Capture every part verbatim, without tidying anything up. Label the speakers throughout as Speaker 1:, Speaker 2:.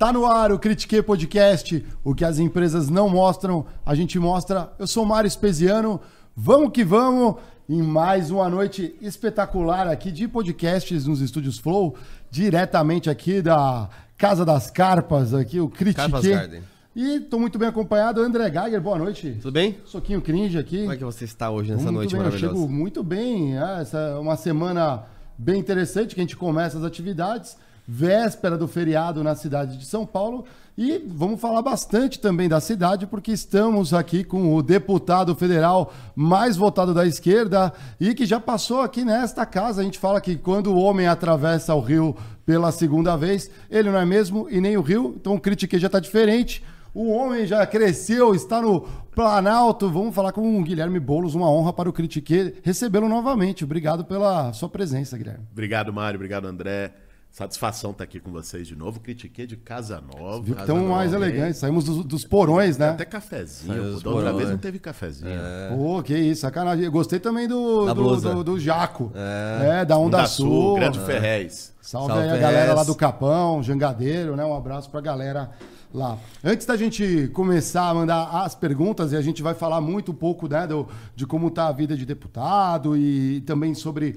Speaker 1: Tá no ar o Critique Podcast, o que as empresas não mostram, a gente mostra. Eu sou Mário Espesiano, vamos que vamos em mais uma noite espetacular aqui de podcasts nos Estúdios Flow, diretamente aqui da Casa das Carpas, aqui o Critique. E tô muito bem acompanhado, André Geiger, boa noite.
Speaker 2: Tudo bem?
Speaker 1: Soquinho Cringe aqui.
Speaker 2: Como é que você está hoje nessa
Speaker 1: muito
Speaker 2: noite
Speaker 1: bem,
Speaker 2: maravilhosa?
Speaker 1: Eu chego muito bem, é, essa é uma semana bem interessante que a gente começa as atividades, véspera do feriado na cidade de São Paulo, e vamos falar bastante também da cidade, porque estamos aqui com o deputado federal mais votado da esquerda e que já passou aqui nesta casa. A gente fala que quando o homem atravessa o rio pela segunda vez, ele não é mesmo e nem o rio, então o Critique já está diferente. O homem já cresceu, está no Planalto. Vamos falar com o Guilherme Boulos, uma honra para o Critique recebê-lo novamente. Obrigado pela sua presença, Guilherme.
Speaker 3: Obrigado, Mário. Obrigado, André. Satisfação estar aqui com vocês de novo. Critique de Casa Nova.
Speaker 1: Viu que estão mais elegantes. Saímos dos, dos porões, né?
Speaker 3: Até cafezinho. Da
Speaker 2: porões.
Speaker 3: outra vez não teve cafezinho.
Speaker 2: É.
Speaker 1: Pô, que isso, sacanagem. Eu gostei também do,
Speaker 2: Da
Speaker 1: do,
Speaker 2: blusa.
Speaker 1: do, do Jaco.
Speaker 2: É.
Speaker 1: É, da Onda,
Speaker 3: Onda
Speaker 1: Sul.
Speaker 3: Sul, Grande Ferrez.
Speaker 1: Salve,
Speaker 2: Salve
Speaker 1: aí a galera
Speaker 2: Ferrez.
Speaker 1: lá do Capão, Jangadeiro, né? Um abraço pra galera lá. Antes da gente começar a mandar as perguntas, e a gente vai falar muito um pouco, né, do, de como tá a vida de deputado e também sobre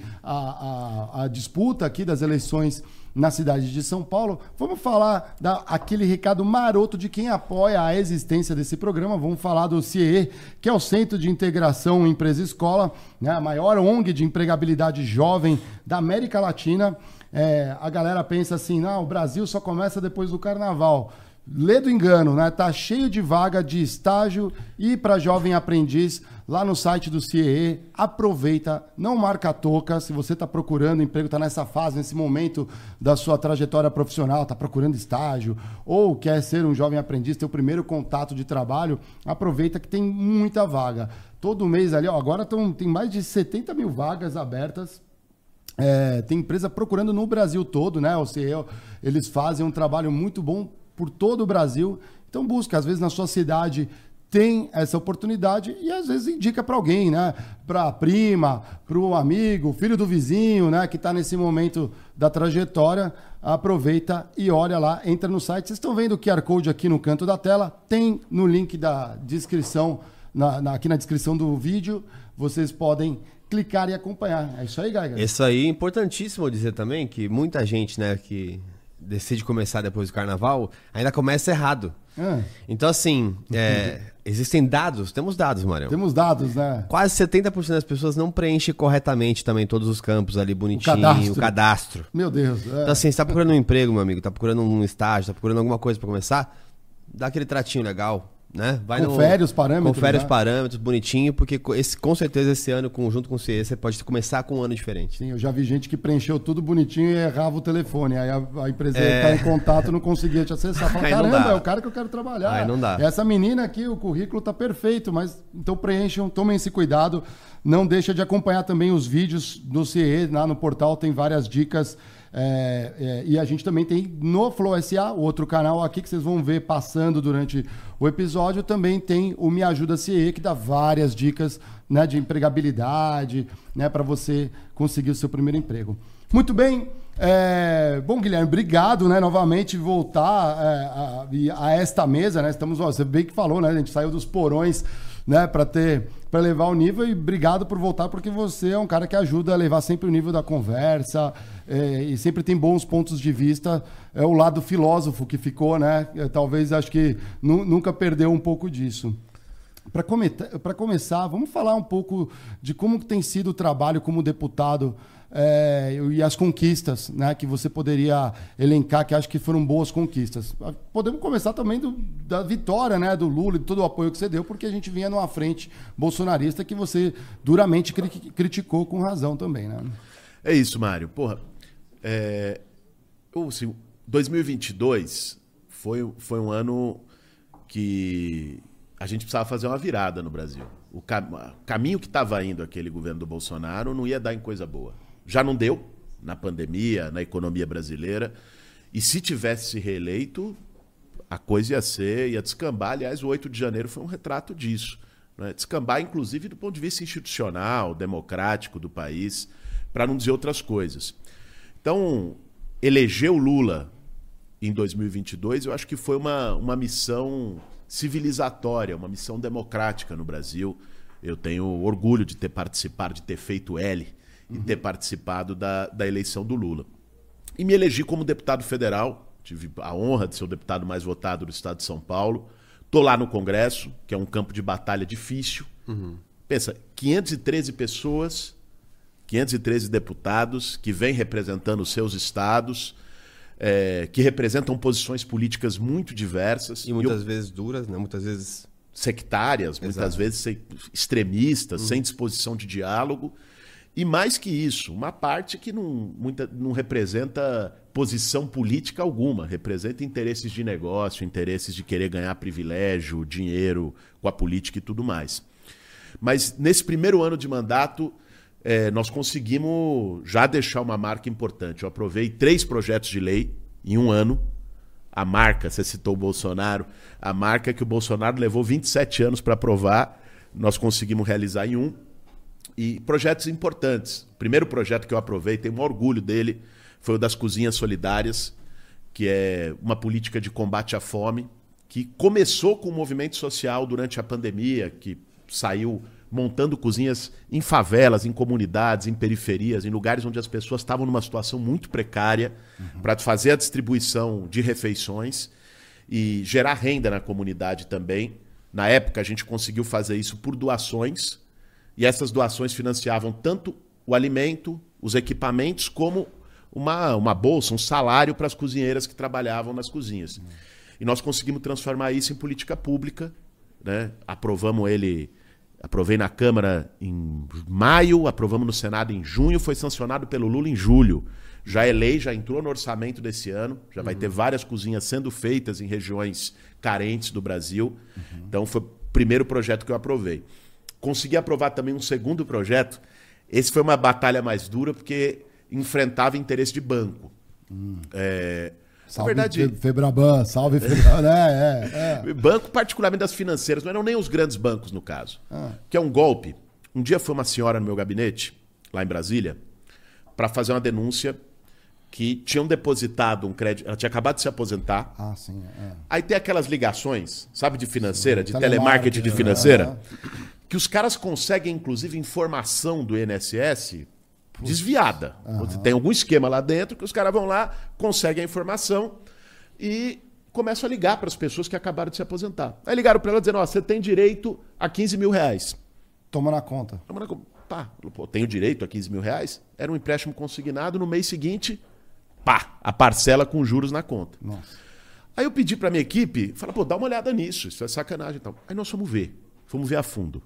Speaker 1: a, a, a disputa aqui das eleições na cidade de São Paulo, vamos falar daquele recado maroto de quem apoia a existência desse programa. Vamos falar do C I E, que é o Centro de Integração Empresa-Escola, né, a maior O N G de empregabilidade jovem da América Latina. É, a galera pensa assim, não, o Brasil só começa depois do Carnaval. Lê do engano, né? Tá cheio de vaga de estágio e para jovem aprendiz lá no site do C I E. Aproveita, não marca a toca. Se você está procurando emprego, está nessa fase, nesse momento da sua trajetória profissional, está procurando estágio ou quer ser um jovem aprendiz, ter o primeiro contato de trabalho, aproveita que tem muita vaga. Todo mês ali, ó, agora tão, tem mais de setenta mil vagas abertas. É, tem empresa procurando no Brasil todo, né? O C I E, eles fazem um trabalho muito bom por todo o Brasil. Então busca, às vezes na sua cidade tem essa oportunidade e às vezes indica para alguém, né? Para a prima, para o amigo, filho do vizinho, né? Que está nesse momento da trajetória. Aproveita e olha lá, entra no site. Vocês estão vendo o Q R Code aqui no canto da tela, tem no link da descrição, na, na, aqui na descrição do vídeo, vocês podem clicar e acompanhar. É isso aí, Geiger.
Speaker 2: Isso aí é importantíssimo dizer também que muita gente, né, que decide começar depois do carnaval, ainda começa errado.
Speaker 1: Ah,
Speaker 2: Então, assim, é, existem dados, temos dados, Mário.
Speaker 1: temos dados, né?
Speaker 2: Quase setenta por cento das pessoas não preenchem corretamente também todos os campos ali, bonitinho, o
Speaker 1: cadastro.
Speaker 2: cadastro. O cadastro.
Speaker 1: Meu Deus. É.
Speaker 2: Então, assim, você tá procurando um emprego, meu amigo, tá procurando um estágio, tá procurando alguma coisa pra começar, dá aquele tratinho legal, né? Vai
Speaker 1: Confere
Speaker 2: no,
Speaker 1: os parâmetros,
Speaker 2: Confere
Speaker 1: né?
Speaker 2: os parâmetros, bonitinho, porque esse, com certeza esse ano, com- junto com o C I E, você pode começar com um ano diferente.
Speaker 1: Sim, eu já vi gente que preencheu tudo bonitinho e errava o telefone. Aí a, a empresa
Speaker 2: É.
Speaker 1: que tá em contato não conseguia te acessar. Fala,
Speaker 2: Aí não
Speaker 1: caramba,
Speaker 2: dá.
Speaker 1: é o cara que eu quero trabalhar.
Speaker 2: Aí não dá.
Speaker 1: Essa menina aqui, o currículo tá perfeito, mas então preencham, tomem esse cuidado. Não deixa de acompanhar também os vídeos do C I E, lá no portal tem várias dicas. É, é, e a gente também tem no Flow S A, o outro canal aqui que vocês vão ver passando durante o episódio, também tem o Me Ajuda C I E, que dá várias dicas, né, de empregabilidade, né, para você conseguir o seu primeiro emprego. Muito bem. É, bom, Guilherme, obrigado, né, novamente voltar é, a, e a esta mesa, né? Estamos, ó, você bem que falou, né? A gente saiu dos porões, né, para ter para levar o nível, e obrigado por voltar, porque você é um cara que ajuda a levar sempre o nível da conversa, é, e sempre tem bons pontos de vista. É o lado filósofo que ficou, né? É, talvez acho que nu- nunca perdeu um pouco disso. Para come começar, vamos falar um pouco de como que tem sido o trabalho como deputado, é, e as conquistas, né, que você poderia elencar, que acho que foram boas conquistas. Podemos começar também do, da vitória, né, do Lula e todo o apoio que você deu, porque a gente vinha numa frente bolsonarista que você duramente cri criticou com razão também, né?
Speaker 3: É isso, Mário. Porra, é, eu, assim, dois mil e vinte e dois foi, foi um ano que a gente precisava fazer uma virada no Brasil. O, cam o caminho que estava indo aquele governo do Bolsonaro não ia dar em coisa boa. Já não deu na pandemia, na economia brasileira. E se tivesse se reeleito, a coisa ia ser, ia descambar. Aliás, o oito de janeiro foi um retrato disso, né? Descambar, inclusive, do ponto de vista institucional, democrático do país, para não dizer outras coisas. Então, eleger o Lula em dois mil e vinte e dois, eu acho que foi uma, uma missão civilizatória, uma missão democrática no Brasil. Eu tenho orgulho de ter participado, de ter feito L uhum. e ter participado da, da eleição do Lula. E me elegi como deputado federal, tive a honra de ser o deputado mais votado do estado de São Paulo. Estou lá no Congresso, que é um campo de batalha difícil. Uhum. Pensa, quinhentas e treze pessoas, quinhentos e treze deputados que vêm representando os seus estados, é, que representam posições políticas muito diversas.
Speaker 2: E muitas e eu... vezes duras, né? Muitas vezes
Speaker 3: sectárias, Exato. Muitas vezes extremistas, uhum. sem disposição de diálogo. E mais que isso, uma parte que não, muita, não representa posição política alguma, representa interesses de negócio, interesses de querer ganhar privilégio, dinheiro com a política e tudo mais. Mas nesse primeiro ano de mandato, é, nós conseguimos já deixar uma marca importante. Eu aprovei três projetos de lei em um ano. A marca, você citou o Bolsonaro, a marca que o Bolsonaro levou vinte e sete anos para aprovar, nós conseguimos realizar em um. E projetos importantes. O primeiro projeto que eu aprovei, tenho um orgulho dele, foi o das cozinhas solidárias, que é uma política de combate à fome, que começou com um movimento social durante a pandemia, que saiu montando cozinhas em favelas, em comunidades, em periferias, em lugares onde as pessoas estavam numa situação muito precária, uhum. para fazer a distribuição de refeições e gerar renda na comunidade também. Na época, a gente conseguiu fazer isso por doações, e essas doações financiavam tanto o alimento, os equipamentos, como uma, uma bolsa, um salário para as cozinheiras que trabalhavam nas cozinhas. Uhum. E nós conseguimos transformar isso em política pública, né? Aprovamos ele, aprovei na Câmara em maio, aprovamos no Senado em junho, foi sancionado pelo Lula em julho. Já é lei, já entrou no orçamento desse ano, já uhum. vai ter várias cozinhas sendo feitas em regiões carentes do Brasil. Uhum. Então foi o primeiro projeto que eu aprovei. Consegui aprovar também um segundo projeto. Esse foi uma batalha mais dura porque enfrentava interesse de banco. Hum. É,
Speaker 1: salve
Speaker 3: na verdade,
Speaker 1: Febraban, salve Febraban. é, é, é.
Speaker 3: Banco, particularmente das financeiras, não eram nem os grandes bancos no caso. Ah. Que é um golpe. Um dia foi uma senhora no meu gabinete, lá em Brasília, para fazer uma denúncia que tinham depositado um crédito. Ela tinha acabado de se aposentar.
Speaker 1: Ah, sim. É.
Speaker 3: Aí tem aquelas ligações, sabe, de financeira, sim, de telemarketing de financeira. É. Que os caras conseguem, inclusive, informação do I N S S Puxa. desviada. Uhum. Tem algum esquema lá dentro que os caras vão lá, conseguem a informação e começam a ligar para as pessoas que acabaram de se aposentar. Aí ligaram para ela dizendo, ó, você tem direito a quinze mil reais.
Speaker 1: Toma na conta.
Speaker 3: Toma na conta. Pá, pô, tenho direito a quinze mil reais? Era um empréstimo consignado, no mês seguinte, pá, a parcela com juros na conta.
Speaker 1: Nossa.
Speaker 3: Aí eu pedi para minha equipe, fala, pô, dá uma olhada nisso, isso é sacanagem e tal. Aí nós fomos ver, fomos ver a fundo.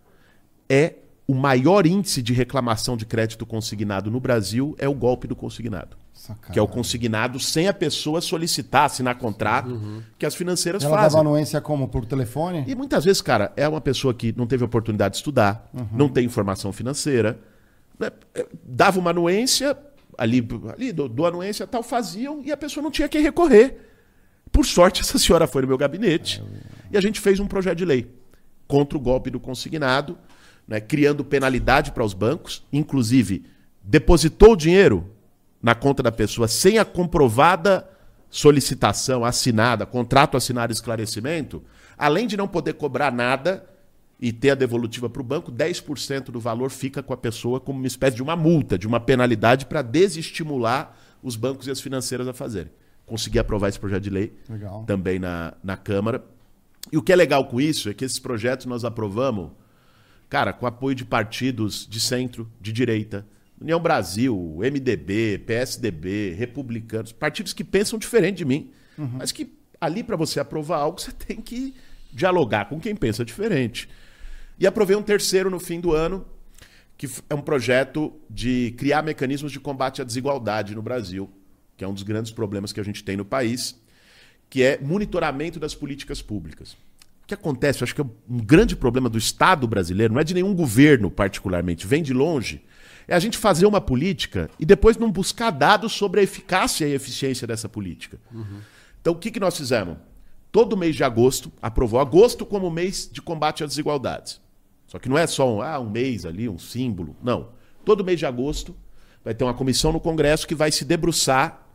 Speaker 3: É o maior índice de reclamação de crédito consignado no Brasil é o golpe do consignado. Sacanagem. Que é o consignado sem a pessoa solicitar, assinar contrato, uhum. que as financeiras
Speaker 1: Ela
Speaker 3: fazem.
Speaker 1: Ela dava anuência como? Por telefone?
Speaker 3: E muitas vezes, cara, é uma pessoa que não teve oportunidade de estudar, uhum. não tem informação financeira, né? Dava uma anuência, ali, ali do, do anuência tal, faziam e a pessoa não tinha quem recorrer. Por sorte, essa senhora foi no meu gabinete é, eu... e a gente fez um projeto de lei contra o golpe do consignado, né, criando penalidade para os bancos, inclusive depositou o dinheiro na conta da pessoa sem a comprovada solicitação assinada, contrato assinado e esclarecimento, além de não poder cobrar nada e ter a devolutiva para o banco, dez por cento do valor fica com a pessoa como uma espécie de uma multa, de uma penalidade para desestimular os bancos e as financeiras a fazerem. Consegui aprovar esse projeto de lei legal. Também na, na Câmara. E o que é legal com isso é que esses projetos nós aprovamos, cara, com apoio de partidos de centro, de direita, União Brasil, M D B, P S D B, republicanos, partidos que pensam diferente de mim, uhum. mas que ali para você aprovar algo você tem que dialogar com quem pensa diferente. E aprovei um terceiro no fim do ano, que é um projeto de criar mecanismos de combate à desigualdade no Brasil, que é um dos grandes problemas que a gente tem no país, que é monitoramento das políticas públicas. O que acontece, eu acho que é um grande problema do Estado brasileiro, não é de nenhum governo particularmente, vem de longe, é a gente fazer uma política e depois não buscar dados sobre a eficácia e eficiência dessa política. Uhum. Então, o que, que nós fizemos? Todo mês de agosto, aprovou agosto como mês de combate às desigualdades. Só que não é só um, ah, um mês ali, um símbolo. Não. Todo mês de agosto vai ter uma comissão no Congresso que vai se debruçar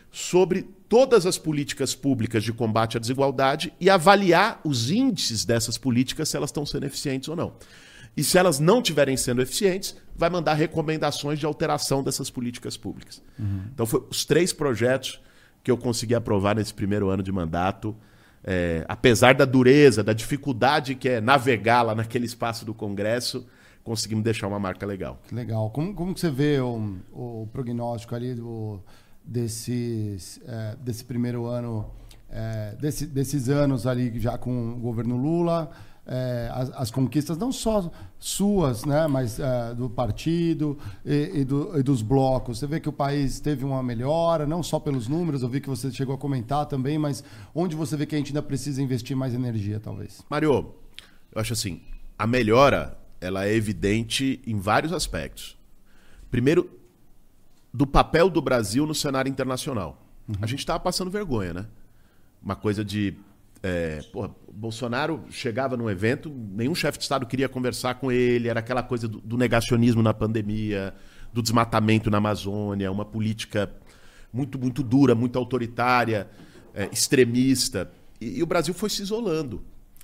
Speaker 3: sobre todas as políticas públicas de combate à desigualdade e avaliar os índices dessas políticas, se elas estão sendo eficientes ou não. E se elas não estiverem sendo eficientes, vai mandar recomendações de alteração dessas políticas públicas. Uhum. Então, foram os três projetos que eu consegui aprovar nesse primeiro ano de mandato. É, apesar da dureza, da dificuldade que é navegar lá naquele espaço do Congresso, conseguimos deixar uma marca legal.
Speaker 1: Legal. Como, como que você vê o, o prognóstico ali do, desses, é, desse primeiro ano, é, desse, desses anos ali já com o governo Lula? É, as, as conquistas não só suas, né, mas é, do partido e, e, do, e dos blocos. Você vê que o país teve uma melhora, não só pelos números, eu vi que você chegou a comentar também, mas onde você vê que a gente ainda precisa investir mais energia, talvez?
Speaker 3: Mário, eu acho assim, a melhora ela é evidente em vários aspectos. Primeiro, do papel do Brasil no cenário internacional. Uhum. A gente estava passando vergonha, né? Uma coisa de... É, porra, Bolsonaro chegava num evento, nenhum chefe de Estado queria conversar com ele, era aquela coisa do, do negacionismo na pandemia, do desmatamento na Amazônia, uma política muito, muito dura, muito autoritária, é, extremista. E, e o Brasil foi se isolando.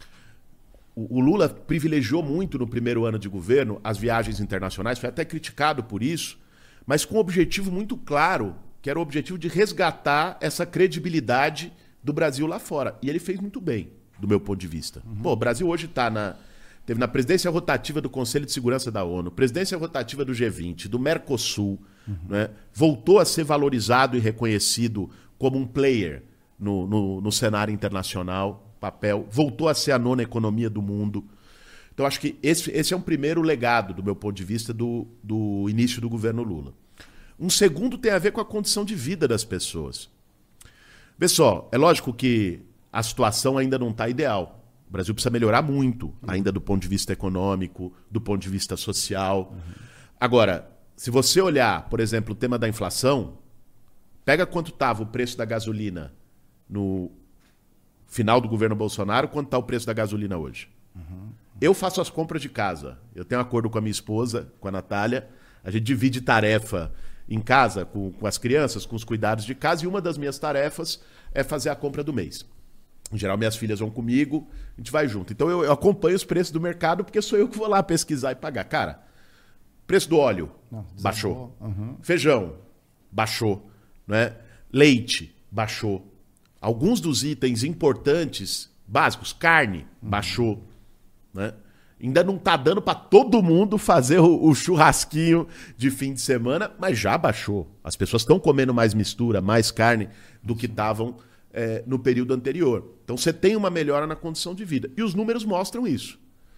Speaker 3: O, o Lula privilegiou muito no primeiro ano de governo as viagens internacionais, foi até criticado por isso, mas com um objetivo muito claro, que era o objetivo de resgatar essa credibilidade do Brasil lá fora. E ele fez muito bem, do meu ponto de vista. Uhum. Pô, o Brasil hoje está na... Teve na presidência rotativa do Conselho de Segurança da ONU, presidência rotativa do G vinte, do Mercosul, uhum. né? Voltou a ser valorizado e reconhecido como um player no, no, no cenário internacional, papel, voltou a ser a nona economia do mundo. Então, acho que esse, esse é um primeiro legado, do meu ponto de vista, do, do início do governo Lula. Um segundo tem a ver com a condição de vida das pessoas. Vê só, é lógico que a situação ainda não está ideal. O Brasil precisa melhorar muito, ainda do ponto de vista econômico, do ponto de vista social. Uhum. Agora, se você olhar, por exemplo, o tema da inflação, pega quanto estava o preço da gasolina no final do governo Bolsonaro, quanto está o preço da gasolina hoje. Uhum. Eu faço as compras de casa. Eu tenho um acordo com a minha esposa, com a Natália. A gente divide tarefa em casa, com, com as crianças, com os cuidados de casa, e uma das minhas tarefas é fazer a compra do mês. Em geral, minhas filhas vão comigo, a gente vai junto. Então, eu, eu acompanho os preços do mercado, porque sou eu que vou lá pesquisar e pagar. Cara, preço do óleo, Não, baixou. Uhum. Feijão, baixou. Né? Leite, baixou. Alguns dos itens importantes, básicos, carne, uhum. baixou. Né? Ainda não está dando para todo mundo fazer o, o churrasquinho de fim de semana, mas já baixou. As pessoas estão comendo mais mistura, mais carne do que estavam é, no período anterior. Então você tem uma melhora na condição de vida. E os números mostram isso.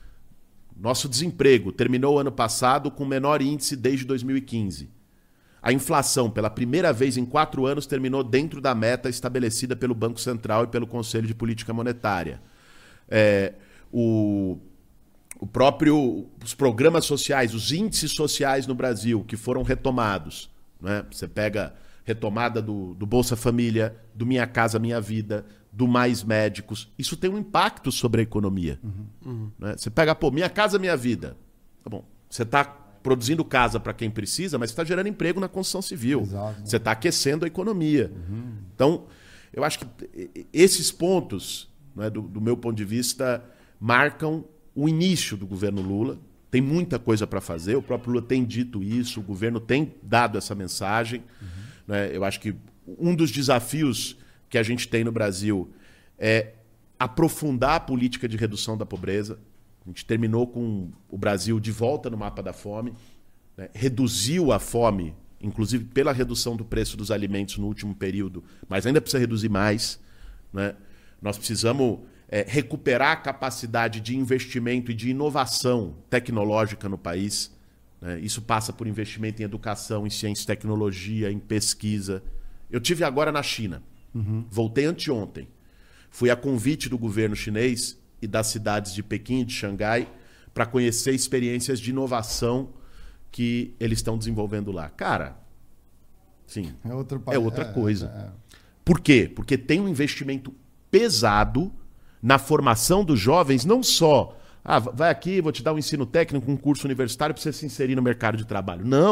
Speaker 3: Nosso desemprego terminou o ano passado com o menor índice desde dois mil e quinze. A inflação, pela primeira vez em quatro anos, terminou dentro da meta estabelecida pelo Banco Central e pelo Conselho de Política Monetária. É, o... O próprio, os programas sociais, os índices sociais no Brasil que foram retomados, né? Você pega retomada do, do Bolsa Família, do Minha Casa Minha Vida, do Mais Médicos, isso tem um impacto sobre a economia. Uhum. Uhum. Né? Você pega, pô, Minha Casa Minha Vida. Tá bom, você está produzindo casa para quem precisa, mas você está gerando emprego na construção civil. Exato. Você está aquecendo a economia. Uhum. Então, eu acho que esses pontos, né, do, do meu ponto de vista, marcam o início do governo Lula. Tem muita coisa para fazer, o próprio Lula tem dito isso, o governo tem dado essa mensagem. Uhum. Né? Eu acho que um dos desafios que a gente tem no Brasil é aprofundar a política de redução da pobreza. A gente terminou com o Brasil de volta no mapa da fome, né? Reduziu a fome, inclusive pela redução do preço dos alimentos no último período, mas ainda precisa reduzir mais. Né? Nós precisamos... É, recuperar a capacidade de investimento e de inovação tecnológica no país. Né? Isso passa por investimento em educação, em ciência e tecnologia, em pesquisa. Eu tive agora na China. Uhum. Voltei anteontem. Fui a convite do governo chinês e das cidades de Pequim e de Xangai para conhecer experiências de inovação que eles estão desenvolvendo lá. Cara, sim, é, outro pa... é outra é, coisa. É, é. Por quê? Porque tem um investimento pesado na formação dos jovens, não só, ah, vai aqui, vou te dar um ensino técnico, um curso universitário para você se inserir no mercado de trabalho. Não,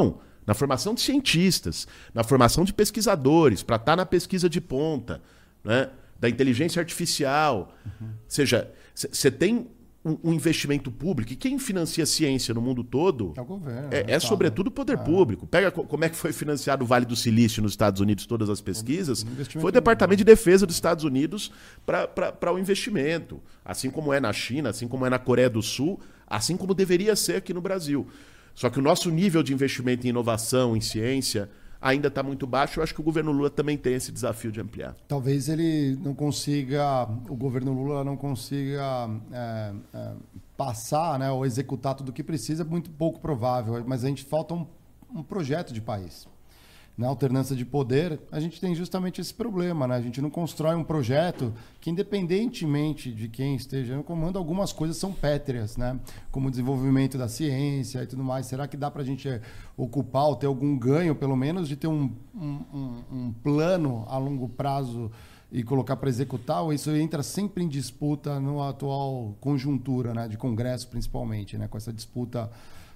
Speaker 3: na formação de cientistas, na formação de pesquisadores, para estar na pesquisa de ponta, né? Da inteligência artificial. Uhum. Ou seja, você tem um, um investimento público, e quem financia a ciência no mundo todo
Speaker 1: é, o governo,
Speaker 3: é, é sobretudo o poder é. público. Pega como é que foi financiado o Vale do Silício nos Estados Unidos, todas as pesquisas. Foi o Departamento de Defesa dos Estados Unidos para o investimento. Assim como é na China, assim como é na Coreia do Sul, assim como deveria ser aqui no Brasil. Só que o nosso nível de investimento em inovação, em ciência, ainda está muito baixo. Eu acho que o governo Lula também tem esse desafio de ampliar.
Speaker 1: Talvez ele não consiga, o governo Lula não consiga é, é, passar, né, ou executar tudo o que precisa, muito pouco provável. Mas a gente falta um, um projeto de país. Na alternância de poder, a gente tem justamente esse problema, né? A gente não constrói um projeto que, independentemente de quem esteja no comando, algumas coisas são pétreas, né? Como o desenvolvimento da ciência e tudo mais. Será que dá para a gente ocupar ou ter algum ganho, pelo menos, de ter um, um, um, um plano a longo prazo e colocar para executar? Ou isso entra sempre em disputa na atual conjuntura, né? De Congresso, principalmente, né? Com essa disputa,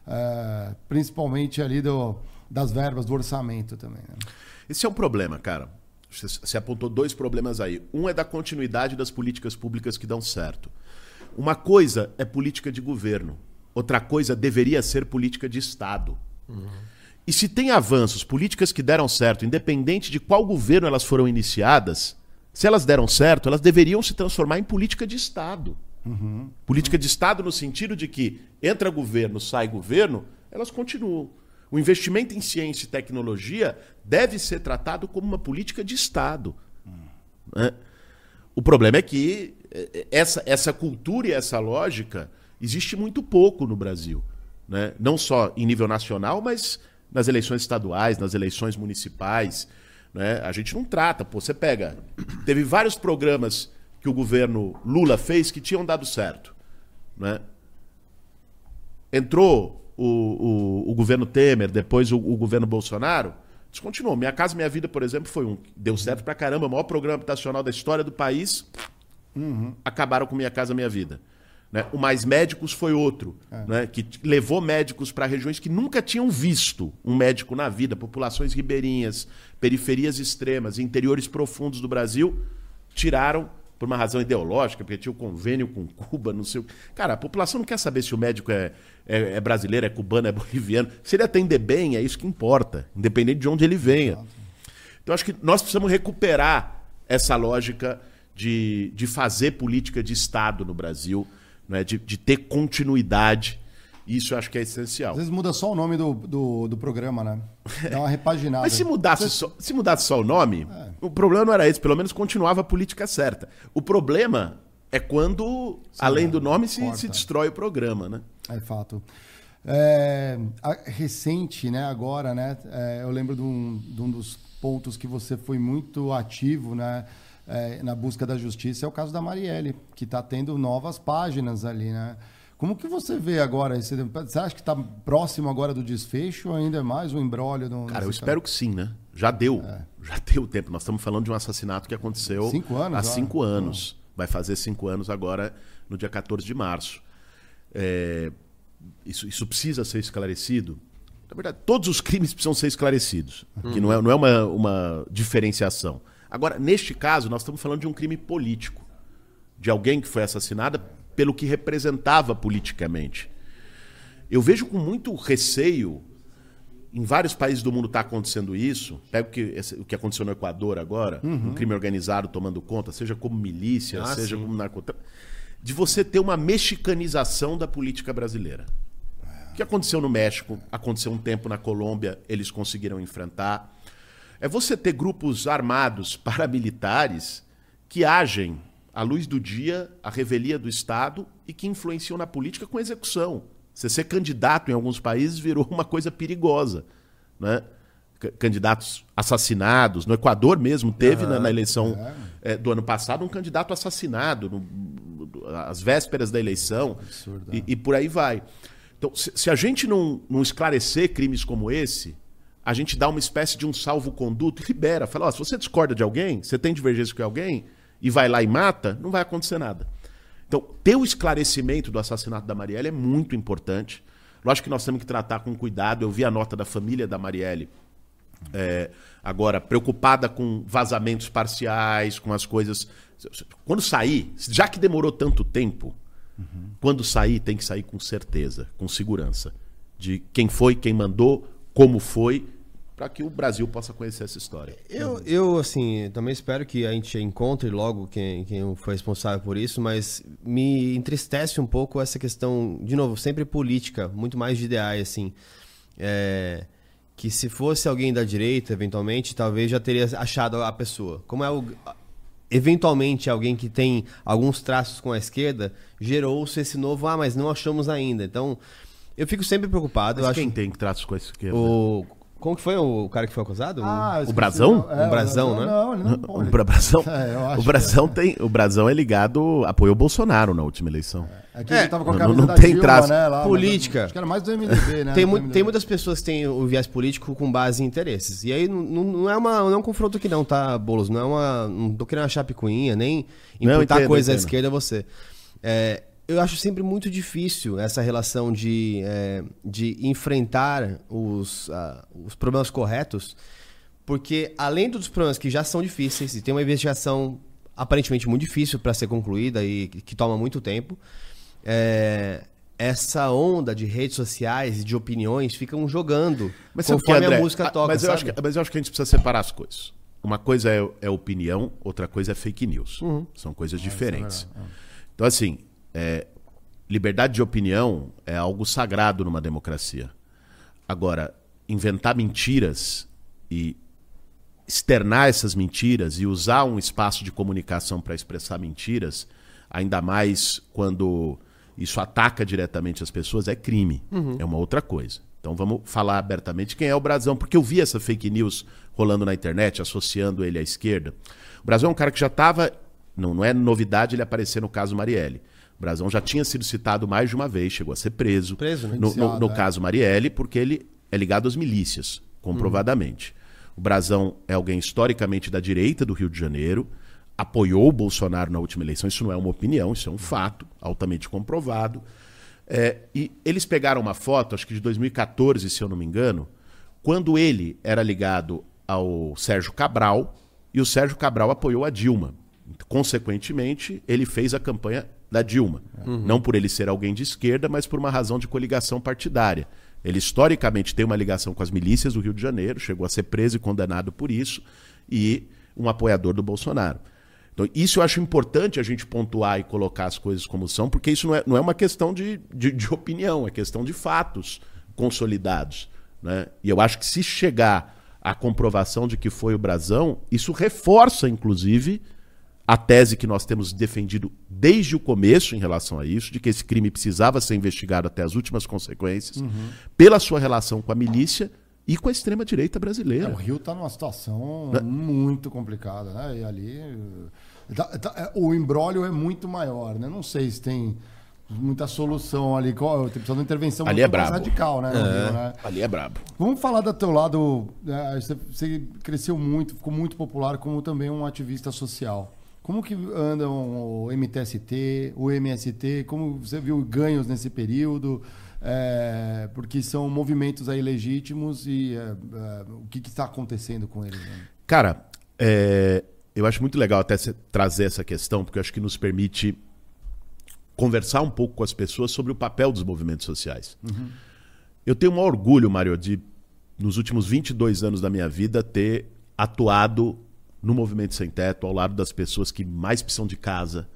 Speaker 1: uh, principalmente ali do... das verbas, do orçamento também. Né?
Speaker 3: Esse é um problema, cara. Você apontou dois problemas aí. Um é da continuidade das políticas públicas que dão certo. Uma coisa é política de governo. Outra coisa deveria ser política de Estado. Uhum. E se tem avanços, políticas que deram certo, independente de qual governo elas foram iniciadas, se elas deram certo, elas deveriam se transformar em política de Estado. Uhum. Política uhum. de Estado no sentido de que entra governo, sai governo, elas continuam. O investimento em ciência e tecnologia deve ser tratado como uma política de Estado. Hum. Né? O problema é que essa, essa cultura e essa lógica existe muito pouco no Brasil. Né? Não só em nível nacional, mas nas eleições estaduais, nas eleições municipais. Né? A gente não trata. Pô, você pega... Teve vários programas que o governo Lula fez que tinham dado certo. Né? Entrou... O, o, o governo Temer, depois o, o governo Bolsonaro, descontinuou. Minha Casa Minha Vida, por exemplo, foi um. Deu certo pra caramba, o maior programa habitacional da história do país. Uhum. Acabaram com Minha Casa Minha Vida. Né? O Mais Médicos foi outro, é. né? Que levou médicos para regiões que nunca tinham visto um médico na vida, populações ribeirinhas, periferias extremas, interiores profundos do Brasil, tiraram por uma razão ideológica, porque tinha o convênio com Cuba, não sei o... Cara, a população não quer saber se o médico é, é, é brasileiro, é cubano, é boliviano. Se ele atender bem, é isso que importa, independente de onde ele venha. Então, acho que nós precisamos recuperar essa lógica de, de fazer política de Estado no Brasil, né? de, de ter continuidade. Isso eu acho que é essencial.
Speaker 1: Às vezes muda só o nome do, do, do programa, né? Dá uma repaginada.
Speaker 3: Mas se mudasse, Você... só, se mudasse só o nome, é. o problema não era esse. Pelo menos continuava a política certa. O problema é quando, Sim, além do nome, se, se destrói o programa, né?
Speaker 1: É fato. É, a, recente, né, agora, né, é, eu lembro de um, de um dos pontos que você foi muito ativo, né, é, na busca da justiça, é o caso da Marielle, que está tendo novas páginas ali, né? Como que você vê agora? Esse, você acha que está próximo agora do desfecho ou ainda é mais um imbróglio? No,
Speaker 3: Cara, eu espero que sim, né? Já deu. É. Já deu tempo. Nós estamos falando de um assassinato que aconteceu
Speaker 1: cinco anos,
Speaker 3: há cinco ah. anos. Vai fazer cinco anos agora, no dia quatorze de março. É, isso, isso precisa ser esclarecido. Na verdade, todos os crimes precisam ser esclarecidos. Uhum. Que não é, não é uma, uma diferenciação. Agora, neste caso, nós estamos falando de um crime político. De alguém que foi assassinada pelo que representava politicamente. Eu vejo com muito receio, em vários países do mundo está acontecendo isso, pega o que, o que aconteceu no Equador agora, uhum. um crime organizado tomando conta, seja como milícia, ah, seja sim. como narcotráfico, de você ter uma mexicanização da política brasileira. O que aconteceu no México, aconteceu um tempo na Colômbia, eles conseguiram enfrentar. É você ter grupos armados paramilitares que agem à luz do dia, a revelia do Estado e que influenciam na política com execução. Você ser candidato em alguns países virou uma coisa perigosa. Né? C- candidatos assassinados. No Equador mesmo teve uhum, na, na eleição é. É, do ano passado um candidato assassinado no, às vésperas da eleição. Absurdo, e, é. e por aí vai. Então, se, se a gente não, não esclarecer crimes como esse, a gente dá uma espécie de um salvo-conduto e libera. Fala, ó, se você discorda de alguém, você tem divergência com alguém e vai lá e mata, não vai acontecer nada. Então, ter o esclarecimento do assassinato da Marielle é muito importante. Lógico que nós temos que tratar com cuidado. Eu vi a nota da família da Marielle, é, agora, preocupada com vazamentos parciais, com as coisas... Quando sair, já que demorou tanto tempo, uhum. quando sair, tem que sair com certeza, com segurança. De quem foi, quem mandou, como foi, para que o Brasil possa conhecer essa história.
Speaker 2: Eu, eu, assim, também espero que a gente encontre logo quem, quem foi responsável por isso, mas me entristece um pouco essa questão, de novo, sempre política, muito mais de ideais, assim. É, que se fosse alguém da direita, eventualmente, talvez já teria achado a pessoa. Como é o... Eventualmente, alguém que tem alguns traços com a esquerda, gerou-se esse novo, ah, mas não achamos ainda. Então, eu fico sempre preocupado.
Speaker 3: Mas
Speaker 2: eu
Speaker 3: quem
Speaker 2: acho...
Speaker 3: tem traços com a esquerda?
Speaker 2: O... Como que foi o cara que foi acusado?
Speaker 1: Ah,
Speaker 3: o Brasão?
Speaker 1: É,
Speaker 2: o Brasão,
Speaker 1: o
Speaker 2: né?
Speaker 1: Não, ele não pode.
Speaker 3: O Brasão,
Speaker 1: É, eu acho
Speaker 3: o Brasão
Speaker 1: que...
Speaker 3: tem, o Brasão é ligado, apoiou o Bolsonaro na última eleição.
Speaker 1: É que
Speaker 2: É,
Speaker 1: ele tava com a
Speaker 3: não-
Speaker 1: camisa
Speaker 3: não
Speaker 1: da
Speaker 3: tem
Speaker 1: Dilma,
Speaker 3: traço.
Speaker 1: né? Lá,
Speaker 2: Política.
Speaker 1: mas acho que era mais do M D B, né?
Speaker 2: Tem,
Speaker 1: do
Speaker 2: mu-
Speaker 1: M D B.
Speaker 2: tem muitas pessoas que têm o viés político com base em interesses. E aí não, não- não é, uma, não é um confronto aqui não, tá, Boulos? Não é uma... Não tô querendo achar picuinha, nem
Speaker 3: Não,
Speaker 2: imputar
Speaker 3: entendo,
Speaker 2: coisa à
Speaker 3: entendo.
Speaker 2: esquerda a você. É, eu acho sempre muito difícil essa relação de, é, de enfrentar os, ah, os problemas corretos, porque além dos problemas que já são difíceis, e tem uma investigação aparentemente muito difícil para ser concluída e que, que toma muito tempo, é, essa onda de redes sociais e de opiniões ficam jogando
Speaker 3: sabe
Speaker 2: conforme
Speaker 3: que, André,
Speaker 2: a música
Speaker 3: ah,
Speaker 2: toca,
Speaker 3: mas eu, acho
Speaker 2: sabe?
Speaker 3: que, mas eu acho que a gente precisa separar as coisas. Uma coisa é, é opinião, outra coisa é fake news. São coisas diferentes. Então, assim, é, liberdade de opinião é algo sagrado numa democracia. Agora, inventar mentiras e externar essas mentiras e usar um espaço de comunicação para expressar mentiras, ainda mais quando isso ataca diretamente as pessoas, é crime. Uhum. É uma outra coisa. Então vamos falar abertamente quem é o Brasão, porque eu vi essa fake news rolando na internet, associando ele à esquerda. O Brasão é um cara que já estava, não, não é novidade ele aparecer no caso Marielle. O Brasão já tinha sido citado mais de uma vez, chegou a ser preso,
Speaker 2: Preso, né?
Speaker 3: no, no, no
Speaker 1: é.
Speaker 3: caso Marielle, porque ele é ligado às milícias, comprovadamente. Uhum. O Brasão é alguém historicamente da direita do Rio de Janeiro, apoiou o Bolsonaro na última eleição, isso não é uma opinião, isso é um fato altamente comprovado. É, e eles pegaram uma foto, acho que de dois mil e quatorze, se eu não me engano, quando ele era ligado ao Sérgio Cabral, e o Sérgio Cabral apoiou a Dilma. Consequentemente, ele fez a campanha da Dilma. Uhum. Não por ele ser alguém de esquerda, mas por uma razão de coligação partidária. Ele historicamente tem uma ligação com as milícias do Rio de Janeiro, chegou a ser preso e condenado por isso, e um apoiador do Bolsonaro. Então, isso eu acho importante a gente pontuar e colocar as coisas como são, porque isso não é, não é uma questão de, de, de opinião, é questão de fatos consolidados, né? E eu acho que se chegar à comprovação de que foi o Brasão, isso reforça, inclusive, a tese que nós temos defendido desde o começo em relação a isso, de que esse crime precisava ser investigado até as últimas consequências, uhum. pela sua relação com a milícia e com a extrema-direita brasileira.
Speaker 1: É, o Rio está numa situação né? muito complicada, né? E ali tá, tá, o imbróglio é muito maior, né? Não sei se tem muita solução ali, tem precisando de uma intervenção
Speaker 3: ali
Speaker 1: muito
Speaker 3: é
Speaker 1: mais
Speaker 3: brabo.
Speaker 1: radical, né?
Speaker 3: É.
Speaker 1: Rio, né?
Speaker 3: Ali é brabo.
Speaker 1: Vamos falar do teu lado, né? você, você cresceu muito, ficou muito popular como também um ativista social. Como que andam o M T S T, o M S T, como você viu ganhos nesse período? É, porque são movimentos aí legítimos e é, é, o que está acontecendo com eles? Né?
Speaker 3: Cara, é, eu acho muito legal até trazer essa questão, porque eu acho que nos permite conversar um pouco com as pessoas sobre o papel dos movimentos sociais. Uhum. Eu tenho um orgulho, Mário, de nos últimos vinte e dois anos da minha vida ter atuado no Movimento Sem Teto, ao lado das pessoas que mais precisam de casa.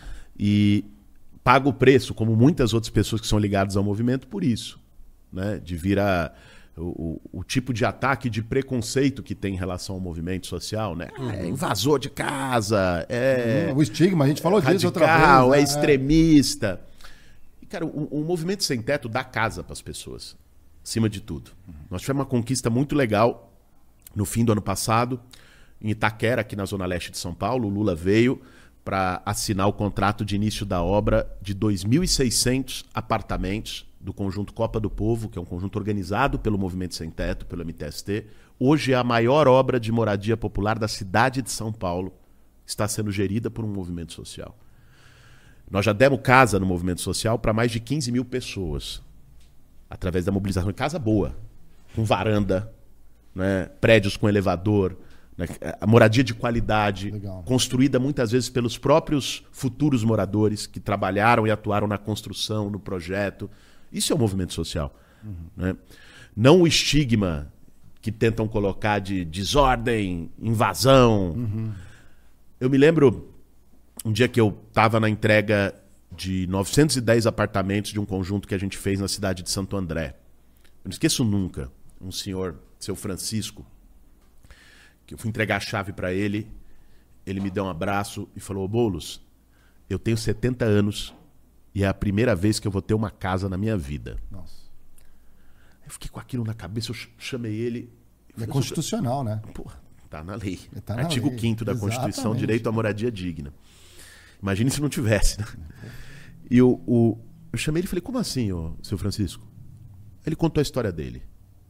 Speaker 3: E pago o preço, como muitas outras pessoas que são ligadas ao movimento, por isso. Né? De vir a... O, o, o tipo de ataque, de preconceito que tem em relação ao movimento social, né? Uhum. É invasor de casa, é...
Speaker 1: Uhum, o estigma, a gente falou disso
Speaker 3: radical,
Speaker 1: outra vez. Né?
Speaker 3: É extremista. E, cara, o, o Movimento Sem Teto dá casa para as pessoas, acima de tudo. Uhum. Nós tivemos uma conquista muito legal no fim do ano passado, em Itaquera, aqui na Zona Leste de São Paulo. O Lula veio para assinar o contrato de início da obra de dois mil e seiscentos apartamentos do conjunto Copa do Povo, que é um conjunto organizado pelo Movimento Sem Teto, pelo M T S T. Hoje é a maior obra de moradia popular da cidade de São Paulo. Está sendo gerida por um movimento social. Nós já demos casa no movimento social para mais de quinze mil pessoas. através da mobilização de casa boa, com varanda, né? Prédios com elevador, né? A moradia de qualidade,
Speaker 1: Legal.
Speaker 3: construída muitas vezes pelos próprios futuros moradores que trabalharam e atuaram na construção, no projeto. Isso é o movimento social. Uhum. Né? Não o estigma que tentam colocar de desordem, invasão. Uhum. Eu me lembro um dia que eu estava na entrega de novecentos e dez apartamentos de um conjunto que a gente fez na cidade de Santo André. Eu não esqueço nunca. Um senhor, seu Francisco, que eu fui entregar a chave para ele, ele me deu um abraço e falou: Boulos, eu tenho setenta anos e é a primeira vez que eu vou ter uma casa na minha vida.
Speaker 1: Nossa.
Speaker 3: Eu fiquei com aquilo na cabeça, eu chamei ele.
Speaker 1: É constitucional, né?
Speaker 3: Porra, tá na lei.
Speaker 1: Tá na
Speaker 3: Artigo
Speaker 1: lei.
Speaker 3: quinto da
Speaker 1: Exatamente.
Speaker 3: Constituição, direito à moradia digna. Imagine se não tivesse, né? E o, o, eu chamei ele e falei: como assim, ô, seu Francisco? Ele contou a história dele.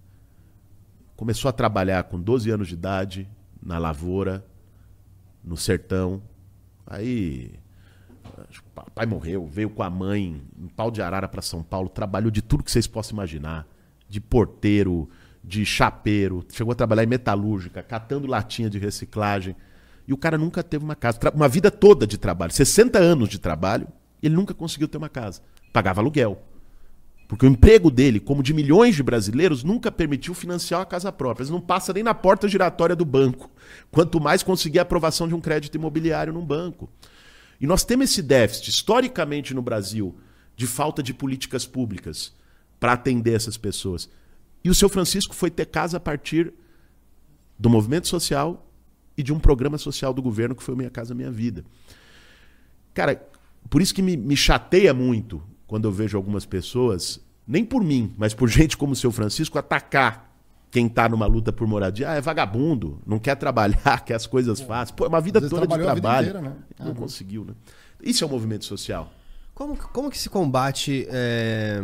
Speaker 3: Começou a trabalhar com doze anos de idade, na lavoura, no sertão. Aí, o pai morreu, veio com a mãe em Pau de Arara para São Paulo, trabalhou de tudo que vocês possam imaginar. De porteiro, de chapeiro, chegou a trabalhar em metalúrgica, catando latinha de reciclagem. E o cara nunca teve uma casa. Uma vida toda de trabalho, sessenta anos de trabalho, ele nunca conseguiu ter uma casa. Pagava aluguel. Porque o emprego dele, como de milhões de brasileiros, nunca permitiu financiar uma casa própria. Ele não passa nem na porta giratória do banco. Quanto mais conseguir a aprovação de um crédito imobiliário num banco. E nós temos esse déficit, historicamente no Brasil, de falta de políticas públicas para atender essas pessoas. E o seu Francisco foi ter casa a partir do movimento social e de um programa social do governo que foi o Minha Casa Minha Vida. Cara, por isso que me, me chateia muito quando eu vejo algumas pessoas, nem por mim, mas por gente como o seu Francisco, atacar quem está numa luta por moradia. Ah, é vagabundo, não quer trabalhar, quer as coisas fáceis. Pô, é uma vida toda de trabalho. Inteira, né? Não uhum. conseguiu, né? Isso é o movimento social.
Speaker 2: Como, como que se combate é,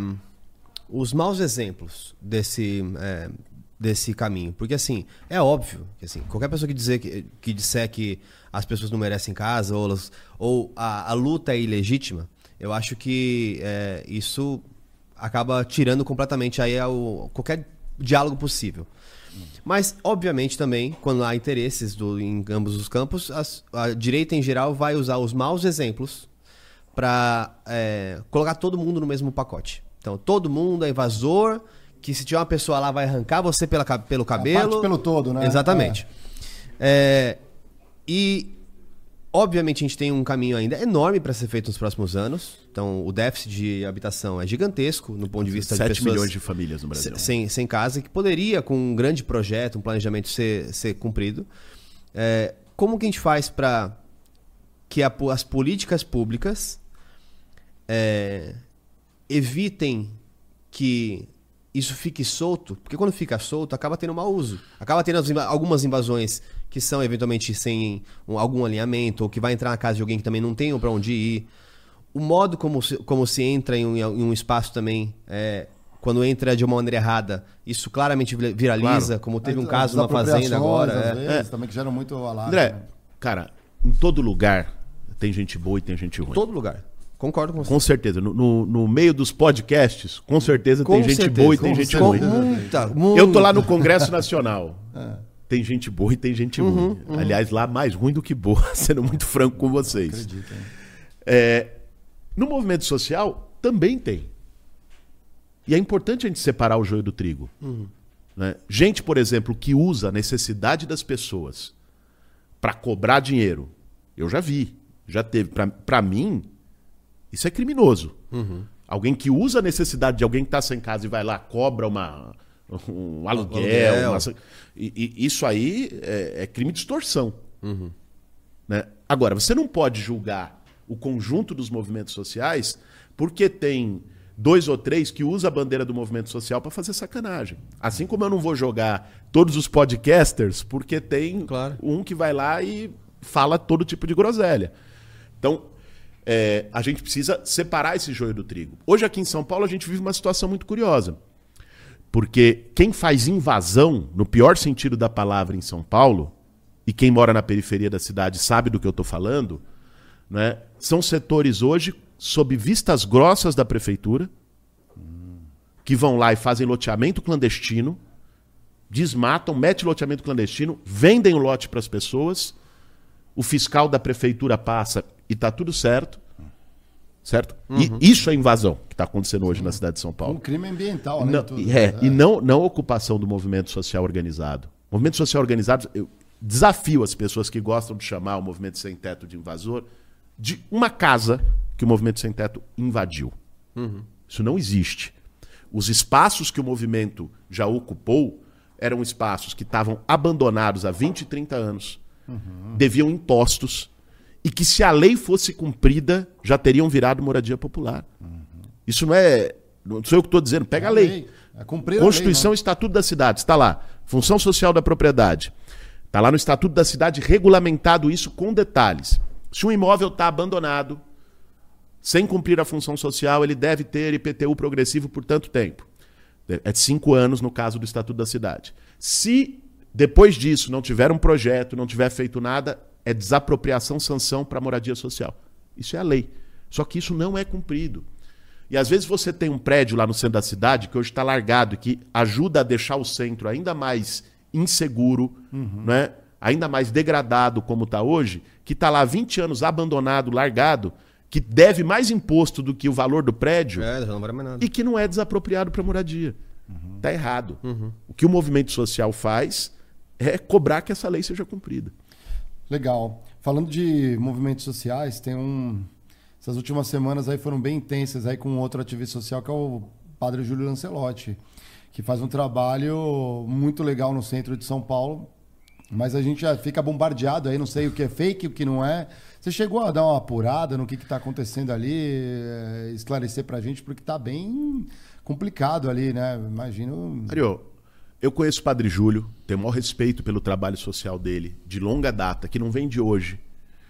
Speaker 2: os maus exemplos desse, é, desse caminho? Porque, assim, é óbvio que assim, qualquer pessoa que, dizer que, que disser que as pessoas não merecem casa ou, elas, ou a, a luta é ilegítima, eu acho que é, isso acaba tirando completamente aí o, qualquer diálogo possível. Mas, obviamente, também, quando há interesses do, em ambos os campos, as, a direita, em geral, vai usar os maus exemplos para é, colocar todo mundo no mesmo pacote. Então, todo mundo é invasor, que se tiver uma pessoa lá vai arrancar você pela, pelo cabelo.
Speaker 1: A parte pelo todo, né?
Speaker 2: Exatamente. É. É, e... Obviamente, a gente tem um caminho ainda enorme para ser feito nos próximos anos. Então, o déficit de habitação é gigantesco no ponto de vista de pessoas...
Speaker 3: sete milhões de famílias no Brasil.
Speaker 2: Sem, sem casa, que poderia, com um grande projeto, um planejamento, ser, ser cumprido. É, como que a gente faz para que a, as políticas públicas é, evitem que isso fique solto? Porque quando fica solto, acaba tendo mau uso. Acaba tendo algumas invasões que são eventualmente sem um, algum alinhamento, ou que vai entrar na casa de alguém que também não tem para onde ir. O modo como se, como se entra em um, em um espaço também, é, quando entra de uma maneira errada, isso claramente viraliza, claro. Como teve um caso na fazenda agora.
Speaker 1: Às
Speaker 2: é.
Speaker 1: vezes, é. Também que geram muito alarme.
Speaker 3: André,
Speaker 1: né?
Speaker 3: Cara, em todo lugar tem gente boa e tem gente ruim.
Speaker 2: Em todo lugar. Concordo com você.
Speaker 3: Com certeza. No, no, no meio dos podcasts, com certeza
Speaker 2: com
Speaker 3: tem
Speaker 2: certeza,
Speaker 3: gente boa e tem gente ruim.
Speaker 2: Muita, muita.
Speaker 3: Eu tô lá no Congresso Nacional.
Speaker 1: É.
Speaker 3: Tem gente boa e tem gente
Speaker 2: uhum,
Speaker 3: ruim.
Speaker 2: Uhum.
Speaker 3: Aliás, lá mais ruim do que boa, sendo muito franco com vocês.
Speaker 1: Acredito, hein?
Speaker 3: É, no movimento social, também tem. E é importante a gente separar o joio do trigo.
Speaker 2: Uhum.
Speaker 3: Né? Gente, por exemplo, que usa a necessidade das pessoas para cobrar dinheiro. Eu já vi. Já teve. Para mim, isso é criminoso.
Speaker 2: Uhum.
Speaker 3: Alguém que usa a necessidade de alguém que está sem casa e vai lá, cobra uma... um aluguel,
Speaker 2: aluguel.
Speaker 3: Uma... E, e, isso aí é, é crime de extorsão.
Speaker 2: Uhum.
Speaker 3: Né? Agora, você não pode julgar o conjunto dos movimentos sociais porque tem dois ou três que usam a bandeira do movimento social para fazer sacanagem. Assim como eu não vou jogar todos os podcasters porque tem
Speaker 2: claro.
Speaker 3: um que vai lá e fala todo tipo de groselha. Então, é, a gente precisa separar esse joio do trigo. Hoje aqui em São Paulo a gente vive uma situação muito curiosa. Porque quem faz invasão, no pior sentido da palavra, em São Paulo, e quem mora na periferia da cidade sabe do que eu estou falando, né, são setores hoje sob vistas grossas da prefeitura, que vão lá e fazem loteamento clandestino, desmatam, metem loteamento clandestino, vendem o lote para as pessoas, o fiscal da prefeitura passa e está tudo certo. Certo? Uhum. E isso é invasão que está acontecendo hoje Sim. na cidade de São Paulo.
Speaker 1: Um crime ambiental, né?
Speaker 3: Não,
Speaker 1: tudo,
Speaker 3: é,
Speaker 1: é.
Speaker 3: E não, não ocupação do movimento social organizado. O movimento social organizado, eu desafio as pessoas que gostam de chamar o movimento sem teto de invasor de uma casa que o movimento sem teto invadiu. Uhum. Isso não existe. Os espaços que o movimento já ocupou eram espaços que estavam abandonados há vinte, trinta anos, uhum. deviam impostos, e que se a lei fosse cumprida, já teriam virado moradia popular. Uhum. Isso não é... Não sou eu que estou dizendo, pega é a lei. lei. É cumprir Constituição a lei, e Estatuto da Cidade, está lá. Função social da propriedade. Está lá no Estatuto da Cidade, regulamentado isso com detalhes. Se um imóvel está abandonado, sem cumprir a função social, ele deve ter I P T U progressivo por tanto tempo. É de cinco anos no caso do Estatuto da Cidade. Se depois disso não tiver um projeto, não tiver feito nada, é desapropriação, sanção para moradia social. Isso é a lei. Só que isso não é cumprido. E às vezes você tem um prédio lá no centro da cidade que hoje está largado e que ajuda a deixar o centro ainda mais inseguro, uhum. né? Ainda mais degradado como está hoje, que está lá há vinte anos abandonado, largado, que deve mais imposto do que o valor do prédio
Speaker 2: é, não vale mais nada.
Speaker 3: E que não é desapropriado para moradia. Está uhum. errado. Uhum. O que o movimento social faz é cobrar que essa lei seja cumprida.
Speaker 1: Legal. Falando de movimentos sociais, tem um... Essas últimas semanas aí foram bem intensas aí com outro ativista social, que é o Padre Júlio Lancelotti, que faz um trabalho muito legal no centro de São Paulo, mas a gente já fica bombardeado aí, não sei o que é fake, o que não é. Você chegou a dar uma apurada no que está acontecendo ali, esclarecer pra gente, porque tá bem complicado ali, né? Imagino...
Speaker 3: Mario, eu conheço o Padre Júlio, tenho o maior respeito pelo trabalho social dele, de longa data, que não vem de hoje,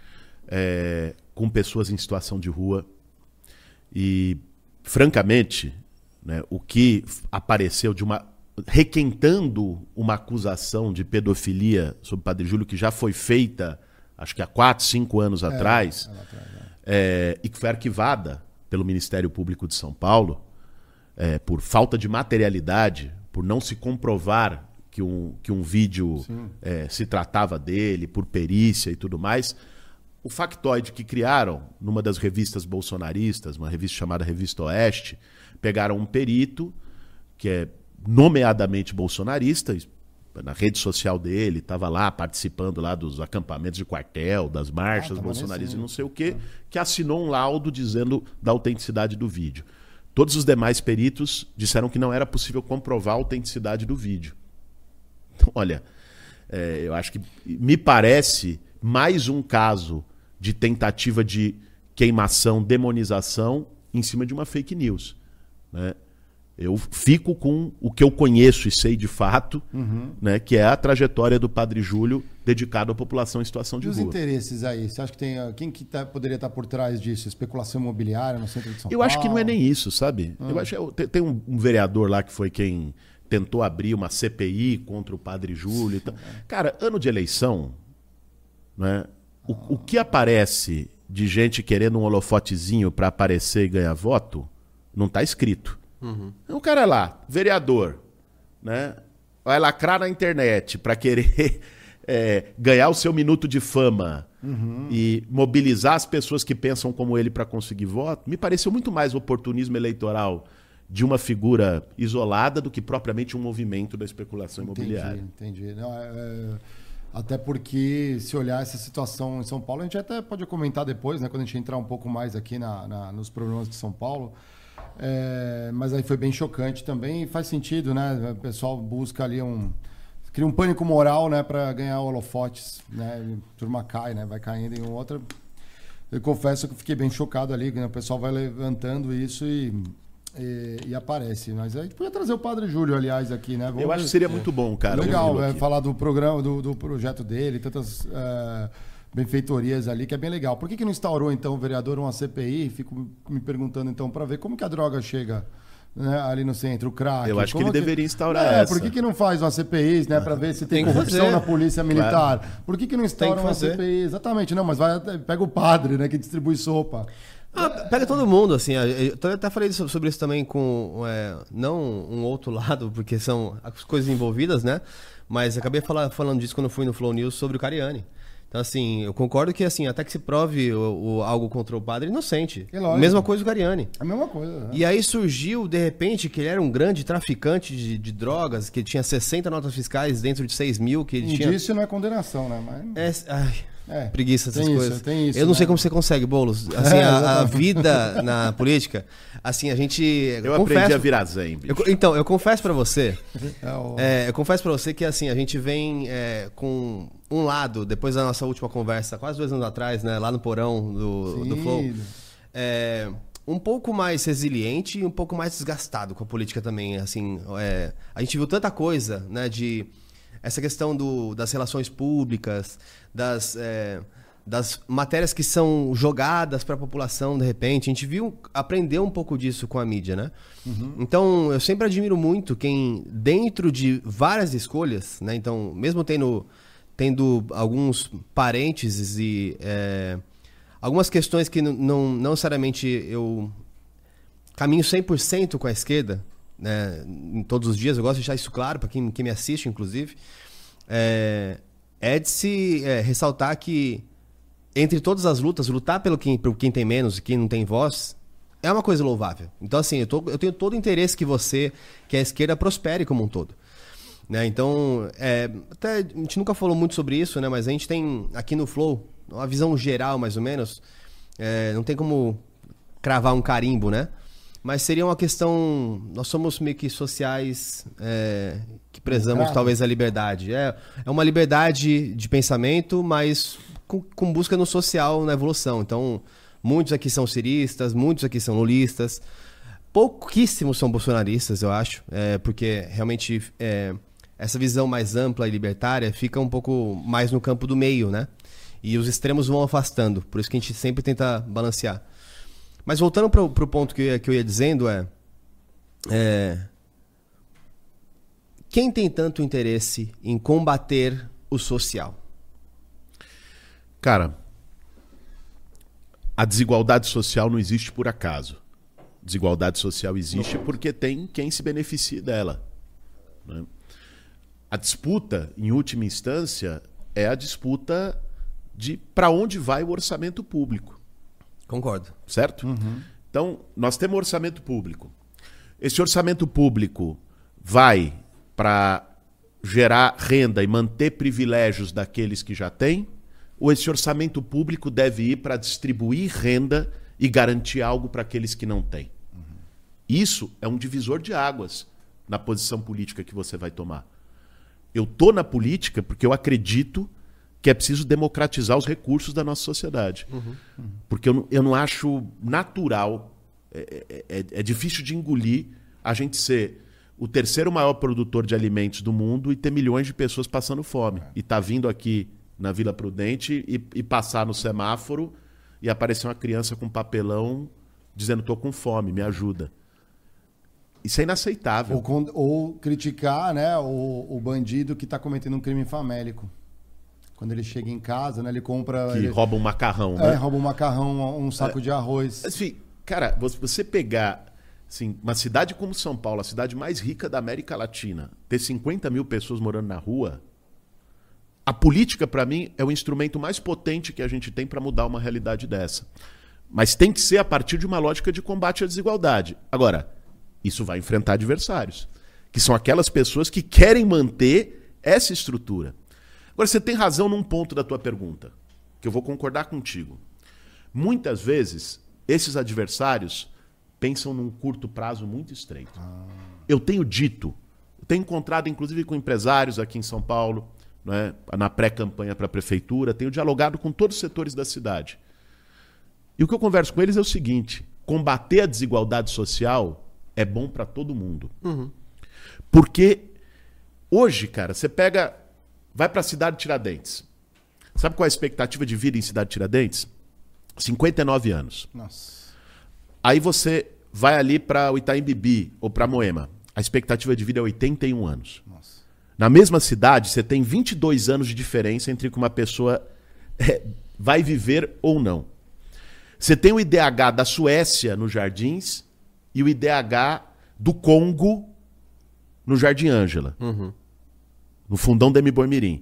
Speaker 3: é, com pessoas em situação de rua. E, francamente, né, o que apareceu de uma... requentando uma acusação de pedofilia sobre o Padre Júlio, que já foi feita, acho que há quatro, cinco anos é, atrás, atrás é. É, e que foi arquivada pelo Ministério Público de São Paulo, é, por falta de materialidade, por não se comprovar que um, que um vídeo é, se tratava dele, por perícia e tudo mais. O factoide que criaram numa das revistas bolsonaristas, uma revista chamada Revista Oeste, pegaram um perito, que é nomeadamente bolsonarista, na rede social dele, estava lá participando lá dos acampamentos de quartel, das marchas ah, bolsonaristas e não sei o quê, que assinou um laudo dizendo da autenticidade do vídeo. Todos os demais peritos disseram que não era possível comprovar a autenticidade do vídeo. Então, olha, é, eu acho que me parece mais um caso de tentativa de queimação, demonização em cima de uma fake news, né? Eu fico com o que eu conheço e sei de fato, uhum. né, que é a trajetória do Padre Júlio dedicado à população em situação de
Speaker 1: e
Speaker 3: rua.
Speaker 1: E os interesses aí? Você acha que tem... Quem que tá, poderia estar por trás disso? Especulação imobiliária no centro de São
Speaker 3: eu
Speaker 1: Paulo?
Speaker 3: Eu acho que não é nem isso, sabe? Hum. Eu acho, tem, tem um, um vereador lá que foi quem tentou abrir uma C P I contra o Padre Júlio. E tal. Cara, ano de eleição, né, o, ah. o que aparece de gente querendo um holofotezinho para aparecer e ganhar voto, não está escrito. Uhum. O cara lá, vereador, né, vai lacrar na internet para querer é, ganhar o seu minuto de fama uhum. e mobilizar as pessoas que pensam como ele para conseguir voto, me pareceu muito mais oportunismo eleitoral de uma figura isolada do que propriamente um movimento da especulação
Speaker 1: entendi,
Speaker 3: imobiliária.
Speaker 1: Entendi. Não, é, é, até porque, se olhar essa situação em São Paulo, a gente até pode comentar depois, né, quando a gente entrar um pouco mais aqui na, na, nos problemas de São Paulo. É, mas aí foi bem chocante também e faz sentido, né? O pessoal busca ali um... cria um pânico moral, né? Para ganhar holofotes, né? A turma cai, né? Vai caindo em outra. Eu confesso que fiquei bem chocado ali, né? O pessoal vai levantando isso e, e, e aparece. Mas a gente podia trazer o Padre Júlio, aliás, aqui, né?
Speaker 3: Vamos Eu acho ver. que seria muito bom, cara.
Speaker 1: Legal, é, falar do programa, do, do projeto dele, tantas... É, benfeitorias ali, que é bem legal. Por que que não instaurou, então, o vereador uma C P I? Fico me perguntando, então, para ver como que a droga chega, né, ali no centro, o crack.
Speaker 3: Eu acho
Speaker 1: como
Speaker 3: que ele
Speaker 1: que...
Speaker 3: deveria instaurar
Speaker 1: é,
Speaker 3: essa.
Speaker 1: Por que que não faz uma C P I, né, para ver se tem, tem corrupção
Speaker 2: fazer.
Speaker 1: na polícia militar? Claro. Por que que não instaura
Speaker 2: que
Speaker 1: uma
Speaker 2: fazer.
Speaker 1: C P I? Exatamente, não, mas vai, pega o padre, né, que distribui sopa.
Speaker 2: Ah, pega todo mundo, assim. Eu até falei sobre isso também com, é, não um outro lado, porque são as coisas envolvidas, né? Mas acabei falar, falando disso quando eu fui no Flow News sobre o Cariani. Então, assim, eu concordo que, assim, até que se prove o, o, algo contra o padre, inocente.
Speaker 1: É lógico.
Speaker 2: Mesma coisa o Cariani.
Speaker 1: A mesma coisa. Né?
Speaker 2: E aí surgiu, de repente, que ele era um grande traficante de, de drogas, que ele tinha sessenta notas fiscais dentro de seis mil, que ele
Speaker 1: Indício
Speaker 2: tinha...
Speaker 1: não é condenação, né? Mas...
Speaker 2: É, ai,
Speaker 1: É,
Speaker 2: preguiça essas
Speaker 1: tem
Speaker 2: coisas.
Speaker 1: Isso, tem isso,
Speaker 2: eu não
Speaker 1: né?
Speaker 2: sei como você consegue, Boulos. Assim,
Speaker 1: É,
Speaker 2: a, a vida na política, assim, a gente...
Speaker 3: Eu
Speaker 2: confesso,
Speaker 3: aprendi a virar zen, bicho.
Speaker 2: eu, Então, eu confesso pra você,
Speaker 1: É o...
Speaker 2: é, eu confesso pra você que, assim, a gente vem é, com um lado, depois da nossa última conversa, quase dois anos atrás, né, lá no porão do, do Flow, é, um pouco mais resiliente e um pouco mais desgastado com a política também, assim, é, a gente viu tanta coisa, né, de... Essa questão do, das relações públicas, das, é, das matérias que são jogadas para a população, de repente. A gente viu, aprendeu um pouco disso com a mídia, né? Uhum. Então, eu sempre admiro muito quem, dentro de várias escolhas, né? Então, mesmo tendo, tendo alguns parênteses e é, algumas questões que não, não necessariamente eu caminho cem por cento com a esquerda, né, em todos os dias, eu gosto de deixar isso claro para quem, quem me assiste, inclusive, é, é de se é, ressaltar que entre todas as lutas, lutar pelo quem, por quem tem menos e quem não tem voz é uma coisa louvável. Então, assim, eu, tô, eu tenho todo o interesse que você, que a esquerda, prospere como um todo. Né? Então, é, até a gente nunca falou muito sobre isso, né, mas a gente tem aqui no Flow uma visão geral, mais ou menos, é, não tem como cravar um carimbo, né? Mas seria uma questão... Nós somos meio que sociais é, que prezamos claro. talvez a liberdade. É, é uma liberdade de pensamento, mas com, com busca no social, na evolução. Então, muitos aqui são ciristas, muitos aqui são lulistas. Pouquíssimos são bolsonaristas, eu acho. É, porque realmente é, essa visão mais ampla e libertária fica um pouco mais no campo do meio, né? E os extremos vão afastando. Por isso que a gente sempre tenta balancear. Mas voltando para o ponto que eu, ia, que eu ia dizendo é, é... Quem tem tanto interesse em combater o social?
Speaker 3: Cara, a desigualdade social não existe por acaso. Desigualdade social existe porque tem quem se beneficie dela. Né? A disputa, em última instância, é a disputa de para onde vai o orçamento público.
Speaker 2: Concordo.
Speaker 3: Certo? Uhum. Então, nós temos orçamento público. Esse orçamento público vai para gerar renda e manter privilégios daqueles que já têm? Ou esse orçamento público deve ir para distribuir renda e garantir algo para aqueles que não têm? Uhum. Isso é um divisor de águas na posição política que você vai tomar. Eu estou na política porque eu acredito que é preciso democratizar os recursos da nossa sociedade. Uhum, uhum. Porque eu não, eu não acho natural, é, é, é difícil de engolir a gente ser o terceiro maior produtor de alimentos do mundo e ter milhões de pessoas passando fome. É. E tá vindo aqui na Vila Prudente e, e passar no semáforo e aparecer uma criança com papelão dizendo tô com fome, me ajuda. Isso é inaceitável.
Speaker 1: Ou, com, ou criticar, né, o, o bandido que está cometendo um crime famélico. Quando ele chega em casa, né, ele compra...
Speaker 3: Que
Speaker 1: ele...
Speaker 3: rouba um macarrão,
Speaker 1: é,
Speaker 3: né?
Speaker 1: rouba um macarrão, um saco é, de arroz.
Speaker 3: Assim, cara, você pegar assim, uma cidade como São Paulo, a cidade mais rica da América Latina, ter cinquenta mil pessoas morando na rua, a política, para mim, é o instrumento mais potente que a gente tem para mudar uma realidade dessa. Mas tem que ser a partir de uma lógica de combate à desigualdade. Agora, isso vai enfrentar adversários, que são aquelas pessoas que querem manter essa estrutura. Agora, você tem razão num ponto da tua pergunta, que eu vou concordar contigo. Muitas vezes, esses adversários pensam num curto prazo muito estreito. Ah. Eu tenho dito, eu tenho encontrado inclusive com empresários aqui em São Paulo, né, na pré-campanha para a prefeitura, tenho dialogado com todos os setores da cidade. E o que eu converso com eles é o seguinte, combater a desigualdade social é bom para todo mundo. Uhum. Porque hoje, cara, você pega... Vai para a cidade de Tiradentes. Sabe qual é a expectativa de vida em cidade de Tiradentes? cinquenta e nove anos.
Speaker 1: Nossa.
Speaker 3: Aí você vai ali para o Itaim Bibi ou para Moema. A expectativa de vida é oitenta e um anos. Nossa. Na mesma cidade, você tem vinte e dois anos de diferença entre que uma pessoa é, vai viver ou não. Você tem o I D H da Suécia nos Jardins e o I D H do Congo no Jardim Ângela.
Speaker 2: Uhum.
Speaker 3: No fundão da Mboi Mirim.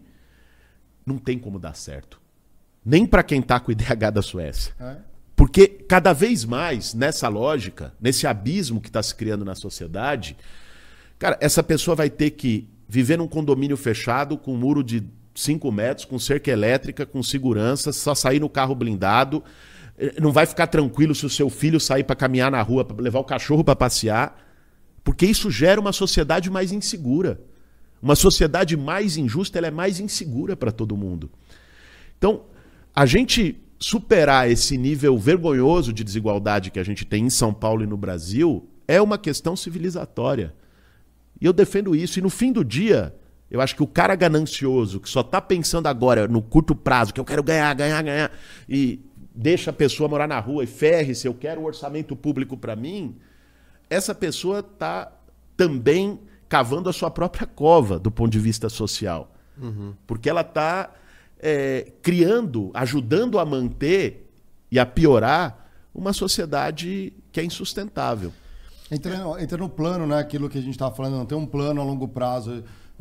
Speaker 3: Não tem como dar certo. Nem para quem tá com o I D H da Suécia. É. Porque cada vez mais, nessa lógica, nesse abismo que está se criando na sociedade, cara, essa pessoa vai ter que viver num condomínio fechado, com um muro de cinco metros, com cerca elétrica, com segurança, só sair no carro blindado. Não vai ficar tranquilo se o seu filho sair para caminhar na rua, para levar o cachorro para passear. Porque isso gera uma sociedade mais insegura. Uma sociedade mais injusta, ela é mais insegura para todo mundo. Então, a gente superar esse nível vergonhoso de desigualdade que a gente tem em São Paulo e no Brasil é uma questão civilizatória. E eu defendo isso. E no fim do dia, eu acho que o cara ganancioso, que só está pensando agora no curto prazo, que eu quero ganhar, ganhar, ganhar, e deixa a pessoa morar na rua e ferre-se, eu quero um orçamento público para mim, essa pessoa está também cavando a sua própria cova do ponto de vista social. Uhum. Porque ela está é, criando, ajudando a manter e a piorar uma sociedade que é insustentável.
Speaker 1: Entra, entra no plano, né? Aquilo que a gente estava falando, não tem um plano a longo prazo.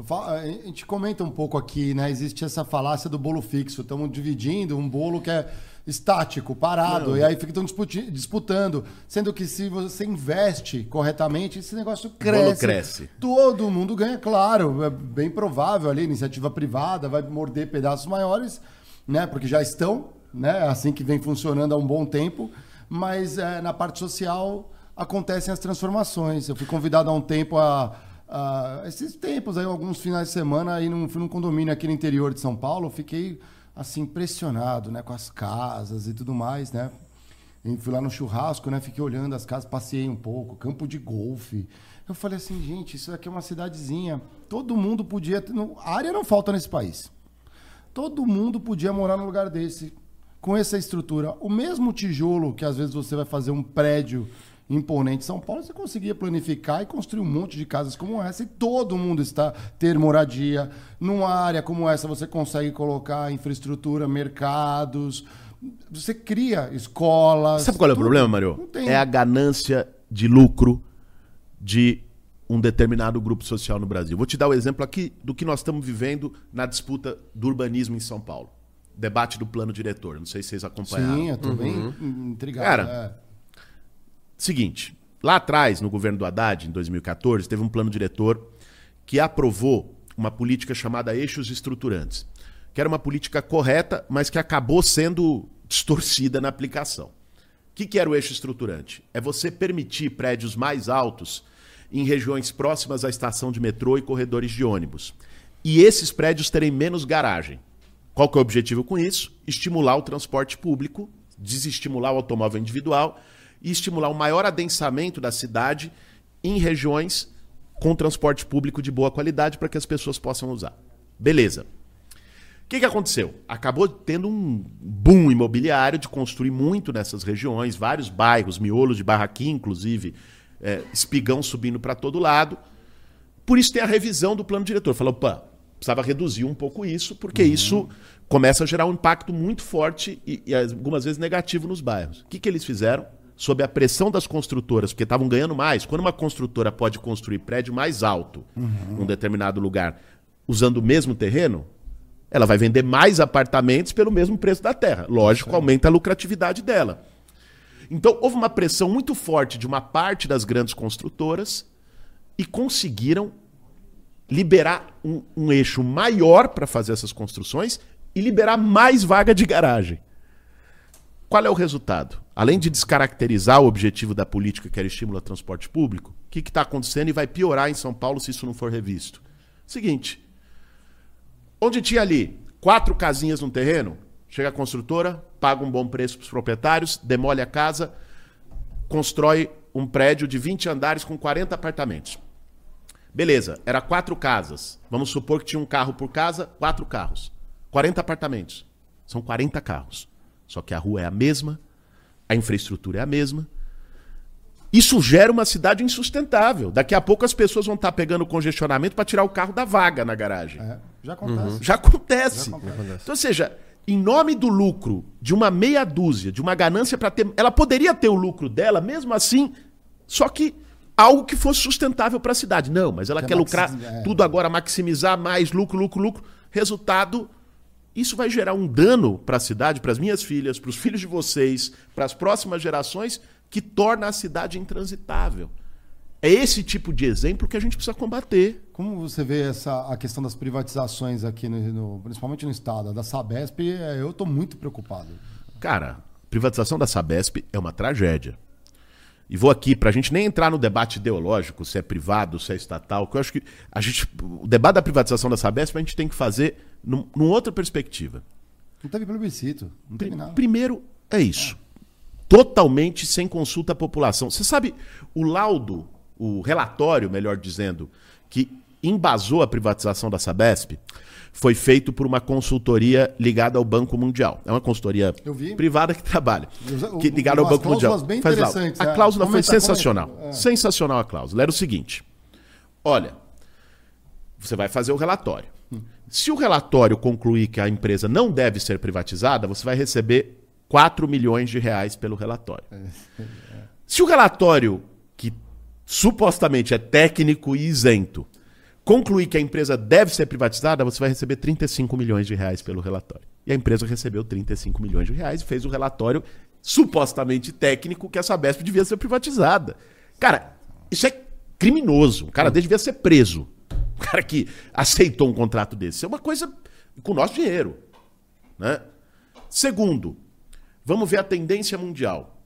Speaker 1: A gente comenta um pouco aqui, né? Existe essa falácia do bolo fixo. Estamos dividindo um bolo que é estático, parado, não. E aí ficam disputando. Sendo que se você investe corretamente, esse negócio cresce.
Speaker 3: O bolo cresce.
Speaker 1: Todo mundo ganha, claro. É bem provável ali, iniciativa privada vai morder pedaços maiores, né? Porque já estão, né? Assim que vem funcionando há um bom tempo. Mas é, na parte social acontecem as transformações. Eu fui convidado há um tempo a... Uh, esses tempos aí, alguns finais de semana, aí num, fui num condomínio aqui no interior de São Paulo, fiquei assim impressionado, né, com as casas e tudo mais, né? E fui lá no churrasco, né, fiquei olhando as casas, passei um pouco, campo de golfe. Eu falei assim, gente, isso aqui é uma cidadezinha. Todo mundo podia, não, área não falta nesse país. Todo mundo podia morar num lugar desse, com essa estrutura. O mesmo tijolo que às vezes você vai fazer um prédio imponente em São Paulo, você conseguia planificar e construir um monte de casas como essa e todo mundo está ter moradia. Numa área como essa você consegue colocar infraestrutura, mercados, você cria escolas.
Speaker 3: Sabe qual é o problema, Mário? É a ganância de lucro de um determinado grupo social no Brasil. Vou te dar o exemplo aqui do que nós estamos vivendo na disputa do urbanismo em São Paulo. Debate do plano diretor. Não sei se vocês acompanharam.
Speaker 1: Sim, eu estou uhum. bem intrigado.
Speaker 3: Cara,
Speaker 1: é.
Speaker 3: Seguinte, lá atrás, no governo do Haddad, em dois mil e quatorze, teve um plano diretor que aprovou uma política chamada eixos estruturantes, que era uma política correta, mas que acabou sendo distorcida na aplicação. O que, que era o eixo estruturante? É você permitir prédios mais altos em regiões próximas à estação de metrô e corredores de ônibus. E esses prédios terem menos garagem. Qual que é o objetivo com isso? Estimular o transporte público, desestimular o automóvel individual e estimular o maior adensamento da cidade em regiões com transporte público de boa qualidade para que as pessoas possam usar. Beleza. O que, que aconteceu? Acabou tendo um boom imobiliário de construir muito nessas regiões, vários bairros, miolos de barraquinha, inclusive, é, espigão subindo para todo lado. Por isso tem a revisão do plano diretor. Falou, opa, precisava reduzir um pouco isso, porque uhum. isso começa a gerar um impacto muito forte e, e algumas vezes negativo nos bairros. O que, que eles fizeram? Sob a pressão das construtoras, porque estavam ganhando mais. Quando uma construtora pode construir prédio mais alto uhum. num determinado lugar, usando o mesmo terreno, ela vai vender mais apartamentos pelo mesmo preço da terra. Lógico, Sim. aumenta a lucratividade dela. Então, houve uma pressão muito forte de uma parte das grandes construtoras e conseguiram liberar um, um eixo maior para fazer essas construções e liberar mais vaga de garagem. Qual é o resultado? Além de descaracterizar o objetivo da política, que era estímulo ao transporte público, o que está acontecendo e vai piorar em São Paulo se isso não for revisto? Seguinte, onde tinha ali quatro casinhas no terreno, chega a construtora, paga um bom preço para os proprietários, demole a casa, constrói um prédio de vinte andares com quarenta apartamentos. Beleza, era quatro casas. Vamos supor que tinha um carro por casa, quatro carros. quarenta apartamentos. São quarenta carros. Só que a rua é a mesma, a infraestrutura é a mesma. Isso gera uma cidade insustentável. Daqui a pouco as pessoas vão estar pegando congestionamento para tirar o carro da vaga na garagem.
Speaker 1: É, já acontece.
Speaker 3: Uhum. Já acontece.
Speaker 1: Já acontece.
Speaker 3: Então, ou seja, em nome do lucro de uma meia dúzia, de uma ganância para ter... Ela poderia ter o lucro dela, mesmo assim, só que algo que fosse sustentável para a cidade. Não, mas ela quer, quer lucrar é. tudo agora, maximizar mais lucro, lucro, lucro. Resultado, isso vai gerar um dano para a cidade, para as minhas filhas, para os filhos de vocês, para as próximas gerações, que torna a cidade intransitável. É esse tipo de exemplo que a gente precisa combater.
Speaker 1: Como você vê essa, a questão das privatizações aqui, no, no, principalmente no estado, da Sabesp, eu estou muito preocupado.
Speaker 3: Cara, a privatização da Sabesp é uma tragédia. E vou aqui, para a gente nem entrar no debate ideológico, se é privado, se é estatal, que eu acho que a gente, o debate da privatização da Sabesp a gente tem que fazer num, numa outra perspectiva.
Speaker 1: Não teve plebiscito, não teve nada.
Speaker 3: Primeiro, é isso. Totalmente sem consulta à população. Você sabe, o laudo, o relatório, melhor dizendo, que embasou a privatização da Sabesp, foi feito por uma consultoria ligada ao Banco Mundial. É uma consultoria privada que trabalha, que, ligada ao Banco Mundial.
Speaker 1: Bem
Speaker 3: Faz lá. A cláusula
Speaker 1: é.
Speaker 3: foi
Speaker 1: comenta,
Speaker 3: sensacional.
Speaker 1: Comenta. É.
Speaker 3: Sensacional a cláusula. Era o seguinte, olha, você vai fazer o relatório. Hum. Se o relatório concluir que a empresa não deve ser privatizada, você vai receber quatro milhões de reais pelo relatório. É. É. Se o relatório, que supostamente é técnico e isento, concluir que a empresa deve ser privatizada, você vai receber trinta e cinco milhões de reais pelo relatório. E a empresa recebeu trinta e cinco milhões de reais e fez o relatório supostamente técnico que a Sabesp devia ser privatizada. Cara, isso é criminoso. O cara devia ser preso. O cara que aceitou um contrato desse. Isso é uma coisa com o nosso dinheiro. Né? Segundo, vamos ver a tendência mundial.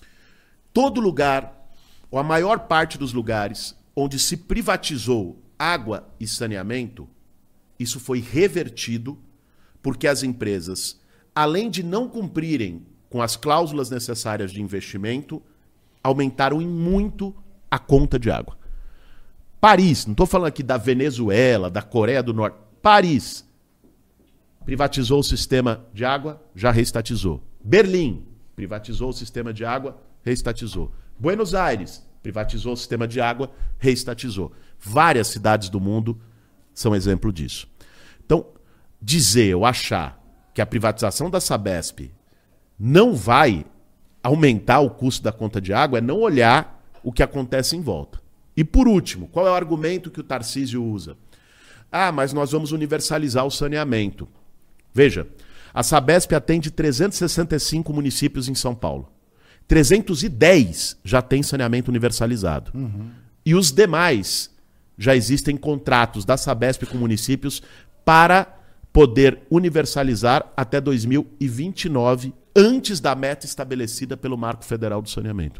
Speaker 3: Todo lugar, ou a maior parte dos lugares, onde se privatizou água e saneamento, isso foi revertido porque as empresas, além de não cumprirem com as cláusulas necessárias de investimento, aumentaram em muito a conta de água. Paris, não estou falando aqui da Venezuela, da Coreia do Norte, Paris privatizou o sistema de água, já reestatizou. Berlim privatizou o sistema de água, reestatizou. Buenos Aires privatizou o sistema de água, reestatizou. Várias cidades do mundo são exemplo disso. Então, dizer ou achar que a privatização da Sabesp não vai aumentar o custo da conta de água é não olhar o que acontece em volta. E por último, qual é o argumento que o Tarcísio usa? Ah, mas nós vamos universalizar o saneamento. Veja, a Sabesp atende trezentos e sessenta e cinco municípios em São Paulo. trezentos e dez já tem saneamento universalizado. Uhum. E os demais já existem contratos da Sabesp com municípios para poder universalizar até dois mil e vinte e nove, antes da meta estabelecida pelo Marco Federal do Saneamento.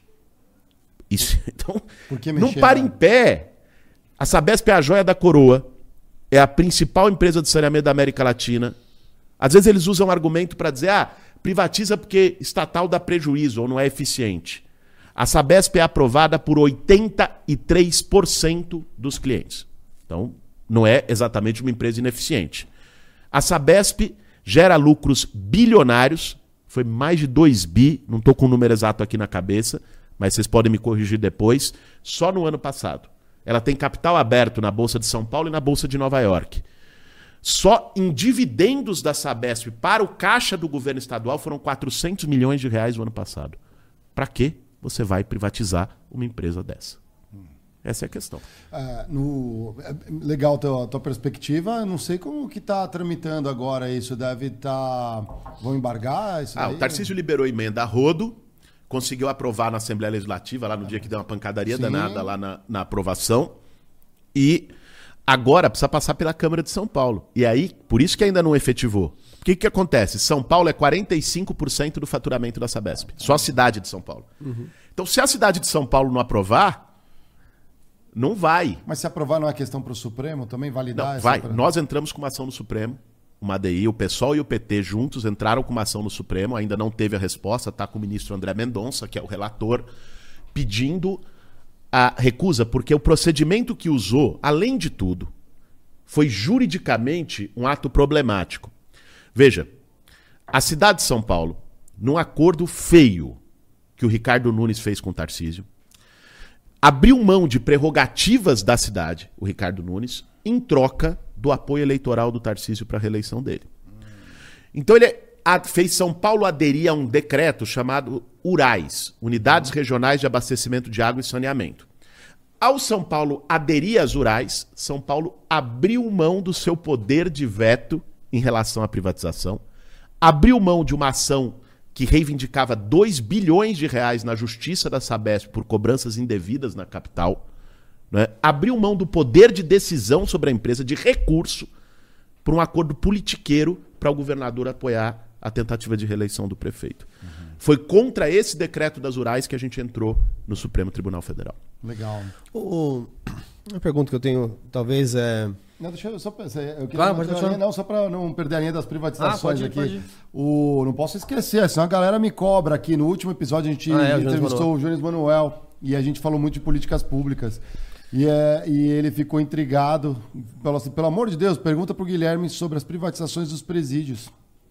Speaker 3: Isso, então, não para em pé. A Sabesp é a joia da coroa, é a principal empresa de saneamento da América Latina. Às vezes eles usam um argumento para dizer, ah, privatiza porque estatal dá prejuízo ou não é eficiente. A Sabesp é aprovada por oitenta e três por cento dos clientes. Então, não é exatamente uma empresa ineficiente. A Sabesp gera lucros bilionários, foi mais de dois bi, não estou com o número exato aqui na cabeça, mas vocês podem me corrigir depois, só no ano passado. Ela tem capital aberto na Bolsa de São Paulo e na Bolsa de Nova York. Só em dividendos da Sabesp para o caixa do governo estadual foram quatrocentos milhões de reais no ano passado. Para que você vai privatizar uma empresa dessa? Essa é a questão.
Speaker 1: É, no, é legal a tua, tua perspectiva. Não sei como que está tramitando agora isso. Deve estar... Tá... Vão embargar isso
Speaker 3: ah,
Speaker 1: daí?
Speaker 3: O Tarcísio liberou emenda a rodo, conseguiu aprovar na Assembleia Legislativa, lá no dia que deu uma pancadaria Sim. danada lá na, na aprovação. E agora precisa passar pela Câmara de São Paulo. E aí, por isso que ainda não efetivou. O que, que acontece? São Paulo é quarenta e cinco por cento do faturamento da Sabesp. Só a cidade de São Paulo. Uhum. Então, se a cidade de São Paulo não aprovar, não vai.
Speaker 1: Mas se aprovar não é questão para o Supremo também validar?
Speaker 3: Não,
Speaker 1: essa
Speaker 3: vai.
Speaker 1: pra...
Speaker 3: Nós entramos com uma ação no Supremo, uma A D I, o PSOL e o P T juntos entraram com uma ação no Supremo, ainda não teve a resposta, está com o ministro André Mendonça, que é o relator, pedindo a recusa, porque o procedimento que usou, além de tudo, foi juridicamente um ato problemático. Veja, a cidade de São Paulo, num acordo feio que o Ricardo Nunes fez com o Tarcísio, abriu mão de prerrogativas da cidade, o Ricardo Nunes, em troca do apoio eleitoral do Tarcísio para a reeleição dele. Então ele fez São Paulo aderir a um decreto chamado URAIS, Unidades Regionais de Abastecimento de Água e Saneamento. Ao São Paulo aderir às URAIS, São Paulo abriu mão do seu poder de veto em relação à privatização, abriu mão de uma ação que reivindicava dois bilhões de reais na justiça da Sabesp por cobranças indevidas na capital, né? Abriu mão do poder de decisão sobre a empresa, de recurso, por um acordo politiqueiro para o governador apoiar a tentativa de reeleição do prefeito. Uhum. Foi contra esse decreto das URAIS que a gente entrou no Supremo Tribunal Federal.
Speaker 1: Legal.
Speaker 2: O, uma pergunta que eu tenho, talvez é...
Speaker 1: Não, deixa eu só pensar. Eu queria
Speaker 2: claro, pode
Speaker 1: linha, não, só para não perder a linha das privatizações ah, pode ir, aqui. Pode ir. O, não posso esquecer, senão a galera me cobra aqui. No último episódio a gente ah, é, entrevistou o Jones Manuel e a gente falou muito de políticas públicas. E, é, e ele ficou intrigado. Falou assim, pelo amor de Deus, pergunta para o Guilherme sobre as privatizações dos presídios.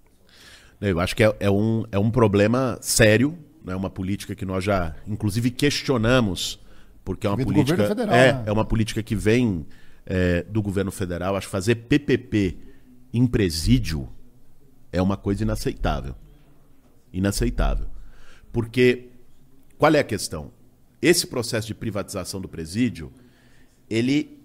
Speaker 3: Eu acho que é, é, um, é um problema sério, né? Uma política que nós já, inclusive, questionamos, porque é uma política federal, é, né? é uma política que vem é, do governo federal. Acho que fazer P P P em presídio é uma coisa inaceitável. Inaceitável. Porque, qual é a questão? Esse processo de privatização do presídio, ele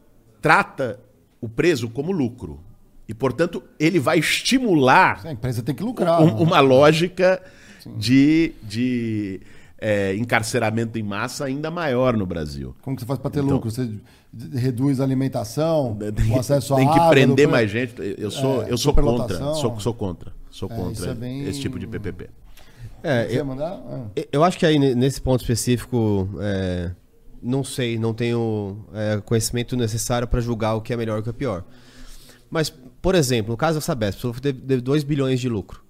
Speaker 3: trata o preso como lucro. E, portanto, ele vai estimular
Speaker 1: a empresa tem que lucrar,
Speaker 3: um,
Speaker 1: né?
Speaker 3: uma lógica Sim. de, de é, encarceramento em massa ainda maior no Brasil.
Speaker 1: Como que você faz para ter então, lucro? Você reduz a alimentação, tem, o acesso à
Speaker 3: água... Tem que prender do... mais gente. Eu sou,
Speaker 1: é,
Speaker 3: eu sou contra. Sou, sou contra. Sou contra
Speaker 1: é, é bem...
Speaker 3: esse tipo de P P P.
Speaker 2: É, eu, ah. eu acho que aí nesse ponto específico, é, não sei, não tenho é, conhecimento necessário para julgar o que é melhor e o que é pior. Mas, por exemplo, no caso da Sabesp, teve dois bilhões de lucro.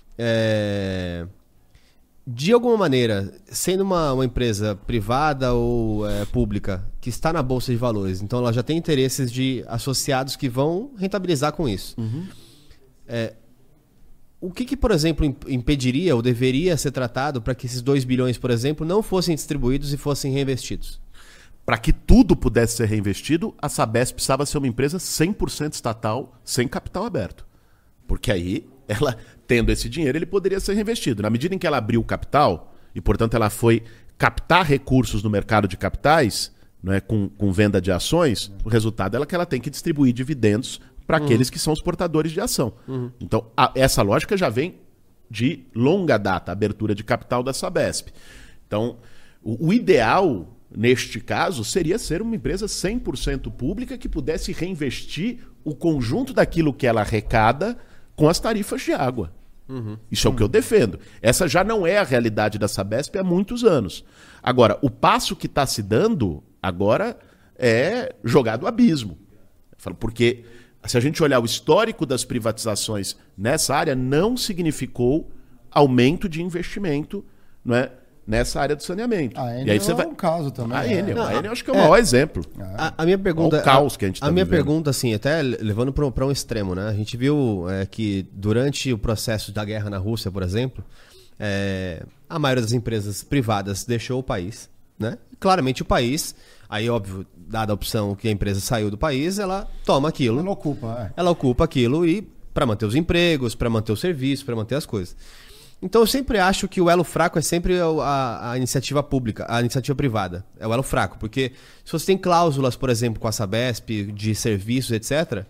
Speaker 2: É, de alguma maneira, sendo uma, uma empresa privada ou é, pública que está na Bolsa de Valores, então ela já tem interesses de associados que vão rentabilizar com isso. Uhum. É, o que, que, por exemplo, impediria ou deveria ser tratado para que esses dois bilhões, por exemplo, não fossem distribuídos e fossem reinvestidos?
Speaker 3: Para que tudo pudesse ser reinvestido, a Sabesp precisava ser uma empresa cem por cento estatal, sem capital aberto. Porque aí, ela tendo esse dinheiro, ele poderia ser reinvestido. Na medida em que ela abriu o capital, e portanto ela foi captar recursos no mercado de capitais, não é, com, com venda de ações, o resultado é que ela tem que distribuir dividendos para uhum. aqueles que são os portadores de ação. Uhum. Então, a, essa lógica já vem de longa data, a abertura de capital da Sabesp. Então, o, o ideal... neste caso, seria ser uma empresa cem por cento pública que pudesse reinvestir o conjunto daquilo que ela arrecada com as tarifas de água. Uhum. Isso é o que eu defendo. Essa já não é a realidade da Sabesp há muitos anos. Agora, o passo que está se dando agora é jogar do abismo. Porque se a gente olhar o histórico das privatizações nessa área, não significou aumento de investimento, não é? Nessa área do saneamento.
Speaker 1: A Enel é vai... um caso também.
Speaker 3: A Enel, né? a Enel acho que é o é, maior exemplo.
Speaker 2: A, a minha pergunta...
Speaker 3: Olha o caos que a gente tá
Speaker 2: A minha
Speaker 3: vivendo.
Speaker 2: pergunta, assim, até levando para um extremo, né? A gente viu é, que durante o processo da guerra na Rússia, por exemplo, é, a maioria das empresas privadas deixou o país, né? Claramente o país, aí óbvio, dada a opção que a empresa saiu do país, ela toma aquilo.
Speaker 1: Ela ocupa, é.
Speaker 2: Ela ocupa aquilo e para manter os empregos, para manter o serviço, para manter as coisas. Então eu sempre acho que o elo fraco é sempre a, a iniciativa pública, a iniciativa privada. É o elo fraco, porque se você tem cláusulas, por exemplo, com a Sabesp, de serviços, etcétera,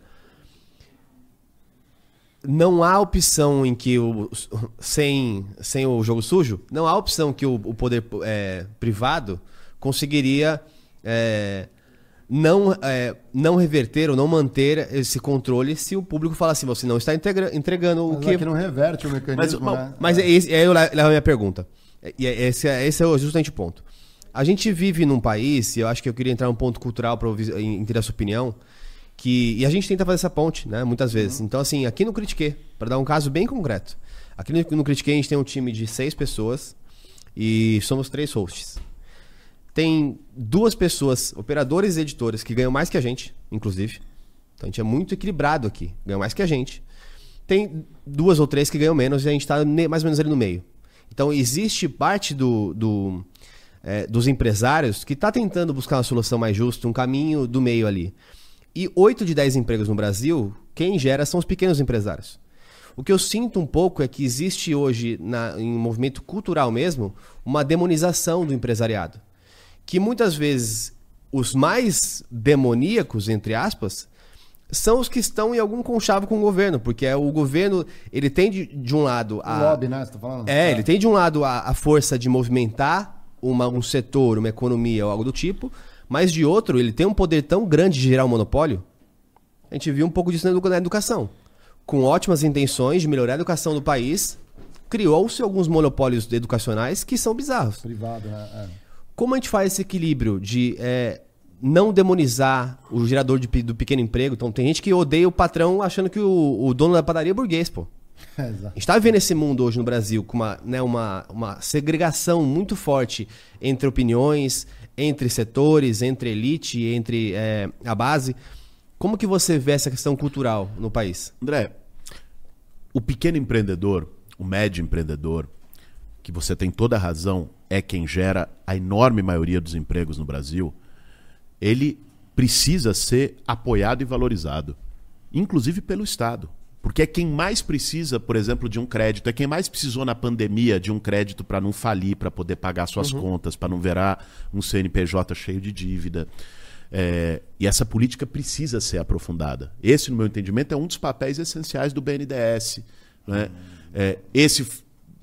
Speaker 2: não há opção em que, o, sem, sem o jogo sujo, não há opção que o, o poder é, privado conseguiria é, não, é, não reverter ou não manter esse controle se o público falar assim, você não está integra- entregando
Speaker 1: mas
Speaker 2: o que...
Speaker 1: Mas não reverte o mecanismo,
Speaker 2: mas,
Speaker 1: né?
Speaker 2: Mas é. esse, aí eu levo a minha pergunta. E esse, esse é justamente o ponto. A gente vive num país, e eu acho que eu queria entrar num ponto cultural para entender a sua opinião, que, e a gente tenta fazer essa ponte, né, muitas vezes. Uhum. Então, assim, aqui no Critique, para dar um caso bem concreto, aqui no, no Critique a gente tem um time de seis pessoas e somos três hosts. Tem duas pessoas, operadores e editores, que ganham mais que a gente, inclusive. Então a gente é muito equilibrado aqui, ganham mais que a gente. Tem duas ou três que ganham menos e a gente está mais ou menos ali no meio. Então existe parte do, do, é, dos empresários que está tentando buscar uma solução mais justa, um caminho do meio ali. E oito de dez empregos no Brasil, quem gera são os pequenos empresários. O que eu sinto um pouco é que existe hoje, na, em um movimento cultural mesmo, uma demonização do empresariado. Que muitas vezes os mais demoníacos, entre aspas, são os que estão em algum conchavo com o governo, porque é o governo, ele tem de, de um lado a...
Speaker 1: O lobby, né? Você tá falando?
Speaker 2: É, é, ele tem de um lado a, a força de movimentar uma, um setor, uma economia ou algo do tipo, mas de outro, ele tem um poder tão grande de gerar um monopólio. A gente viu um pouco disso na educação. Com ótimas intenções de melhorar a educação do país, criou-se alguns monopólios educacionais que são bizarros.
Speaker 1: Privado, né? É.
Speaker 2: Como a gente faz esse equilíbrio de... É, não demonizar o gerador de, do pequeno emprego. Então tem gente que odeia o patrão achando que o, o dono da padaria é burguês, pô.
Speaker 1: É,
Speaker 2: a gente tá vivendo esse mundo hoje no Brasil com uma, né, uma, uma segregação muito forte entre opiniões, entre setores, entre elite, entre é, a base. Como que você vê essa questão cultural no país?
Speaker 3: André, o pequeno empreendedor, o médio empreendedor, que você tem toda a razão, é quem gera a enorme maioria dos empregos no Brasil, ele precisa ser apoiado e valorizado, inclusive pelo Estado. Porque é quem mais precisa, por exemplo, de um crédito, é quem mais precisou na pandemia de um crédito para não falir, para poder pagar suas uhum. contas, para não virar um C N P J cheio de dívida. É, e essa política precisa ser aprofundada. Esse, no meu entendimento, é um dos papéis essenciais do B N D E S. Né? Uhum. É, esse...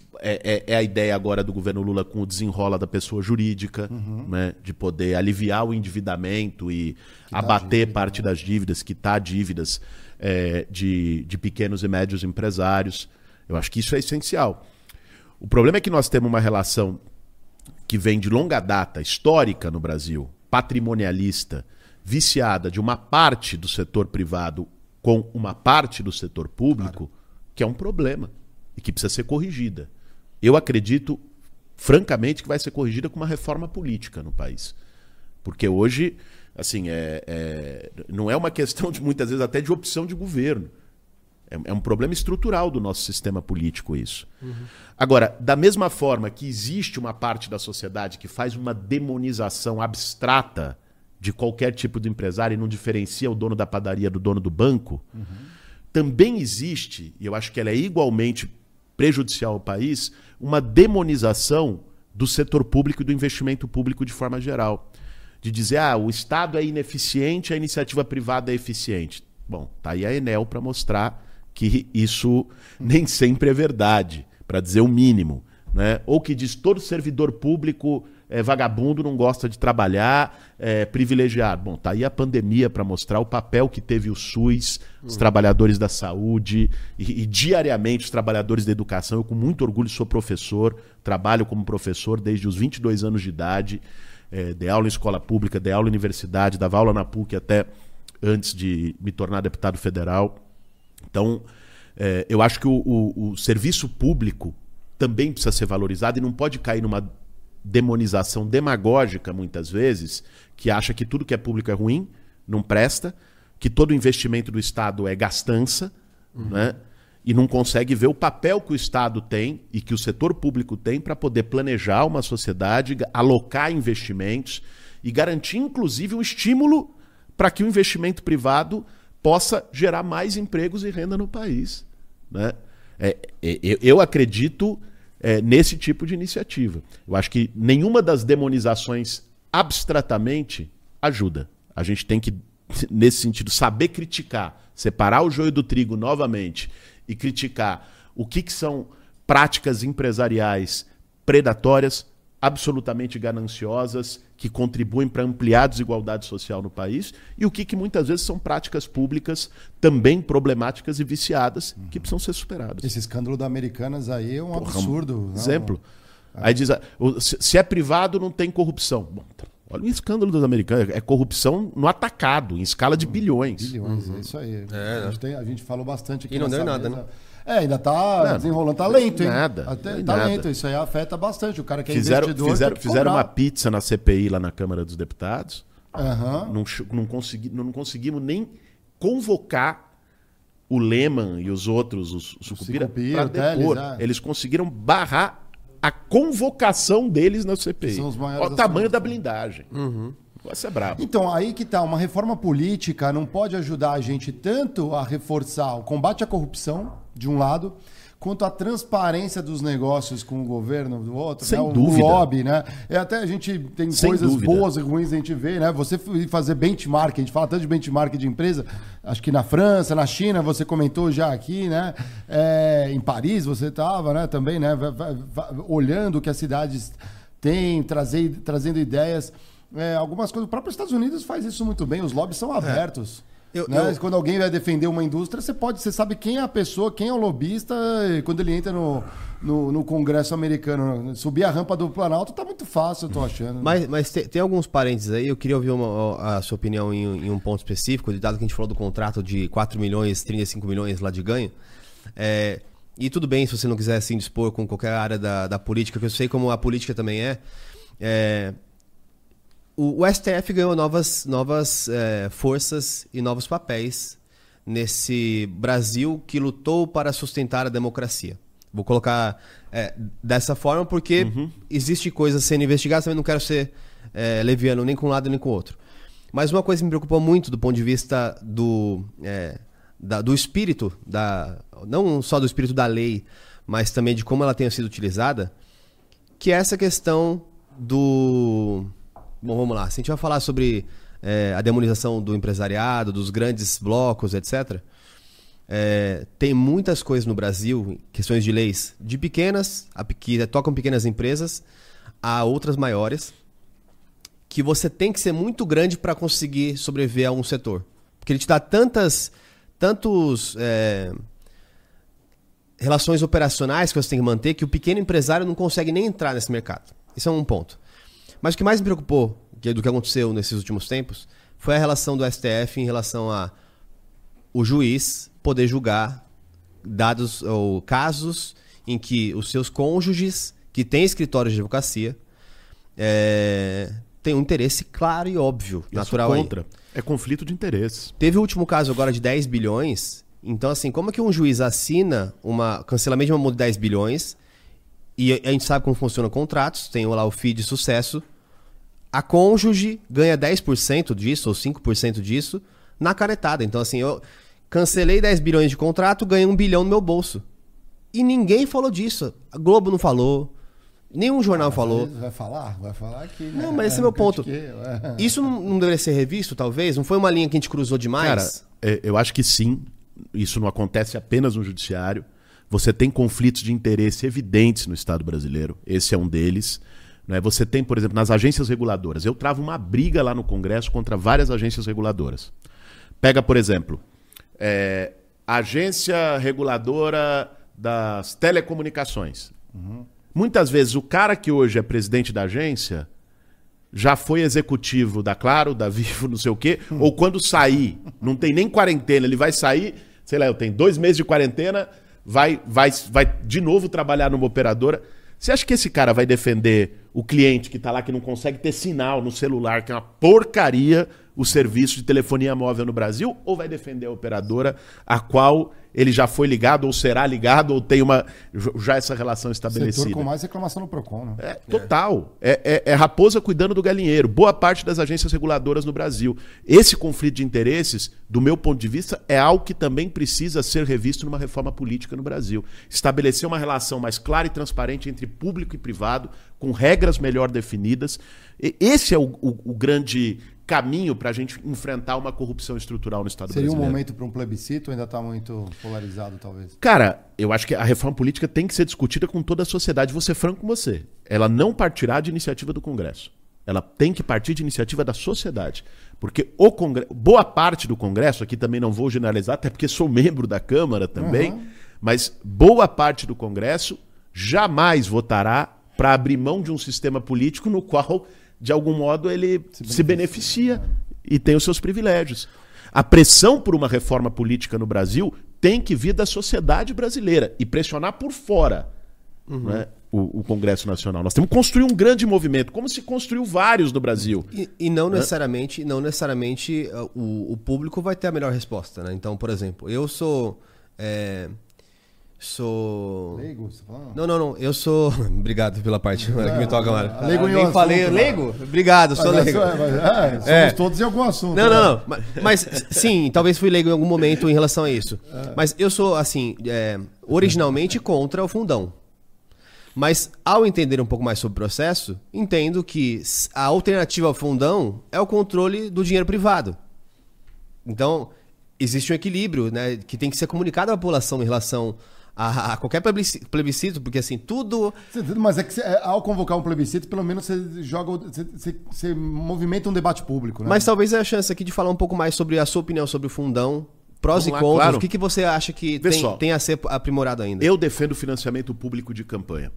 Speaker 3: É, é, é a ideia agora do governo Lula com o desenrola da pessoa jurídica, uhum. né, de poder aliviar o endividamento e abater dívida, parte né? das dívidas, quitar dívidas é, de, de pequenos e médios empresários. Eu acho que isso é essencial. O problema é que nós temos uma relação que vem de longa data, histórica no Brasil, patrimonialista, viciada de uma parte do setor privado com uma parte do setor público, claro. que é um problema e que precisa ser corrigida. Eu acredito, francamente, que vai ser corrigida com uma reforma política no país. Porque hoje, assim, é, é, não é uma questão de, muitas vezes, até de opção de governo. É, é um problema estrutural do nosso sistema político isso. Uhum. Agora, da mesma forma que existe uma parte da sociedade que faz uma demonização abstrata de qualquer tipo de empresário e não diferencia o dono da padaria do dono do banco, uhum. também existe, e eu acho que ela é igualmente prejudicial ao país, uma demonização do setor público e do investimento público de forma geral. De dizer, ah, o Estado é ineficiente, a iniciativa privada é eficiente. Bom, tá aí a Enel para mostrar que isso nem sempre é verdade, para dizer o mínimo. Né? Ou que diz todo servidor público é vagabundo, não gosta de trabalhar, é privilegiado. Bom, tá aí a pandemia para mostrar o papel que teve o SUS, os uhum. trabalhadores da saúde e, e diariamente os trabalhadores da educação. Eu com muito orgulho sou professor, trabalho como professor desde os vinte e dois anos de idade, é, dei aula em escola pública, dei aula em universidade, dava aula na P U C até antes de me tornar deputado federal. Então, é, eu acho que o, o, o serviço público também precisa ser valorizado e não pode cair numa demonização demagógica, muitas vezes, que acha que tudo que é público é ruim, não presta, que todo investimento do Estado é gastança, uhum. né? E não consegue ver o papel que o Estado tem e que o setor público tem para poder planejar uma sociedade, alocar investimentos e garantir, inclusive, um estímulo para que o investimento privado possa gerar mais empregos e renda no país. Né? É, é, eu acredito é, nesse tipo de iniciativa. Eu acho que nenhuma das demonizações abstratamente ajuda. A gente tem que, nesse sentido, saber criticar, separar o joio do trigo novamente e criticar o que, que são práticas empresariais predatórias, absolutamente gananciosas, que contribuem para ampliar a desigualdade social no país, e o que, que muitas vezes são práticas públicas também problemáticas e viciadas, uhum. que precisam ser superadas.
Speaker 1: Esse escândalo da Americanas aí é um Porra, absurdo.
Speaker 3: Um exemplo. Não. Aí diz, se é privado não tem corrupção. Bom, olha o escândalo das Americanas, é corrupção no atacado, em escala de bilhões.
Speaker 1: Bilhões, uhum. é isso aí. É, a, gente tem, a gente falou bastante aqui.
Speaker 2: E não deu
Speaker 1: mesa.
Speaker 2: nada, né?
Speaker 1: É, ainda tá não, desenrolando, tá lento, hein?
Speaker 3: Nada.
Speaker 1: Até, tá
Speaker 3: nada.
Speaker 1: lento, isso aí afeta bastante. O cara que é
Speaker 3: fizeram,
Speaker 1: investidor
Speaker 3: fizeram,
Speaker 1: que
Speaker 3: fizeram uma pizza na C P I lá na Câmara dos Deputados.
Speaker 1: Uhum.
Speaker 3: Não, não, consegui, não conseguimos nem convocar o Lehmann e os outros, os, os Sucupira, para depor. Teles, é. Eles conseguiram barrar a convocação deles na C P I.
Speaker 1: São os
Speaker 3: Olha o tamanho da blindagem.
Speaker 2: Uhum.
Speaker 3: Você é brabo.
Speaker 1: Então, aí que tá, uma reforma política não pode ajudar a gente tanto a reforçar o combate à corrupção, de um lado, quanto a transparência dos negócios com o governo do outro,
Speaker 3: Sem
Speaker 1: né? O,
Speaker 3: dúvida.
Speaker 1: o lobby, né? É, até a gente tem
Speaker 3: Sem
Speaker 1: coisas
Speaker 3: dúvida.
Speaker 1: boas e ruins a gente vê, né? Você fazer benchmark, a gente fala tanto de benchmark de empresa, acho que na França, na China, você comentou já aqui, né? É, em Paris você estava, né? Também, né? Vai, vai, vai, olhando o que as cidades têm, trazer, trazendo ideias. É, algumas coisas, o próprio Estados Unidos faz isso muito bem, os lobbies são abertos. É.
Speaker 2: Eu,
Speaker 1: Né?
Speaker 2: eu...
Speaker 1: Quando alguém vai defender uma indústria, você pode, você sabe quem é a pessoa, quem é o lobista, e quando ele entra no, no, no Congresso americano. Subir a rampa do Planalto tá muito fácil, eu tô achando.
Speaker 2: Mas, mas tem, tem alguns parênteses aí, eu queria ouvir uma, a sua opinião em, em um ponto específico, dado que a gente falou do contrato de quatro milhões, trinta e cinco milhões lá de ganho. É, e tudo bem se você não quiser se indispor com qualquer área da, da política, que eu sei como a política também é. é O, o S T F ganhou novas, novas é, forças e novos papéis nesse Brasil que lutou para sustentar a democracia. Vou colocar é, dessa forma porque uhum. existe coisas sendo investigadas, também não quero ser é, leviano nem com um lado nem com o outro. Mas uma coisa que me preocupou muito do ponto de vista do, é, da, do espírito, da, não só do espírito da lei, mas também de como ela tenha sido utilizada, que é essa questão do... Bom, vamos lá. Se a gente vai falar sobre é, a demonização do empresariado, dos grandes blocos, etcétera, é, tem muitas coisas no Brasil, questões de leis, de pequenas, a, que tocam pequenas empresas, a outras maiores, que você tem que ser muito grande para conseguir sobreviver a um setor. Porque ele te dá tantas, tantos é, relações operacionais que você tem que manter que o pequeno empresário não consegue nem entrar nesse mercado. Isso é um ponto. Mas o que mais me preocupou do que aconteceu nesses últimos tempos foi a relação do S T F em relação a o juiz poder julgar dados ou casos em que os seus cônjuges, que têm escritórios de advocacia, é, têm um interesse claro e óbvio,
Speaker 3: Isso
Speaker 2: natural
Speaker 3: contra.
Speaker 2: aí.
Speaker 3: É conflito de interesse.
Speaker 2: Teve o último caso agora de dez bilhões. Então, assim, como é que um juiz assina uma cancelamento de uma multa de dez bilhões e a gente sabe como funcionam contratos, tem lá o F I I de sucesso, a cônjuge ganha dez por cento disso ou cinco por cento disso na canetada. Então, assim, eu cancelei dez bilhões de contrato, ganhei um bilhão no meu bolso. E ninguém falou disso. A Globo não falou, nenhum jornal ah, falou.
Speaker 1: Vai falar? Vai falar aqui. Né?
Speaker 2: Não, mas esse é meu ponto. Isso não, não deveria ser revisto, talvez? Não foi uma linha que a gente cruzou demais?
Speaker 3: Cara, eu acho que sim. Isso não acontece apenas no judiciário. Você tem conflitos de interesse evidentes no Estado brasileiro. Esse é um deles. Né? Você tem, por exemplo, nas agências reguladoras. Eu travo uma briga lá no Congresso contra várias agências reguladoras. Pega, por exemplo, é, a agência reguladora das telecomunicações. Uhum. Muitas vezes o cara que hoje é presidente da agência já foi executivo da Claro, da Vivo, não sei o quê, uhum. ou quando sair, não tem nem quarentena, ele vai sair, sei lá, eu tenho dois meses de quarentena, vai, vai, vai de novo trabalhar numa operadora. Você acha que esse cara vai defender o cliente que está lá, que não consegue ter sinal no celular, que é uma porcaria o serviço de telefonia móvel no Brasil, ou vai defender a operadora a qual ele já foi ligado, ou será ligado, ou tem uma já essa relação estabelecida?
Speaker 1: Setor com mais reclamação no Procon, né?
Speaker 3: É, total. É, é, é raposa cuidando do galinheiro. Boa parte das agências reguladoras no Brasil. Esse conflito de interesses, do meu ponto de vista, é algo que também precisa ser revisto numa reforma política no Brasil. Estabelecer uma relação mais clara e transparente entre público e privado, com regras melhor definidas. Esse é o, o, o grande caminho para a gente enfrentar uma corrupção estrutural no Estado
Speaker 1: Seria
Speaker 3: brasileiro.
Speaker 1: Seria um momento para um plebiscito ou ainda está muito polarizado, talvez?
Speaker 3: Cara, eu acho que a reforma política tem que ser discutida com toda a sociedade. Vou ser franco com você. Ela não partirá de iniciativa do Congresso. Ela tem que partir de iniciativa da sociedade. Porque o Congresso, boa parte do Congresso, aqui também não vou generalizar, até porque sou membro da Câmara também, uhum. mas boa parte do Congresso jamais votará para abrir mão de um sistema político no qual, de algum modo, ele se beneficia, se beneficia e tem os seus privilégios. A pressão por uma reforma política no Brasil tem que vir da sociedade brasileira e pressionar por fora, uhum. né, o, o Congresso Nacional. Nós temos que construir um grande movimento, como se construiu vários no Brasil.
Speaker 2: E, e não necessariamente, não necessariamente o, o público vai ter a melhor resposta. Né? Então, por exemplo, eu sou... É... Sou...
Speaker 1: Leigo, você fala?
Speaker 2: Não, não, não. Eu sou... Obrigado pela parte que me toca, mano.
Speaker 1: É, leigo
Speaker 2: ah,
Speaker 1: em
Speaker 2: nem
Speaker 1: um
Speaker 2: falei.
Speaker 1: assunto,
Speaker 2: Leigo? Obrigado, sou
Speaker 1: Mas,
Speaker 2: leigo.
Speaker 1: é, mas, é, somos
Speaker 2: É.
Speaker 1: todos em algum assunto.
Speaker 2: Não,
Speaker 1: né?
Speaker 2: não, não. Mas, mas, sim, talvez fui leigo em algum momento em relação a isso. Mas eu sou, assim, é, originalmente contra o fundão. Mas ao entender um pouco mais sobre o processo, entendo que a alternativa ao fundão é o controle do dinheiro privado. Então, existe um equilíbrio, né, que tem que ser comunicado à população em relação a, a qualquer plebiscito, porque assim, tudo...
Speaker 1: Mas é que você, ao convocar um plebiscito, pelo menos você joga, você, você, você movimenta um debate público, né?
Speaker 2: Mas talvez é a chance aqui de falar um pouco mais sobre a sua opinião sobre o fundão, prós
Speaker 3: Vamos
Speaker 2: e
Speaker 3: lá,
Speaker 2: contras,
Speaker 3: claro.
Speaker 2: o que, que você acha que
Speaker 3: Vê
Speaker 2: tem,
Speaker 3: só.
Speaker 2: tem a ser aprimorado ainda?
Speaker 3: Eu defendo o financiamento público de campanha.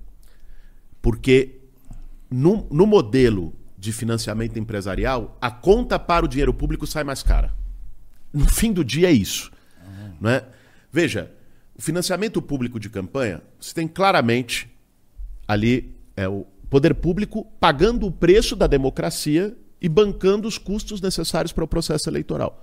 Speaker 3: Porque no, no modelo de financiamento empresarial, a conta para o dinheiro público sai mais cara. No fim do dia é isso. Uhum. Não é? Veja, o financiamento público de campanha, você tem claramente ali é, o poder público pagando o preço da democracia e bancando os custos necessários para o processo eleitoral.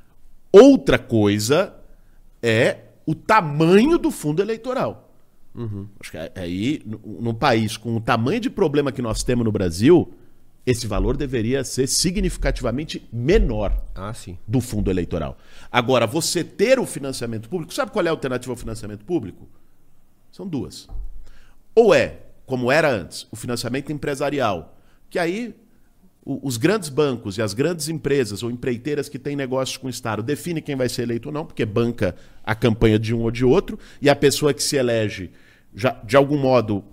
Speaker 3: Outra coisa é o tamanho do fundo eleitoral. Uhum. Acho que aí, num país com o tamanho de problema que nós temos no Brasil, esse valor deveria ser significativamente menor
Speaker 2: Ah, sim.
Speaker 3: do fundo eleitoral. Agora, você ter o financiamento público, sabe qual é a alternativa ao financiamento público? São duas. Ou é, como era antes, o financiamento empresarial, que aí o, os grandes bancos e as grandes empresas ou empreiteiras que têm negócios com o Estado definem quem vai ser eleito ou não, porque banca a campanha de um ou de outro, e a pessoa que se elege já, de algum modo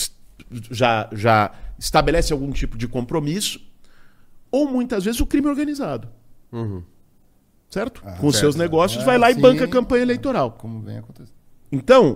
Speaker 3: já, já estabelece algum tipo de compromisso, ou muitas vezes o crime organizado.
Speaker 2: Uhum.
Speaker 3: Certo?
Speaker 1: Ah,
Speaker 3: com os
Speaker 1: certo.
Speaker 3: seus negócios,
Speaker 1: É,
Speaker 3: vai lá e
Speaker 1: sim,
Speaker 3: banca a campanha eleitoral.
Speaker 1: Como vem acontecendo.
Speaker 3: Então,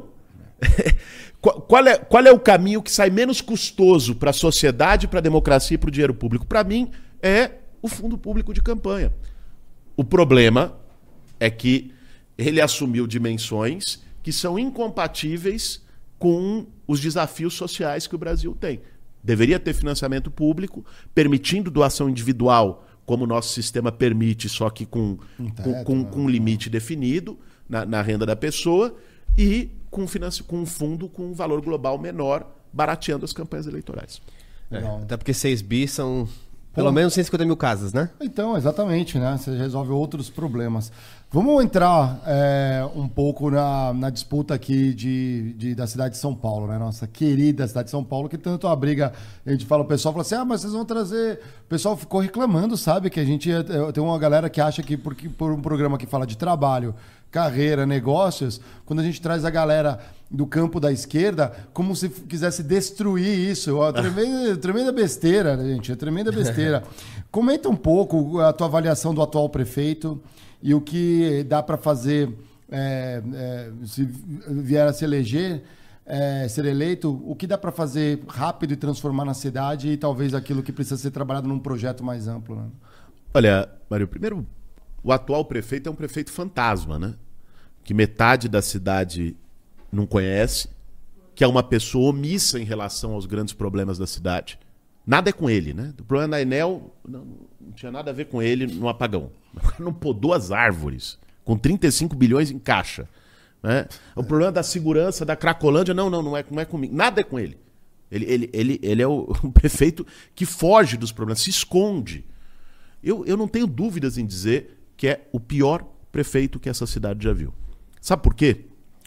Speaker 3: qual, qual, é, qual é o caminho que sai menos custoso para a sociedade, para a democracia e para o dinheiro público? Para mim, é o fundo público de campanha. O problema é que ele assumiu dimensões que são incompatíveis com os desafios sociais que o Brasil tem. Deveria ter financiamento público, permitindo doação individual, como o nosso sistema permite, só que com um com, com, com um limite definido na, na renda da pessoa, e com, financi... com um fundo com um valor global menor, barateando as campanhas eleitorais.
Speaker 2: É, até porque seis bi são pelo
Speaker 1: Pô.
Speaker 2: menos cento e cinquenta mil casas, né?
Speaker 1: Então, exatamente, né? Você resolve outros problemas. Vamos entrar é, um pouco na, na disputa aqui de, de, da cidade de São Paulo, né? Nossa querida cidade de São Paulo, que tanto a briga, a gente fala, o pessoal fala assim, ah, mas vocês vão trazer... O pessoal ficou reclamando, sabe? Que a gente... Tem uma galera que acha que por, por um programa que fala de trabalho, carreira, negócios, quando a gente traz a galera do campo da esquerda, como se quisesse destruir isso. Ó, tremenda, tremenda besteira, gente, é tremenda besteira. Comenta um pouco a tua avaliação do atual prefeito e o que dá para fazer é, é, se vier a se eleger, é, ser eleito, o que dá para fazer rápido e transformar na cidade e talvez aquilo que precisa ser trabalhado num projeto mais amplo. Né?
Speaker 3: Olha, Mário, primeiro, o atual prefeito é um prefeito fantasma, né? Que metade da cidade não conhece, que é uma pessoa omissa em relação aos grandes problemas da cidade. Nada é com ele, né? O problema da Enel não, não tinha nada a ver com ele no apagão. Não podou as árvores, com trinta e cinco bilhões em caixa. Né? O problema da segurança da Cracolândia, não, não, não é, não é comigo. Nada é com ele. Ele, ele, ele, ele é o, um prefeito que foge dos problemas, se esconde. Eu, eu não tenho dúvidas em dizer que é o pior prefeito que essa cidade já viu. Sabe por quê?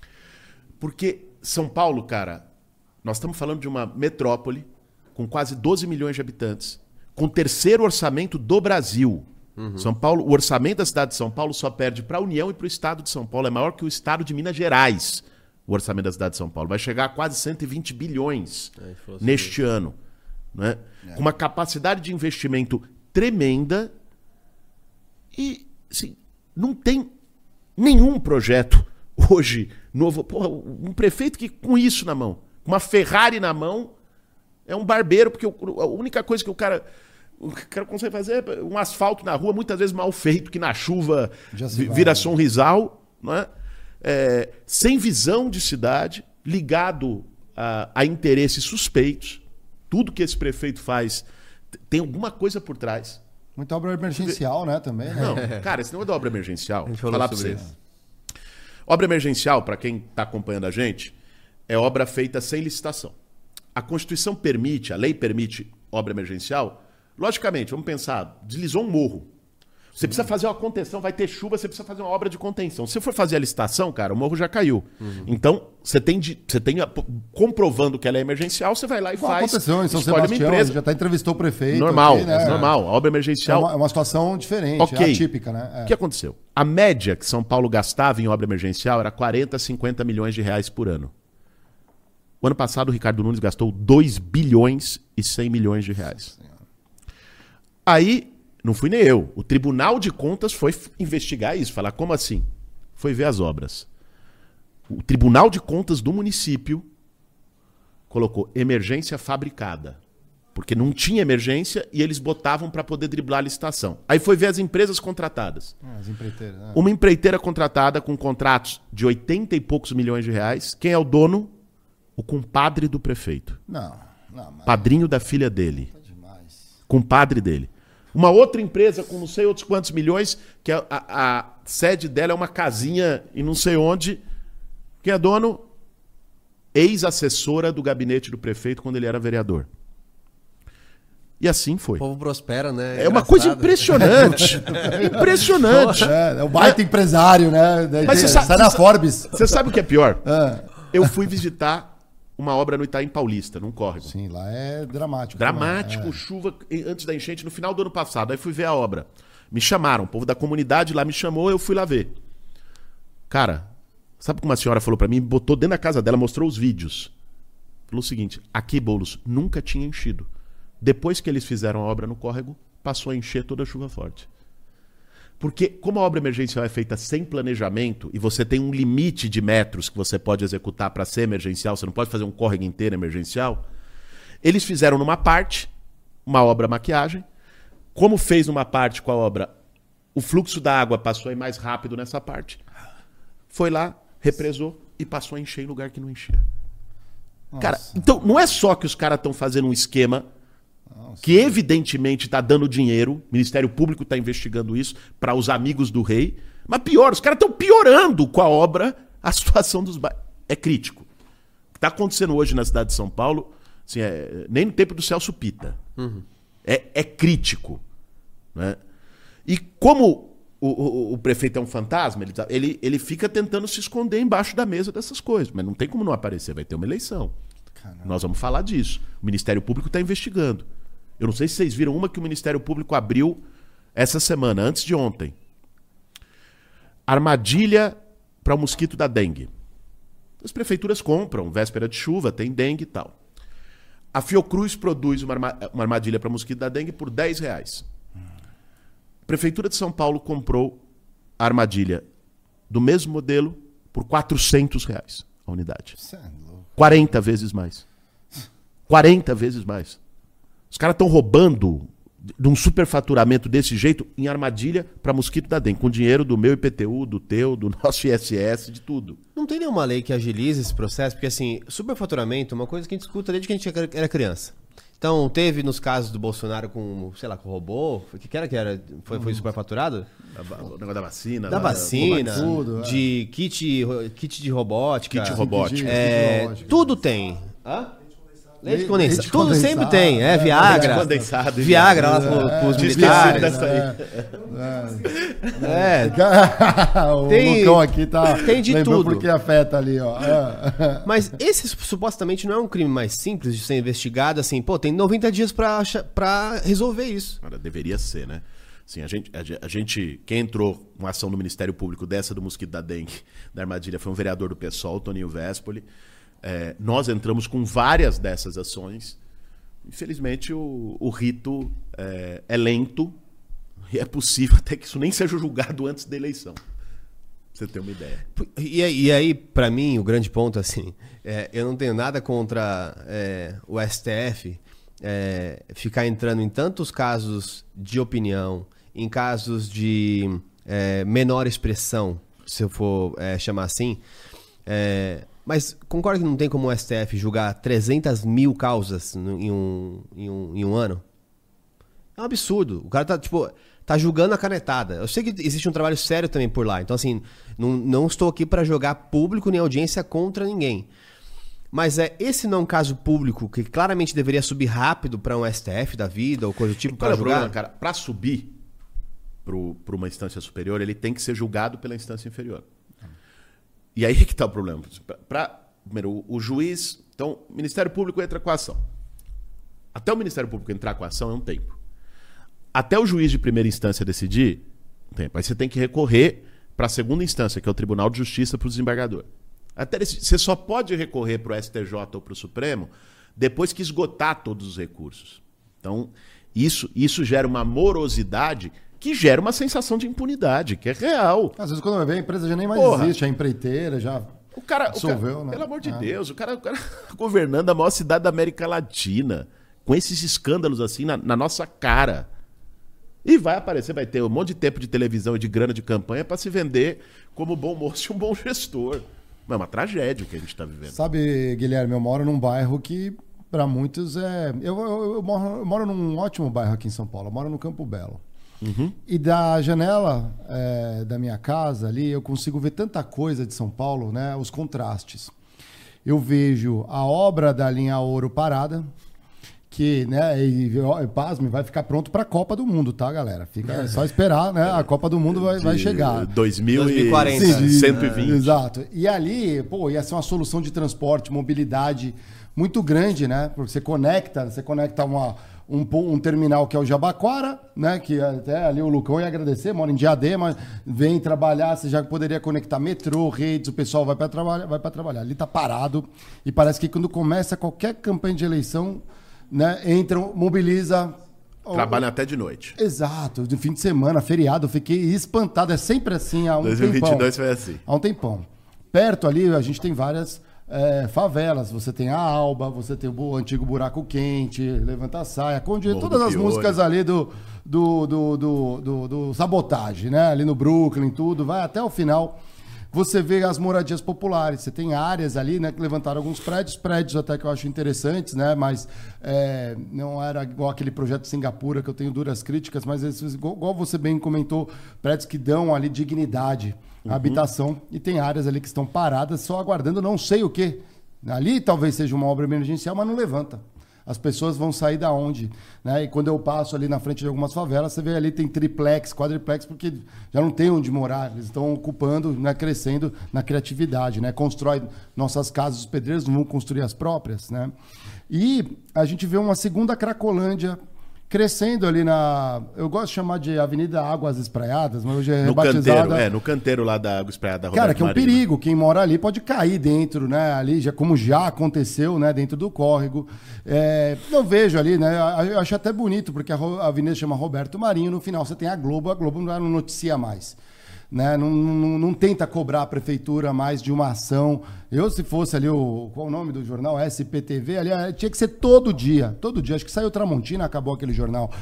Speaker 3: Porque São Paulo, cara, nós estamos falando de uma metrópole com quase doze milhões de habitantes, com o terceiro orçamento do Brasil. Uhum. São Paulo, o orçamento da cidade de São Paulo só perde para a União e para o estado de São Paulo. É maior que o estado de Minas Gerais, o orçamento da cidade de São Paulo. Vai chegar a quase cento e vinte bilhões é, neste mesmo. ano. Né? É. Com uma capacidade de investimento tremenda e assim, não tem nenhum projeto hoje novo. Porra, um prefeito que com isso na mão, com uma Ferrari na mão, é um barbeiro, porque a única coisa que o cara, o cara consegue fazer é um asfalto na rua, muitas vezes mal feito, que na chuva vira sonrisal, não é? É, sem visão de cidade, ligado a, a interesses suspeitos. Tudo que esse prefeito faz tem alguma coisa por trás.
Speaker 1: Muita obra emergencial, né, também. Né?
Speaker 3: Não, cara, esse não é da obra emergencial. Vou falar pra você. Isso. Obra emergencial, para quem está acompanhando a gente, é obra feita sem licitação. A Constituição permite, a lei permite obra emergencial. Logicamente, vamos pensar, deslizou um morro. Você precisa fazer uma contenção, vai ter chuva, você precisa fazer uma obra de contenção. Se você for fazer a licitação, cara, o morro já caiu. Uhum. Então, você tem, de, você tem a, comprovando que ela é emergencial, você vai lá e
Speaker 1: Qual
Speaker 3: faz.
Speaker 1: Aconteceu em São Sebastião, já até entrevistou o prefeito.
Speaker 3: Normal,
Speaker 1: aqui, né?
Speaker 3: é normal. A obra emergencial...
Speaker 1: É uma, é uma situação diferente,
Speaker 3: okay.
Speaker 1: é atípica, né? É.
Speaker 3: O que aconteceu? A média que São Paulo gastava em obra emergencial era quarenta, cinquenta milhões de reais por ano. O ano passado, o Ricardo Nunes gastou dois bilhões e cem milhões de reais. Aí... Não fui nem eu. O Tribunal de Contas foi investigar isso. Falar, como assim? Foi ver as obras. O Tribunal de Contas do município colocou emergência fabricada. Porque não tinha emergência e eles botavam para poder driblar a licitação. Aí foi ver as empresas contratadas.
Speaker 1: Ah, as empreiteiras. Né?
Speaker 3: Uma empreiteira contratada com contratos de oitenta e poucos milhões de reais. Quem é o dono? O compadre do prefeito.
Speaker 1: Não. não mas...
Speaker 3: Padrinho da filha dele.
Speaker 1: Tá demais.
Speaker 3: Compadre dele. Uma outra empresa com não sei outros quantos milhões, que a, a, a sede dela é uma casinha e não sei onde. Quem é dono? Ex-assessora do gabinete do prefeito quando ele era vereador. E assim foi.
Speaker 2: O povo prospera, né?
Speaker 3: É, é uma coisa impressionante. Impressionante.
Speaker 1: É, é o baita é. empresário, né?
Speaker 3: Mas você
Speaker 1: sabe,
Speaker 3: sai
Speaker 1: na Forbes.
Speaker 3: Você sabe o que é pior?
Speaker 1: É.
Speaker 3: Eu fui visitar uma obra no Itaim Paulista, num córrego.
Speaker 1: Sim, lá é dramático.
Speaker 3: Dramático,
Speaker 1: é.
Speaker 3: chuva antes da enchente, no final do ano passado. Aí fui ver a obra. Me chamaram, o povo da comunidade lá me chamou, eu fui lá ver. Cara, sabe como a senhora falou pra mim? Botou dentro da casa dela, mostrou os vídeos. Falou o seguinte, aqui, Boulos, nunca tinha enchido. Depois que eles fizeram a obra no córrego, passou a encher toda a chuva forte. Porque como a obra emergencial é feita sem planejamento e você tem um limite de metros que você pode executar para ser emergencial, você não pode fazer um córrego inteiro emergencial, eles fizeram numa parte uma obra maquiagem. Como fez numa parte com a obra, o fluxo da água passou a ir mais rápido nessa parte. Foi lá, represou e passou a encher em lugar que não enchia. Nossa. Cara, então não é só que os caras estão fazendo um esquema Nossa. que evidentemente está dando dinheiro, o Ministério Público está investigando isso para os amigos do rei, mas pior, os caras estão piorando com a obra a situação dos bairros. É crítico. O que está acontecendo hoje na cidade de São Paulo, assim, é, nem no tempo do Celso Pitta. Uhum. É, é crítico. Né? E como o, o, o prefeito é um fantasma, ele, ele, ele fica tentando se esconder embaixo da mesa dessas coisas, mas não tem como não aparecer, vai ter uma eleição. Caramba. Nós vamos falar disso. O Ministério Público está investigando. Eu não sei se vocês viram uma que o Ministério Público abriu essa semana, antes de ontem. Armadilha para o mosquito da dengue. As prefeituras compram, véspera de chuva, tem dengue e tal. A Fiocruz produz uma armadilha para mosquito da dengue por dez reais. A Prefeitura de São Paulo comprou a armadilha do mesmo modelo por quatrocentos reais a unidade. quarenta vezes mais. quarenta vezes mais. Os caras estão roubando de um superfaturamento desse jeito em armadilha para mosquito da dengue, com dinheiro do meu I P T U, do teu, do nosso I S S, de tudo.
Speaker 2: Não tem nenhuma lei que agilize esse processo, porque assim, superfaturamento é uma coisa que a gente escuta desde que a gente era criança. Então, teve nos casos do Bolsonaro com, sei lá, com robô, o que, que era que era? Foi, foi superfaturado?
Speaker 3: O negócio da vacina.
Speaker 2: Da
Speaker 3: lá,
Speaker 2: vacina,
Speaker 1: tudo,
Speaker 2: de é. kit, kit de robótica.
Speaker 3: Kit robótica.
Speaker 2: É,
Speaker 1: robótica.
Speaker 2: Tudo tem. Hã? Leite condensado.
Speaker 1: Leite
Speaker 2: Tudo
Speaker 1: condensado,
Speaker 2: sempre tem, é,
Speaker 1: é,
Speaker 2: Viagra.
Speaker 3: leite condensado,
Speaker 2: Viagra lá
Speaker 3: é,
Speaker 2: com os
Speaker 3: é,
Speaker 2: militares.
Speaker 3: dessa aí.
Speaker 1: É.
Speaker 2: É.
Speaker 1: o
Speaker 2: Tem-
Speaker 1: Lucão aqui tá.
Speaker 2: tem de
Speaker 1: lembrou
Speaker 2: tudo.
Speaker 1: porque afeta ali, ó. É.
Speaker 2: Mas esse supostamente não é um crime mais simples de ser investigado, assim, pô, tem noventa dias pra, achar- pra resolver isso.
Speaker 3: Cara, deveria ser, né? Assim, a gente, a, ge- a gente, quem entrou com ação no Ministério Público dessa do mosquito da dengue, da armadilha, foi um vereador do PSOL, Toninho Vespoli. É, nós entramos com várias dessas ações. Infelizmente, o, o rito é, é lento e é possível até que isso nem seja julgado antes da eleição. Pra você ter uma ideia.
Speaker 2: E, aí- e aí, pra mim, o grande ponto, assim, é, eu não tenho nada contra é, o S T F é, ficar entrando em tantos casos de opinião, em casos de é, menor expressão, se eu for é, chamar assim. É, mas concorda que não tem como o S T F julgar trezentas mil causas no- em um, em um, em um ano? É um absurdo. O cara tá, tipo, tá julgando a canetada. Eu sei que existe um trabalho sério também por lá. Então, assim, não, não estou aqui para jogar público nem audiência contra ninguém. Mas é esse não é um caso público que claramente deveria subir rápido para um S T F da vida ou coisa do tipo para julgar?
Speaker 3: Problema, cara? Para subir para uma instância superior, ele tem que ser julgado pela instância inferior. E aí que está o problema. Pra, primeiro, o, o juiz... Então, o Ministério Público entra com a ação. Até o Ministério Público entrar com a ação é um tempo. Até o juiz de primeira instância decidir, um tempo. Aí você tem que recorrer para a segunda instância, que é o Tribunal de Justiça, para o desembargador. Até esse, você só pode recorrer para o S T J ou para o Supremo depois que esgotar todos os recursos. Então, isso, isso gera uma morosidade que gera uma sensação de impunidade, que é real.
Speaker 1: Às vezes, quando vai ver, a empresa já nem mais
Speaker 3: Porra.
Speaker 1: existe, a empreiteira já
Speaker 3: o cara,
Speaker 1: dissolveu,
Speaker 3: o cara,
Speaker 1: né?
Speaker 3: Pelo amor de
Speaker 1: é.
Speaker 3: Deus, o cara, o cara governando a maior cidade da América Latina, com esses escândalos assim na, na nossa cara. E vai aparecer, vai ter um monte de tempo de televisão e de grana de campanha para se vender como bom moço e um bom gestor. É uma tragédia o que a gente está vivendo.
Speaker 1: Sabe, Guilherme, eu moro num bairro que, para muitos, é... Eu, eu, eu, moro, eu moro num ótimo bairro aqui em São Paulo, eu moro no Campo Belo.
Speaker 3: Uhum.
Speaker 1: E da janela é, da minha casa ali, eu consigo ver tanta coisa de São Paulo, né? Os contrastes. Eu vejo a obra da linha Ouro parada, que, né, e, e pasme, vai ficar pronto para a Copa do Mundo, tá, galera? Fica é só esperar, né? A Copa do Mundo vai, vai chegar.
Speaker 3: dois mil e
Speaker 2: quarenta.
Speaker 3: cento e vinte.
Speaker 1: É, exato. E ali, pô, ia ser uma solução de transporte, mobilidade muito grande, né? Porque você conecta, você conecta uma, um, um terminal que é o Jabaquara, né? Que até ali o Lucão ia agradecer, mora em Diadema, vem trabalhar, você já poderia conectar metrô, redes, o pessoal vai para trabalhar, vai para trabalhar. Ali tá parado e parece que quando começa qualquer campanha de eleição, né, entram, mobiliza.
Speaker 3: Trabalham até de noite.
Speaker 1: Exato, de fim de semana, feriado, eu fiquei espantado. É sempre assim há um
Speaker 3: dois mil e vinte e dois
Speaker 1: tempão.
Speaker 3: foi assim.
Speaker 1: Há um tempão. Perto ali, a gente tem várias é, favelas. Você tem a Alba, você tem o antigo Buraco Quente, Levanta a Saia, Conde, todas as músicas ali do, do, do, do, do, do Sabotagem, né? Ali no Brooklyn, tudo, vai até o final. Você vê as moradias populares, você tem áreas ali, né, que levantaram alguns prédios, prédios até que eu acho interessantes, né, mas é, não era igual aquele projeto de Singapura, que eu tenho duras críticas, mas esses, igual você bem comentou, prédios que dão ali dignidade à uhum. habitação, e tem áreas ali que estão paradas só aguardando não sei o quê. Ali talvez seja uma obra emergencial, mas não levanta. As pessoas vão sair da onde? Né? E quando eu passo ali na frente de algumas favelas, você vê ali tem triplex, quadriplex, porque já não tem onde morar. Eles estão ocupando, né, crescendo na criatividade. Né? Constrói nossas casas, os pedreiros não vão construir as próprias. Né? E a gente vê uma segunda Cracolândia crescendo ali na... Eu gosto de chamar de Avenida Águas Espraiadas, mas hoje é
Speaker 3: no
Speaker 1: rebatizada...
Speaker 3: Canteiro, é, no canteiro lá da Água Espraiada.
Speaker 1: Cara,
Speaker 3: Roberto
Speaker 1: que é um
Speaker 3: Marino.
Speaker 1: perigo. Quem mora ali pode cair dentro, né? Ali, já, como já aconteceu, né? Dentro do córrego. É, eu vejo ali, né? Eu acho até bonito, porque a, a avenida chama Roberto Marinho. No final você tem a Globo. A Globo não noticia mais. Né? Não, não, não tenta cobrar a prefeitura mais de uma ação. Eu, se fosse ali o... Qual o nome do jornal? S P T V. Ali, tinha que ser todo dia. Todo dia. Acho que saiu Tramontina, acabou aquele jornal.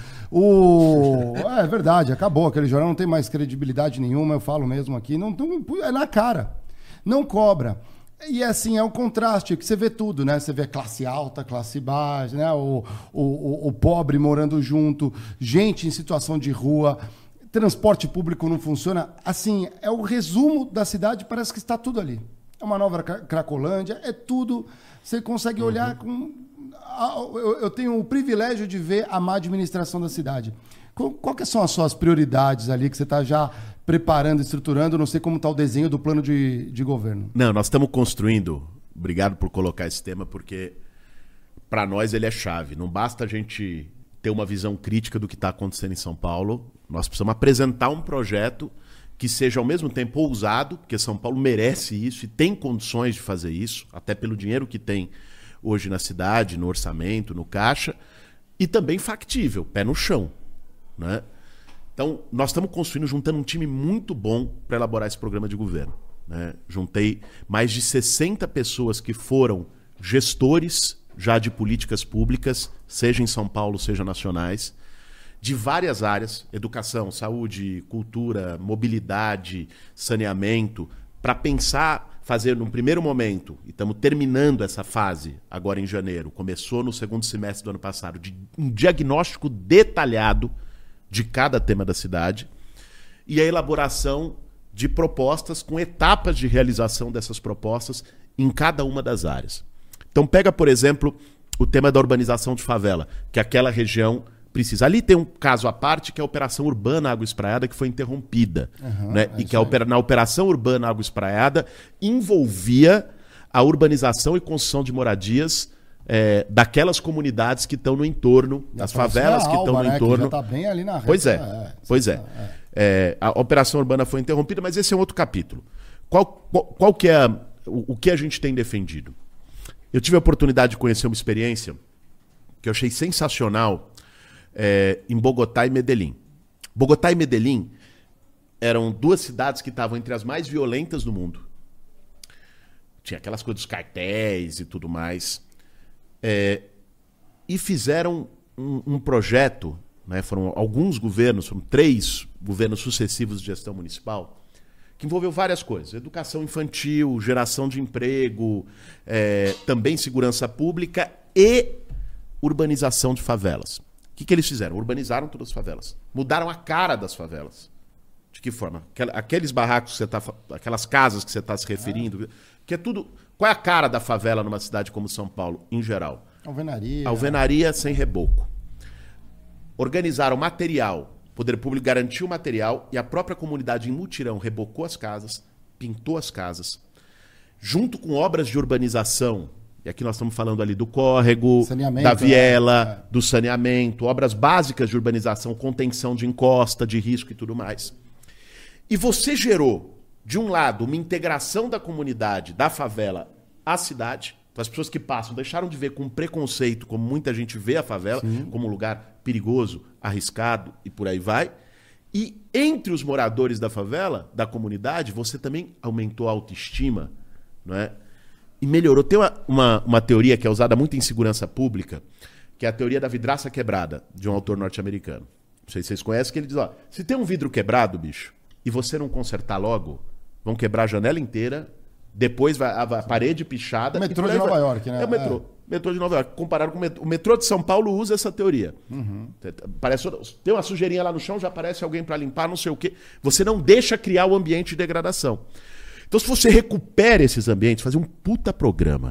Speaker 1: O... É verdade, acabou aquele jornal. Não tem mais credibilidade nenhuma. Eu falo mesmo aqui. Não, não, é na cara. Não cobra. E assim, é o contraste, que você vê tudo, né? Você vê classe alta, classe baixa, né? o, o, o, o pobre morando junto, gente em situação de rua... Transporte público não funciona. Assim, é o resumo da cidade, parece que está tudo ali. É uma nova Cracolândia, é tudo. Você consegue olhar com... Eu tenho o privilégio de ver a má administração da cidade. Quais são as suas prioridades ali que você está já preparando, estruturando? Não sei como está o desenho do plano de, de governo.
Speaker 3: Não, nós estamos construindo. Obrigado por colocar esse tema, porque para nós ele é chave. Não basta a gente ter uma visão crítica do que está acontecendo em São Paulo. Nós precisamos apresentar um projeto que seja ao mesmo tempo ousado, porque São Paulo merece isso e tem condições de fazer isso, até pelo dinheiro que tem hoje na cidade, no orçamento, no caixa, e também factível, pé no chão. Né? Então, nós estamos construindo, juntando um time muito bom para elaborar esse programa de governo. Né? Juntei mais de sessenta pessoas que foram gestores já de políticas públicas, seja em São Paulo, seja nacionais, de várias áreas, educação, saúde, cultura, mobilidade, saneamento, para pensar fazer, num primeiro momento, e estamos terminando essa fase agora em janeiro, começou no segundo semestre do ano passado, de um diagnóstico detalhado de cada tema da cidade e a elaboração de propostas com etapas de realização dessas propostas em cada uma das áreas. Então pega, por exemplo, o tema da urbanização de favela, que aquela região precisa. Ali tem um caso à parte, que é a Operação Urbana Água Espraiada, que foi interrompida. Uhum, né? É e que a opera... na Operação Urbana Água Espraiada envolvia a urbanização e construção de moradias é, daquelas comunidades que estão no entorno, das favelas que estão no né? entorno.
Speaker 1: Que já tá bem ali na reta.
Speaker 3: Pois é, é pois é. é. é. A Operação Urbana foi interrompida, mas esse é um outro capítulo. Qual, qual, qual que é a, o, o que a gente tem defendido? Eu tive a oportunidade de conhecer uma experiência que eu achei sensacional é, em Bogotá e Medellín. Bogotá e Medellín eram duas cidades que estavam entre as mais violentas do mundo. Tinha aquelas coisas dos cartéis e tudo mais. É, e fizeram um, um projeto, né, foram alguns governos, foram três governos sucessivos de gestão municipal, que envolveu várias coisas. Educação infantil, geração de emprego, é, também segurança pública e urbanização de favelas. O que, que eles fizeram? Urbanizaram todas as favelas. Mudaram a cara das favelas. De que forma? Aqueles barracos que você está... Aquelas casas que você está se referindo, que é tudo... Qual é a cara da favela numa cidade como São Paulo, em geral?
Speaker 1: Alvenaria.
Speaker 3: Alvenaria sem reboco. Organizaram material. O Poder Público garantiu o material e a própria comunidade em mutirão rebocou as casas, pintou as casas, junto com obras de urbanização. E aqui nós estamos falando ali do córrego, da viela, né? do saneamento, obras básicas de urbanização, contenção de encosta, de risco e tudo mais. E você gerou, de um lado, uma integração da comunidade, da favela à cidade. Então, as pessoas que passam deixaram de ver com preconceito, como muita gente vê a favela, Sim. como um lugar perigoso, arriscado e por aí vai. E entre os moradores da favela, da comunidade, você também aumentou a autoestima, não é? E melhorou. Tem uma, uma, uma teoria que é usada muito em segurança pública, que é a teoria da vidraça quebrada, de um autor norte-americano. Não sei se vocês conhecem, que ele diz, ó, se tem um vidro quebrado, bicho, e você não consertar logo, vão quebrar a janela inteira, depois vai a, a parede pichada...
Speaker 1: O metrô de Nova
Speaker 3: vai...
Speaker 1: York, né?
Speaker 3: É o metrô. É. Metrô de Nova York. Comparado com o metrô. O metrô de São Paulo usa essa teoria. Uhum. Parece, tem uma sujeirinha lá no chão, já aparece alguém para limpar, não sei o quê. Você não deixa criar o ambiente de degradação. Então, se você recupera esses ambientes, fazer um puta programa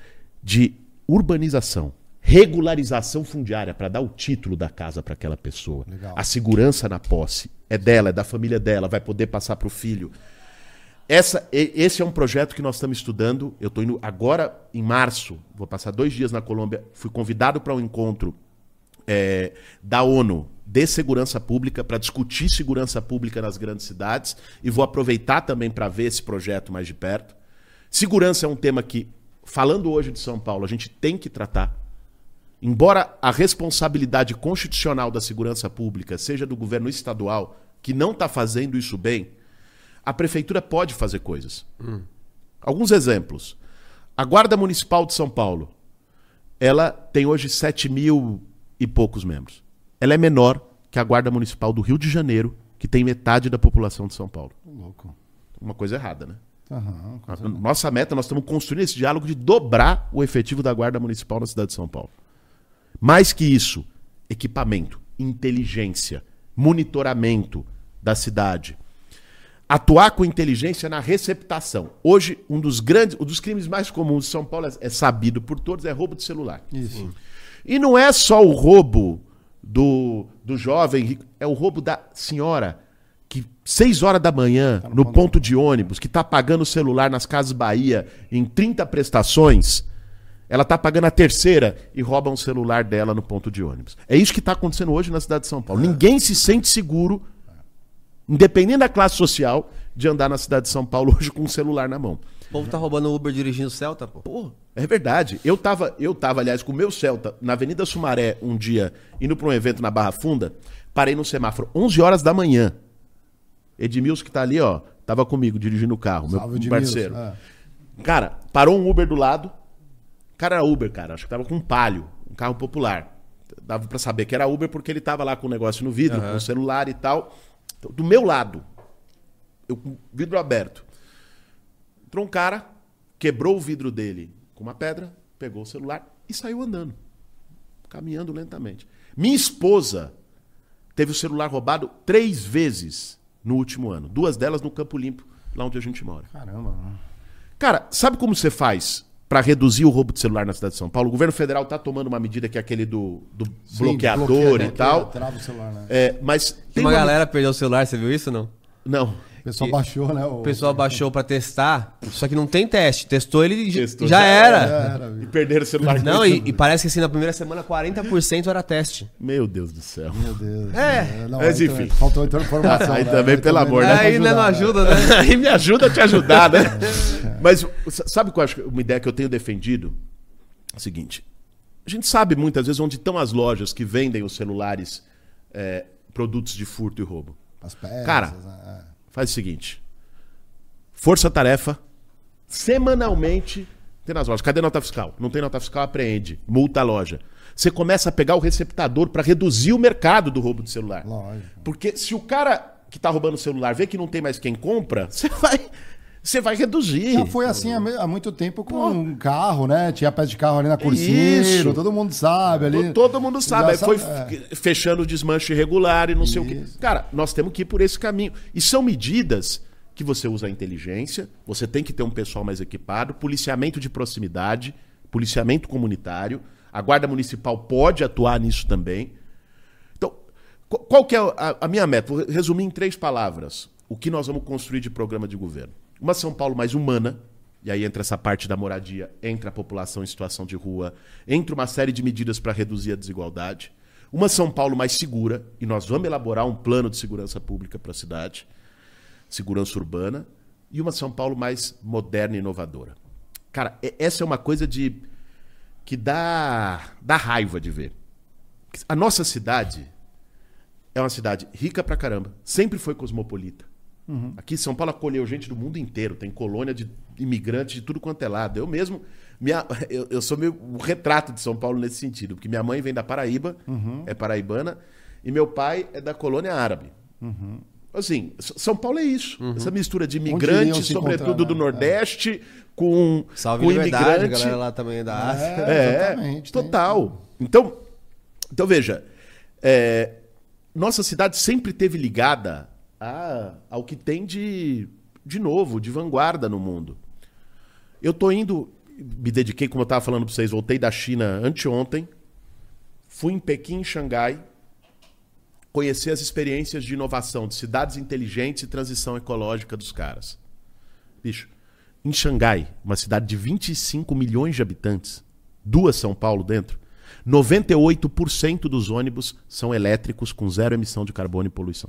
Speaker 3: de urbanização, regularização fundiária para dar o título da casa para aquela pessoa, Legal. A segurança na posse é dela, é da família dela, vai poder passar para o filho. Essa, esse é um projeto que nós estamos estudando. Eu estou indo agora, em março, vou passar dois dias na Colômbia. Fui convidado para um encontro é, da ONU de segurança pública, para discutir segurança pública nas grandes cidades. E vou aproveitar também para ver esse projeto mais de perto. Segurança é um tema que, falando hoje de São Paulo, a gente tem que tratar. Embora a responsabilidade constitucional da segurança pública seja do governo estadual, que não está fazendo isso bem, a prefeitura pode fazer coisas. Hum. Alguns exemplos. A Guarda Municipal de São Paulo, ela tem hoje sete mil e poucos membros. Ela é menor que a Guarda Municipal do Rio de Janeiro, que tem metade da população de São Paulo.
Speaker 1: Louco.
Speaker 3: Uma coisa errada, né?
Speaker 1: Uhum,
Speaker 3: a, nossa meta, nós estamos construindo esse diálogo de dobrar o efetivo da Guarda Municipal na cidade de São Paulo. Mais que isso, equipamento, inteligência, monitoramento da cidade. Atuar com inteligência na receptação. Hoje, um dos grandes, um dos crimes mais comuns de São Paulo, é, é sabido por todos, é roubo de celular.
Speaker 1: Isso.
Speaker 3: E não é só o roubo do, do jovem, é o roubo da senhora que seis horas da manhã, tá no, no ponto de ônibus, que está pagando o celular nas Casas Bahia em trinta prestações, ela está pagando a terceira e rouba um celular dela no ponto de ônibus. É isso que está acontecendo hoje na cidade de São Paulo. É. Ninguém se sente seguro, independente da classe social, de andar na cidade de São Paulo hoje com um celular na mão.
Speaker 2: O povo tá roubando o Uber dirigindo o Celta, pô.
Speaker 3: Pô, é verdade. Eu tava, eu tava, aliás, com o meu Celta na Avenida Sumaré um dia, indo para um evento na Barra Funda, parei no semáforo, onze horas da manhã. Edmilson, que tá ali, ó, tava comigo dirigindo o carro, Salve, meu parceiro. É. Cara, parou um Uber do lado. O cara era Uber, cara. Acho que tava com um Palio, um carro popular. Dava para saber que era Uber porque ele tava lá com o negócio no vidro, uhum. com o celular e tal. Do meu lado, eu com o vidro aberto. Entrou um cara, quebrou o vidro dele com uma pedra, pegou o celular e saiu andando. Caminhando lentamente. Minha esposa teve o celular roubado três vezes no último ano. Duas delas no Campo Limpo, lá onde a gente mora.
Speaker 1: Caramba. Mano.
Speaker 3: Cara, sabe como você faz para reduzir o roubo de celular na cidade de São Paulo? O governo federal está tomando uma medida que é aquele do, do Sim, bloqueador bloqueia, e tal.
Speaker 1: Trava o celular, né?
Speaker 3: É, mas
Speaker 2: tem uma, uma galera perdeu o celular, você viu isso ou não?
Speaker 3: Não.
Speaker 1: O pessoal baixou, né? O,
Speaker 2: o pessoal baixou pra testar, só que não tem teste. Testou ele
Speaker 3: Testou,
Speaker 2: já, já era.
Speaker 1: era.
Speaker 3: E perderam o celular.
Speaker 2: Não, e, e parece que assim, na primeira semana, quarenta por cento era teste.
Speaker 3: Meu Deus do céu.
Speaker 1: Meu Deus.
Speaker 2: É.
Speaker 1: Não,
Speaker 3: Mas
Speaker 1: aí
Speaker 3: enfim.
Speaker 1: Também, faltou então informação.
Speaker 3: Aí
Speaker 1: né?
Speaker 3: também,
Speaker 1: aí
Speaker 3: pelo
Speaker 1: também
Speaker 3: amor, né?
Speaker 2: Aí não ajuda, né?
Speaker 3: Aí me ajuda a te ajudar, né? Mas sabe qual é uma ideia que eu tenho defendido? É o seguinte. A gente sabe muitas vezes onde estão as lojas que vendem os celulares, é, produtos de furto e roubo.
Speaker 1: As peças.
Speaker 3: Cara,
Speaker 1: né?
Speaker 3: faz o seguinte. Força-tarefa, semanalmente, tem nas lojas. Cadê nota fiscal? Não tem nota fiscal, apreende. Multa a loja. Você começa a pegar o receptador para reduzir o mercado do roubo de celular.
Speaker 1: Lógico.
Speaker 3: Porque se o cara que tá roubando o celular vê que não tem mais quem compra, você vai, você vai reduzir.
Speaker 1: Já foi assim há, há muito tempo com um carro, né? Tinha peça de carro ali na Cursinho, todo mundo sabe ali.
Speaker 3: Todo mundo sabe. Aí foi
Speaker 1: sabe,
Speaker 3: é. fechando o desmanche irregular e não
Speaker 1: Isso.
Speaker 3: sei o quê. Cara, nós temos que ir por esse caminho. E são medidas que você usa a inteligência, você tem que ter um pessoal mais equipado, policiamento de proximidade, policiamento comunitário, a Guarda Municipal pode atuar nisso também. Então, qual que é a, a minha meta? Vou resumir em três palavras o que nós vamos construir de programa de governo. Uma São Paulo mais humana, e aí entra essa parte da moradia, entra a população em situação de rua, entra uma série de medidas para reduzir a desigualdade. Uma São Paulo mais segura, e nós vamos elaborar um plano de segurança pública para a cidade, segurança urbana, e uma São Paulo mais moderna e inovadora. Cara, essa é uma coisa de que dá, dá raiva de ver. A nossa cidade é uma cidade rica pra caramba, sempre foi cosmopolita. Uhum. Aqui São Paulo acolheu gente do mundo inteiro, tem colônia de imigrantes de tudo quanto é lado. Eu mesmo, minha, eu, eu sou meio o retrato de São Paulo nesse sentido, porque minha mãe vem da Paraíba, uhum. é paraibana, e meu pai é da colônia árabe. Uhum. Assim, São Paulo é isso. Uhum. Essa mistura de imigrantes, sobretudo do Nordeste, é. com,
Speaker 2: Salve
Speaker 3: com
Speaker 2: liberdade,
Speaker 3: imigrante.
Speaker 2: A galera lá também é da África.
Speaker 3: É, é total. Então, então veja, é, nossa cidade sempre teve ligada a, ao que tem de, de novo, de vanguarda no mundo. Eu tô indo, me dediquei, como eu estava falando para vocês, voltei da China anteontem, fui em Pequim, em Xangai, conhecer as experiências de inovação, de cidades inteligentes e transição ecológica dos caras. Bicho, em Xangai, uma cidade de vinte e cinco milhões de habitantes, duas São Paulo dentro, noventa e oito por cento dos ônibus são elétricos com zero emissão de carbono e poluição.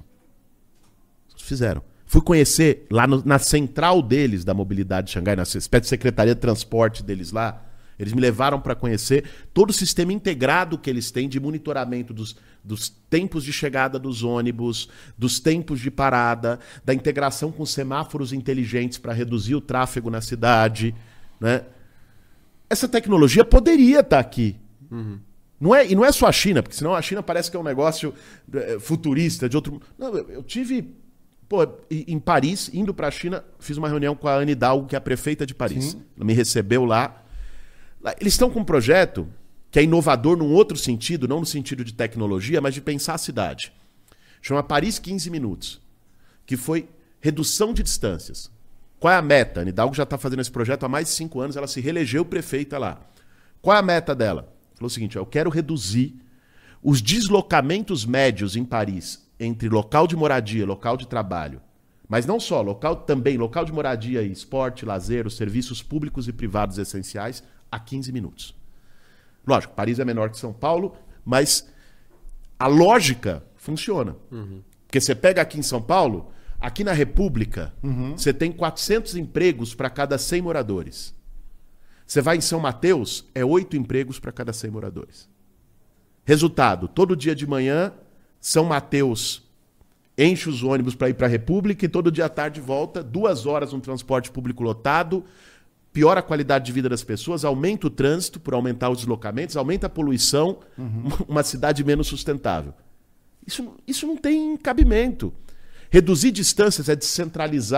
Speaker 3: Fizeram. Fui conhecer lá no, na central deles da mobilidade de Xangai, na espécie de secretaria de transporte deles lá. Eles me levaram para conhecer todo o sistema integrado que eles têm de monitoramento dos, dos tempos de chegada dos ônibus, dos tempos de parada, da integração com semáforos inteligentes para reduzir o tráfego na cidade, né? Essa tecnologia poderia estar aqui. Uhum. Não é, e não é só a China, porque senão a China parece que é um negócio é, futurista, de outro... Não, eu, eu tive... Pô, em Paris, indo para a China, fiz uma reunião com a Anne Hidalgo, que é a prefeita de Paris. Sim. Ela me recebeu lá. Eles estão com um projeto que é inovador num outro sentido, não no sentido de tecnologia, mas de pensar a cidade. Chama Paris quinze minutos, que foi redução de distâncias. Qual é a meta? A Anne Hidalgo já está fazendo esse projeto há mais de cinco anos, ela se reelegeu prefeita lá. Qual é a meta dela? Falou o seguinte, eu quero reduzir os deslocamentos médios em Paris entre local de moradia e local de trabalho, mas não só, local também, local de moradia e esporte, lazer, os serviços públicos e privados essenciais, a quinze minutos. Lógico, Paris é menor que São Paulo, mas a lógica funciona. Uhum. Porque você pega aqui em São Paulo, aqui na República, uhum. você tem quatrocentos empregos para cada cem moradores. Você vai em São Mateus, é oito empregos para cada cem moradores. Resultado, todo dia de manhã, São Mateus enche os ônibus para ir para a República e todo dia à tarde volta, duas horas no transporte público lotado, piora a qualidade de vida das pessoas, aumenta o trânsito por aumentar os deslocamentos, aumenta a poluição, uhum. uma cidade menos sustentável. Isso, isso não tem cabimento. Reduzir distâncias é descentralizar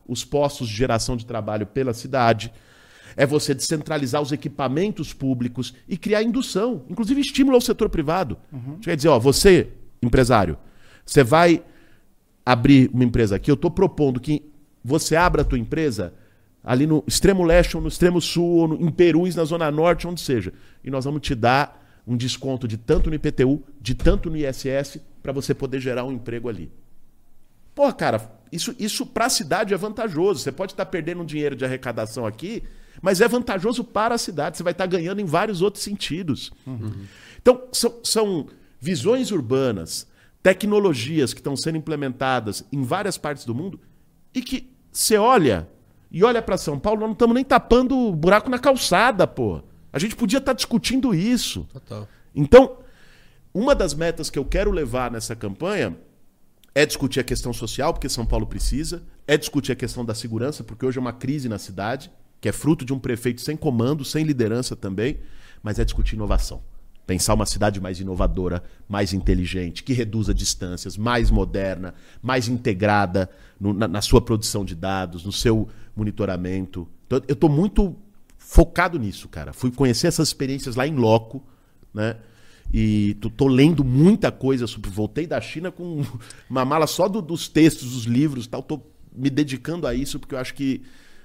Speaker 3: os postos de geração de trabalho pela cidade, é você descentralizar os equipamentos públicos e criar indução, inclusive estímulo ao setor privado. Uhum. Quer dizer, ó, você, empresário, você vai abrir uma empresa aqui, eu estou propondo que você abra a tua empresa ali no extremo leste ou no extremo sul, ou no, em Perus, na zona norte, onde seja. E nós vamos te dar um desconto de tanto no I P T U, de tanto no I S S, para você poder gerar um emprego ali. Pô, cara, isso, isso para a cidade é vantajoso. Você pode estar perdendo um dinheiro de arrecadação aqui, mas é vantajoso para a cidade. Você vai estar ganhando em vários outros sentidos. Uhum. Então, são, são visões urbanas, tecnologias que estão sendo implementadas em várias partes do mundo e que você olha e olha para São Paulo, nós não estamos nem tapando buraco na calçada, pô. A gente podia estar discutindo isso.
Speaker 2: Total.
Speaker 3: Então, uma das metas que eu quero levar nessa campanha é discutir a questão social, porque São Paulo precisa, é discutir a questão da segurança, porque hoje é uma crise na cidade, que é fruto de um prefeito sem comando, sem liderança também, mas é discutir inovação. Pensar uma cidade mais inovadora, mais inteligente, que reduza distâncias, mais moderna, mais integrada no, na, na sua produção de dados, no seu monitoramento. Então, eu estou muito focado nisso, cara. Fui conhecer essas experiências lá em loco, né? E tô, tô lendo muita coisa sobre. Voltei da China com uma mala só do, dos textos, dos livros e tal. Tô me dedicando a isso porque eu acho que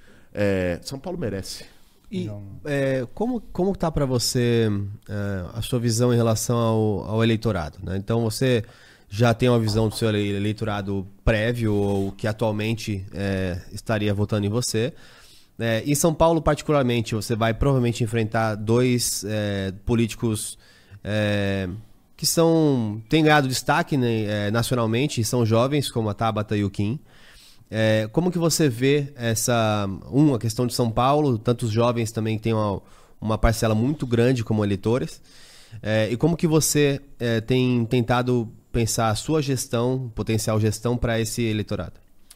Speaker 3: é, São Paulo merece.
Speaker 2: E é, como, como tá para você é, a sua visão em relação ao, ao eleitorado, né? Então você já tem uma visão do seu eleitorado prévio ou que atualmente é, estaria votando em você. É, em São Paulo, particularmente, você vai provavelmente enfrentar dois é, políticos é, que são, têm ganhado destaque, né, é, nacionalmente, são jovens, como a Tabata e o Kim. É, como que você vê essa, um, a questão de São Paulo, tantos jovens também que têm uma, uma parcela muito grande como eleitores, é, e como que você é, tem tentado pensar a sua gestão, potencial gestão para esse eleitorado?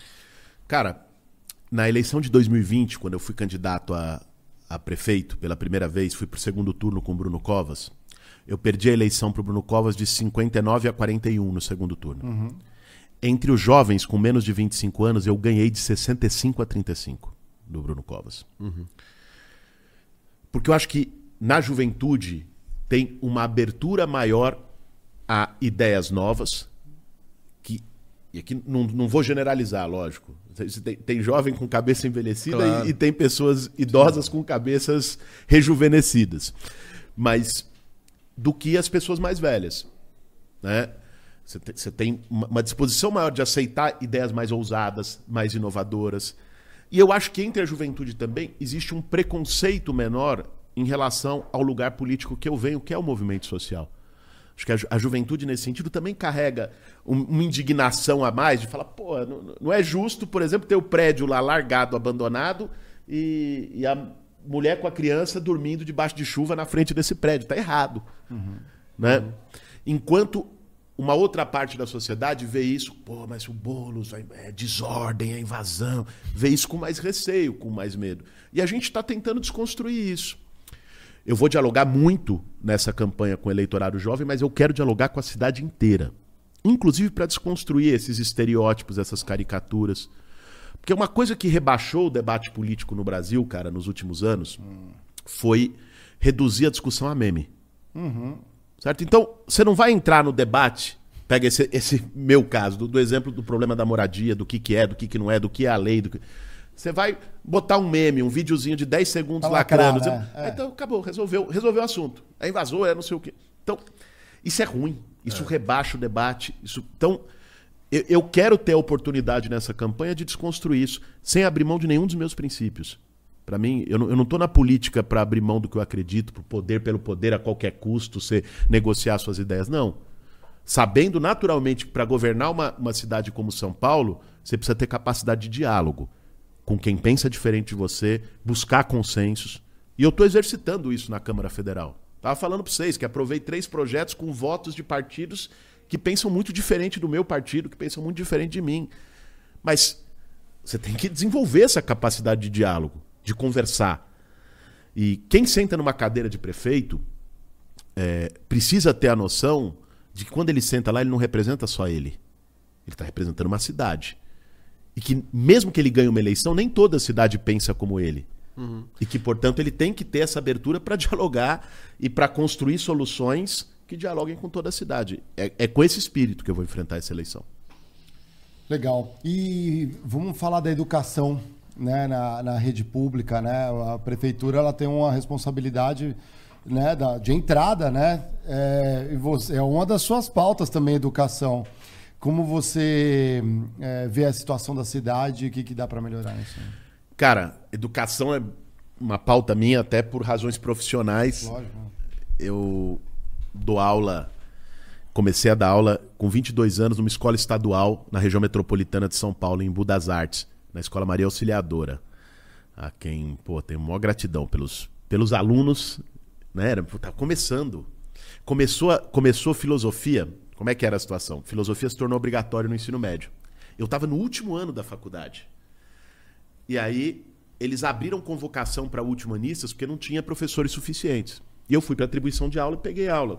Speaker 3: Cara, na eleição de dois mil e vinte, quando eu fui candidato a, a prefeito pela primeira vez, fui para o segundo turno com o Bruno Covas, eu perdi a eleição para o Bruno Covas de cinquenta e nove a quarenta e um no segundo turno. Uhum. Entre os jovens com menos de vinte e cinco anos, eu ganhei de sessenta e cinco a trinta e cinco do Bruno Covas. Uhum. Porque eu acho que na juventude tem uma abertura maior a ideias novas, que, e aqui não, não vou generalizar, lógico. Tem, tem jovem com cabeça envelhecida, claro, e, e tem pessoas idosas com cabeças rejuvenescidas. Mas do que as pessoas mais velhas, né? Você tem, você tem uma disposição maior de aceitar ideias mais ousadas, mais inovadoras. E eu acho que entre a juventude também existe um preconceito menor em relação ao lugar político que eu venho, que é o movimento social. Acho que a, ju a juventude, nesse sentido, também carrega um, uma indignação a mais de falar, pô, não, não é justo, por exemplo, ter o prédio lá largado, abandonado, e, e a mulher com a criança dormindo debaixo de chuva na frente desse prédio. Tá errado. Uhum. Né? Uhum. Enquanto uma outra parte da sociedade vê isso, pô, mas o Boulos é desordem, é invasão, vê isso com mais receio, com mais medo. E a gente está tentando desconstruir isso. Eu vou dialogar muito nessa campanha com o eleitorado jovem, mas eu quero dialogar com a cidade inteira. Inclusive para desconstruir esses estereótipos, essas caricaturas. Porque uma coisa que rebaixou o debate político no Brasil, cara, nos últimos anos, hum. foi reduzir a discussão a meme. Uhum. Certo? Então, você não vai entrar no debate, pega esse, esse meu caso, do, do exemplo do problema da moradia, do que, que é, do que, que não é, do que é a lei. Do que... Você vai botar um meme, um videozinho de dez segundos lacrando. Lacrar, é, é. Então, acabou, resolveu, resolveu o assunto. É invasor, é não sei o quê. Então, isso é ruim. Isso é. rebaixa o debate. Isso... Então, eu, eu quero ter a oportunidade nessa campanha de desconstruir isso, sem abrir mão de nenhum dos meus princípios. Para mim, eu não estou na política para abrir mão do que eu acredito, para o poder pelo poder a qualquer custo, você negociar suas ideias. Não. Sabendo naturalmente que para governar uma, uma cidade como São Paulo, você precisa ter capacidade de diálogo com quem pensa diferente de você, buscar consensos. E eu estou exercitando isso na Câmara Federal. Estava falando para vocês que aprovei três projetos com votos de partidos que pensam muito diferente do meu partido, que pensam muito diferente de mim. Mas você tem que desenvolver essa capacidade de diálogo, de conversar. E quem senta numa cadeira de prefeito é, precisa ter a noção de que quando ele senta lá, ele não representa só ele. Ele está representando uma cidade. E que mesmo que ele ganhe uma eleição, nem toda a cidade pensa como ele. Uhum. E que, portanto, ele tem que ter essa abertura para dialogar e para construir soluções que dialoguem com toda a cidade. É, é com esse espírito que eu vou enfrentar essa eleição.
Speaker 1: Legal. E vamos falar da educação, né, na, na rede pública, né? A prefeitura ela tem uma responsabilidade, né, da, de entrada, né? É, e você, é uma das suas pautas também, educação. Como você é, vê a situação da cidade e o que, que dá para melhorar isso?
Speaker 3: Cara, educação é uma pauta minha até por razões profissionais.
Speaker 1: Lógico.
Speaker 3: Eu dou aula, comecei a dar aula com vinte e dois anos numa escola estadual na região metropolitana de São Paulo, em Embu das Artes, na Escola Maria Auxiliadora. A quem, pô, tenho maior gratidão pelos, pelos alunos, né? Era, tá começando. Começou, a, começou filosofia. Como é que era a situação? Filosofia se tornou obrigatório no ensino médio. Eu estava no último ano da faculdade. E aí, eles abriram convocação para ultimanistas porque não tinha professores suficientes. E eu fui para atribuição de aula e peguei aula.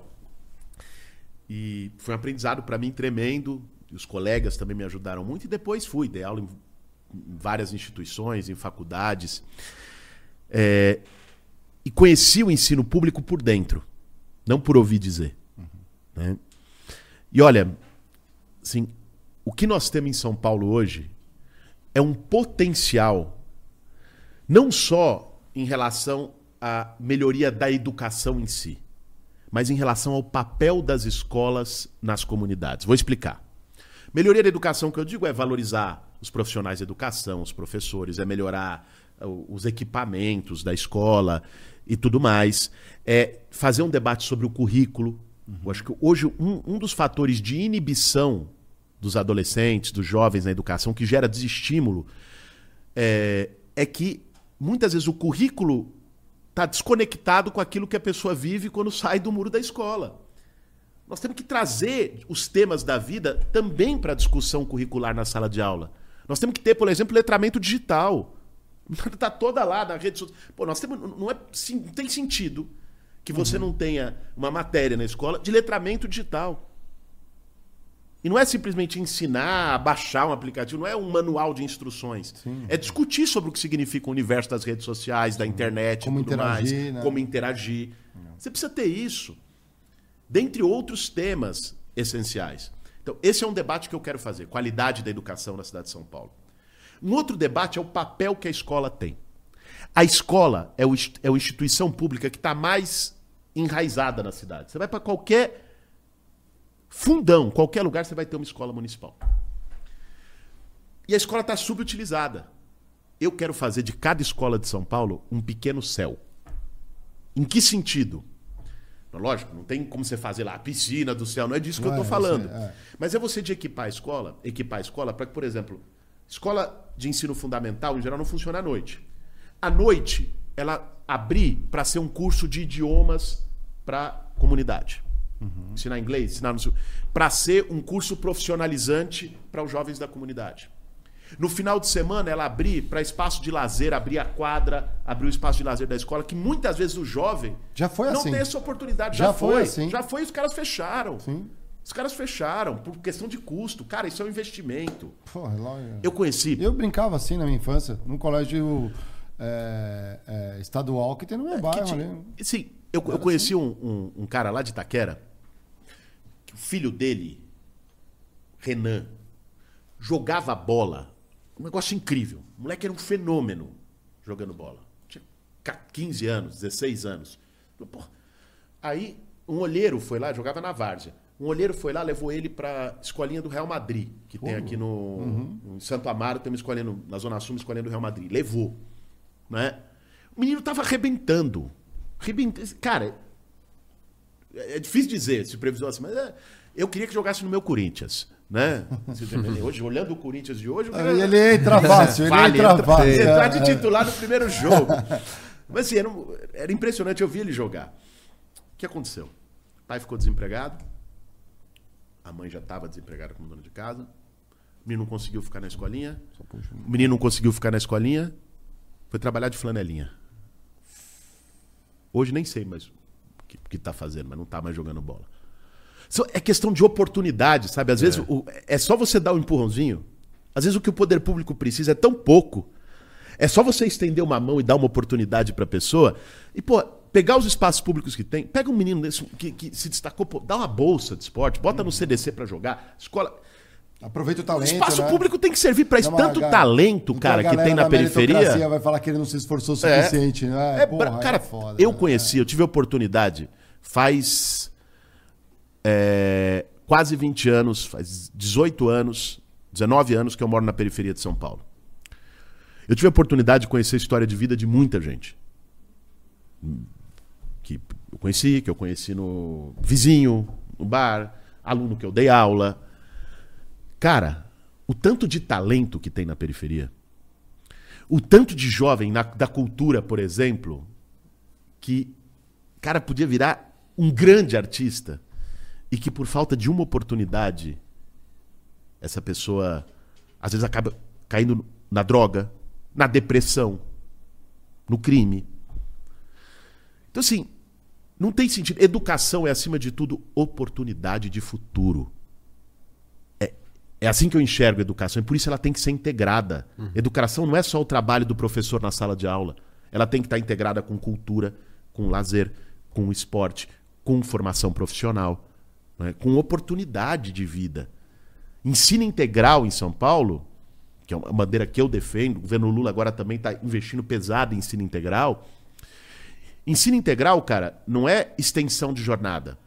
Speaker 3: E foi um aprendizado para mim tremendo. E os colegas também me ajudaram muito. E depois fui, dei aula em várias instituições, em faculdades. É... E conheci o ensino público por dentro. Não por ouvir dizer. Uhum. Né? E olha, assim, o que nós temos em São Paulo hoje é um potencial, não só em relação à melhoria da educação em si, mas em relação ao papel das escolas nas comunidades. Vou explicar. Melhoria da educação, que eu digo, é valorizar os profissionais de educação, os professores, é melhorar os equipamentos da escola e tudo mais, é fazer um debate sobre o currículo. Uhum. Eu acho que hoje um, um dos fatores de inibição dos adolescentes, dos jovens na educação, que gera desestímulo, é, é que muitas vezes o currículo está desconectado com aquilo que a pessoa vive quando sai do muro da escola. Nós temos que trazer os temas da vida também para a discussão curricular na sala de aula. Nós temos que ter, por exemplo, letramento digital. Está toda lá na rede social. Pô, nós temos, não, é, não tem sentido que você uhum. não tenha uma matéria na escola de letramento digital. E não é simplesmente ensinar a baixar um aplicativo, não é um manual de instruções. Sim. É discutir sobre o que significa o universo das redes sociais, da internet,
Speaker 1: como
Speaker 3: e tudo
Speaker 1: interagir,
Speaker 3: mais,
Speaker 1: né?
Speaker 3: Como interagir. Não. Você precisa ter isso, dentre outros temas essenciais. Então, esse é um debate que eu quero fazer, qualidade da educação na cidade de São Paulo. Um outro debate é o papel que a escola tem. A escola é, o, é a instituição pública que está mais enraizada na cidade. Você vai para qualquer fundão, qualquer lugar, você vai ter uma escola municipal. E a escola está subutilizada. Eu quero fazer de cada escola de São Paulo um pequeno céu. Em que sentido? Lógico, não tem como você fazer lá a piscina do céu, não é disso que não eu estou é, falando. É. Mas é você de equipar a escola, equipar a escola para que, por exemplo, escola de ensino fundamental, em geral, não funciona à noite. À noite, ela abrir para ser um curso de idiomas para a comunidade. Uhum. Ensinar inglês, ensinar para ser um curso profissionalizante para os jovens da comunidade. No final de semana, ela abrir para espaço de lazer, abrir a quadra, abrir o espaço de lazer da escola, que muitas vezes o jovem
Speaker 1: já foi
Speaker 3: não
Speaker 1: assim.
Speaker 3: tem essa oportunidade.
Speaker 1: Já,
Speaker 3: já
Speaker 1: foi,
Speaker 3: foi
Speaker 1: assim.
Speaker 3: Já foi, os caras fecharam.
Speaker 1: Sim.
Speaker 3: Os caras fecharam por questão de custo. Cara, isso é um investimento.
Speaker 1: Porra, logo...
Speaker 3: Eu conheci...
Speaker 1: Eu brincava assim na minha infância, num colégio é, é, estadual que tem no meu é, bairro.
Speaker 3: Tinha...
Speaker 1: ali.
Speaker 3: Sim, eu, eu conheci assim? um, um, um cara lá de Itaquera, que o filho dele, Renan, jogava bola. Um negócio incrível. O moleque era um fenômeno jogando bola. Tinha quinze anos, dezesseis anos. Porra. Aí um olheiro foi lá, jogava na várzea. Um olheiro foi lá, levou ele para a escolinha do Real Madrid, que tem aqui no uhum. em Santo Amaro, tem uma escolinha no, na Zona Sul, uma escolinha do Real Madrid. Levou. Né? O menino tava arrebentando. arrebentando. Cara, é difícil dizer se previsão assim, mas é, eu queria que jogasse no meu Corinthians. Né? Hoje, olhando o Corinthians de hoje...
Speaker 1: Quero... Ele entra fácil, ele vale, entra fácil.
Speaker 3: Entrar de titular no primeiro jogo. Mas assim, era, um, era impressionante, eu vi ele jogar. O que aconteceu? O pai ficou desempregado, a mãe já estava desempregada como dona de casa, o menino não conseguiu ficar na escolinha, o menino não conseguiu ficar na escolinha, foi trabalhar de flanelinha. Hoje nem sei mais o que, que tá fazendo, mas não tá mais jogando bola. É questão de oportunidade, sabe? Às é. vezes o, é só você dar um empurrãozinho. Às vezes o que o poder público precisa é tão pouco. É só você estender uma mão e dar uma oportunidade para a pessoa. E, pô, pegar os espaços públicos que tem, pega um menino desse que, que se destacou, pô, dá uma bolsa de esporte, bota no C D C para jogar, escola...
Speaker 1: Aproveita o talento,
Speaker 3: O espaço
Speaker 1: né?
Speaker 3: público tem que servir para isso. Tanto
Speaker 1: ga-
Speaker 3: talento, cara, que tem na periferia.
Speaker 1: Vai falar que ele não se esforçou o suficiente, né?
Speaker 3: É,
Speaker 1: Porra,
Speaker 3: cara,
Speaker 1: é foda,
Speaker 3: eu
Speaker 1: né?
Speaker 3: conheci, eu tive a oportunidade faz é, quase vinte anos, faz dezoito anos, dezenove anos que eu moro na periferia de São Paulo. Eu tive a oportunidade de conhecer a história de vida de muita gente. Que eu conheci, que eu conheci no vizinho, no bar, aluno que eu dei aula. Cara, o tanto de talento que tem na periferia, o tanto de jovem na, da cultura, por exemplo, que, cara, podia virar um grande artista e que por falta de uma oportunidade, essa pessoa às vezes acaba caindo na droga, na depressão, no crime. Então, assim, não tem sentido. Educação é, acima de tudo, oportunidade de futuro. É assim que eu enxergo a educação, e por isso ela tem que ser integrada. Uhum. Educação não é só o trabalho do professor na sala de aula. Ela tem que estar integrada com cultura, com lazer, com esporte, com formação profissional, né? Com oportunidade de vida. Ensino integral em São Paulo, que é uma bandeira que eu defendo, o governo Lula agora também está investindo pesado em ensino integral. Ensino integral, cara, não é extensão de jornada.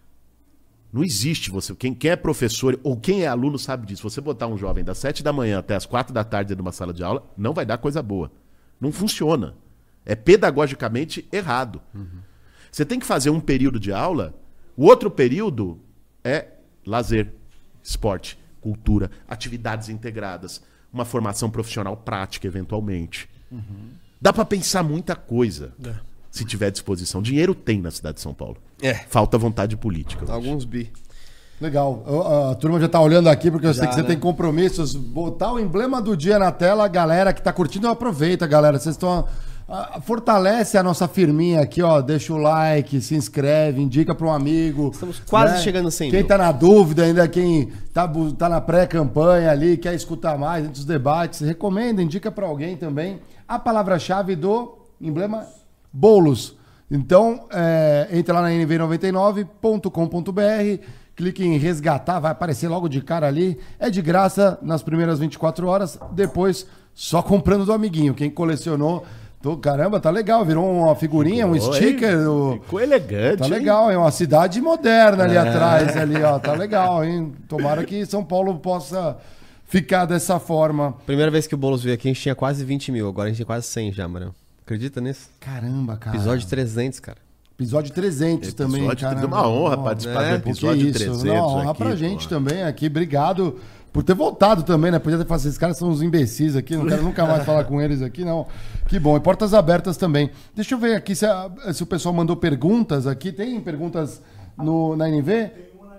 Speaker 3: Não existe você. Quem, quem é professor ou quem é aluno sabe disso. Você botar um jovem das sete da manhã até as quatro da tarde dentro de uma sala de aula, não vai dar coisa boa. Não funciona. É pedagogicamente errado. Uhum. Você tem que fazer um período de aula, o outro período é lazer, esporte, cultura, atividades integradas, uma formação profissional prática, eventualmente. Uhum. Dá para pensar muita coisa. É. Se tiver disposição. Dinheiro tem na cidade de São Paulo.
Speaker 2: É.
Speaker 3: Falta vontade política.
Speaker 2: Alguns bi.
Speaker 1: Legal. A, a turma já tá olhando aqui, porque eu
Speaker 2: já,
Speaker 1: sei que você
Speaker 2: né?
Speaker 1: tem compromissos. Botar o emblema do dia na tela, galera que tá curtindo, aproveita, galera. Vocês estão... Fortalece a nossa firminha aqui, ó. Deixa o like, se inscreve, indica para um amigo.
Speaker 2: Estamos quase
Speaker 1: né?
Speaker 2: chegando a cem
Speaker 1: Quem
Speaker 2: mil.
Speaker 1: tá na dúvida ainda, quem tá, tá na pré-campanha ali, quer escutar mais entre os debates, recomenda, indica para alguém também. A palavra-chave do emblema... Bolos. Então, é, entra lá na N V noventa e nove ponto com ponto b r, clique em resgatar, vai aparecer logo de cara ali. É de graça nas primeiras vinte e quatro horas, depois só comprando do amiguinho. Quem colecionou, tô, caramba, tá legal, virou uma figurinha, um
Speaker 3: Ficou,
Speaker 1: sticker.
Speaker 3: Ficou, ficou elegante.
Speaker 1: Tá legal, é uma cidade moderna ali
Speaker 3: é.
Speaker 1: atrás, ali, ó, tá legal, hein? Tomara que São Paulo possa ficar dessa forma.
Speaker 2: Primeira vez que o Boulos veio aqui, a gente tinha quase vinte mil, agora a gente tem quase cem já, mano. Acredita nisso?
Speaker 1: Caramba, cara.
Speaker 2: Episódio trezentos, cara.
Speaker 1: Episódio trezentos
Speaker 3: Episódio
Speaker 1: também,
Speaker 3: tre-
Speaker 1: cara.
Speaker 3: Deu uma honra participar
Speaker 2: é,
Speaker 3: do episódio
Speaker 1: isso?
Speaker 3: trezentos.
Speaker 1: Não, honra
Speaker 3: aqui,
Speaker 1: pra
Speaker 3: pô.
Speaker 1: gente também aqui. Obrigado por ter voltado também, né? Podia ter falado, esses caras são uns imbecis aqui, não quero nunca mais falar com eles aqui, não. Que bom. E portas abertas também. Deixa eu ver aqui se, a- se o pessoal mandou perguntas aqui. Tem perguntas no, na N V?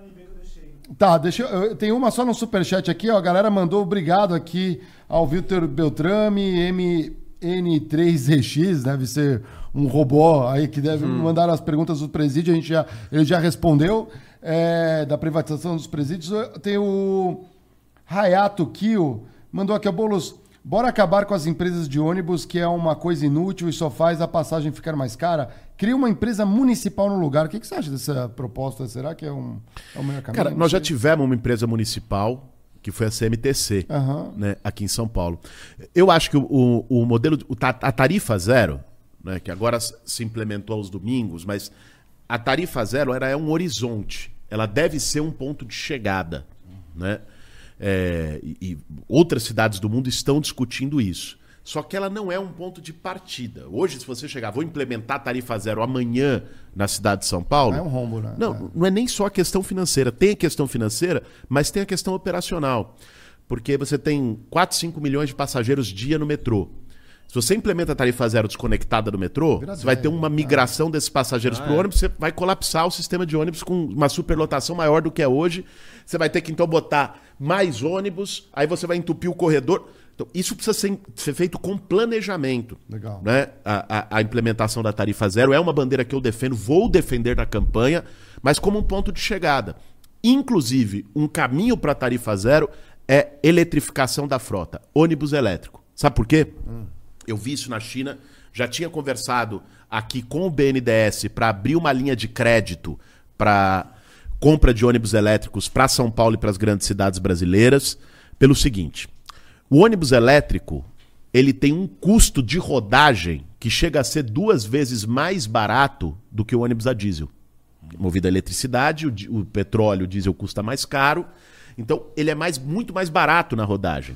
Speaker 1: Tá, deixa eu. Tem uma só no superchat aqui, ó. A galera mandou obrigado aqui ao Vitor Beltrame, M N três Z X, deve ser um robô aí que deve
Speaker 2: Hum.
Speaker 1: mandar as perguntas do presídio, a gente já, ele já respondeu. É, da privatização dos presídios. Tem o Hayato Kio, mandou aqui, ó, Boulos, bora acabar com as empresas de ônibus, que é uma coisa inútil e só faz a passagem ficar mais cara. Cria uma empresa municipal no lugar. O que, que você acha dessa proposta? Será que é, um, é o melhor caminho?
Speaker 3: Cara,
Speaker 1: Não
Speaker 3: nós já
Speaker 1: sei.
Speaker 3: tivemos uma empresa municipal, que foi a C M T C,
Speaker 1: Aham.
Speaker 3: né, aqui em São Paulo. Eu acho que o, o, o modelo, o ta- a tarifa zero, né, que agora se implementou aos domingos, mas a tarifa zero era, é um horizonte. Ela deve ser um ponto de chegada. Né? É, e, e outras cidades do mundo estão discutindo isso. Só que ela não é um ponto de partida. Hoje, se você chegar, vou implementar a tarifa zero amanhã na cidade de São Paulo...
Speaker 1: É um rombo, né?
Speaker 3: Não,
Speaker 1: É.
Speaker 3: não é nem só a questão financeira. Tem a questão financeira, mas tem a questão operacional. Porque você tem quatro, cinco milhões de passageiros dia no metrô. Se você implementa a tarifa zero desconectada do metrô,
Speaker 1: Vira
Speaker 3: você vai ter
Speaker 1: zero,
Speaker 3: uma migração desses passageiros
Speaker 2: Ah,
Speaker 3: para o
Speaker 2: é.
Speaker 3: ônibus, você vai colapsar o sistema de ônibus com uma superlotação maior do que é hoje. Você vai ter que, então, botar mais ônibus, aí você vai entupir o corredor. Então, isso precisa ser, ser feito com planejamento.
Speaker 1: Legal.
Speaker 3: Né? A, a, a implementação da tarifa zero é uma bandeira que eu defendo, vou defender na campanha, mas como um ponto de chegada. Inclusive, um caminho para a tarifa zero é eletrificação da frota, ônibus elétrico. Sabe por quê? Hum. Eu vi isso na China, já tinha conversado aqui com o B N D E S para abrir uma linha de crédito para compra de ônibus elétricos para São Paulo e para as grandes cidades brasileiras, pelo seguinte: o ônibus elétrico ele tem um custo de rodagem que chega a ser duas vezes mais barato do que o ônibus a diesel. Movido a eletricidade, o, o petróleo, o diesel custa mais caro, então ele é mais, muito mais barato na rodagem.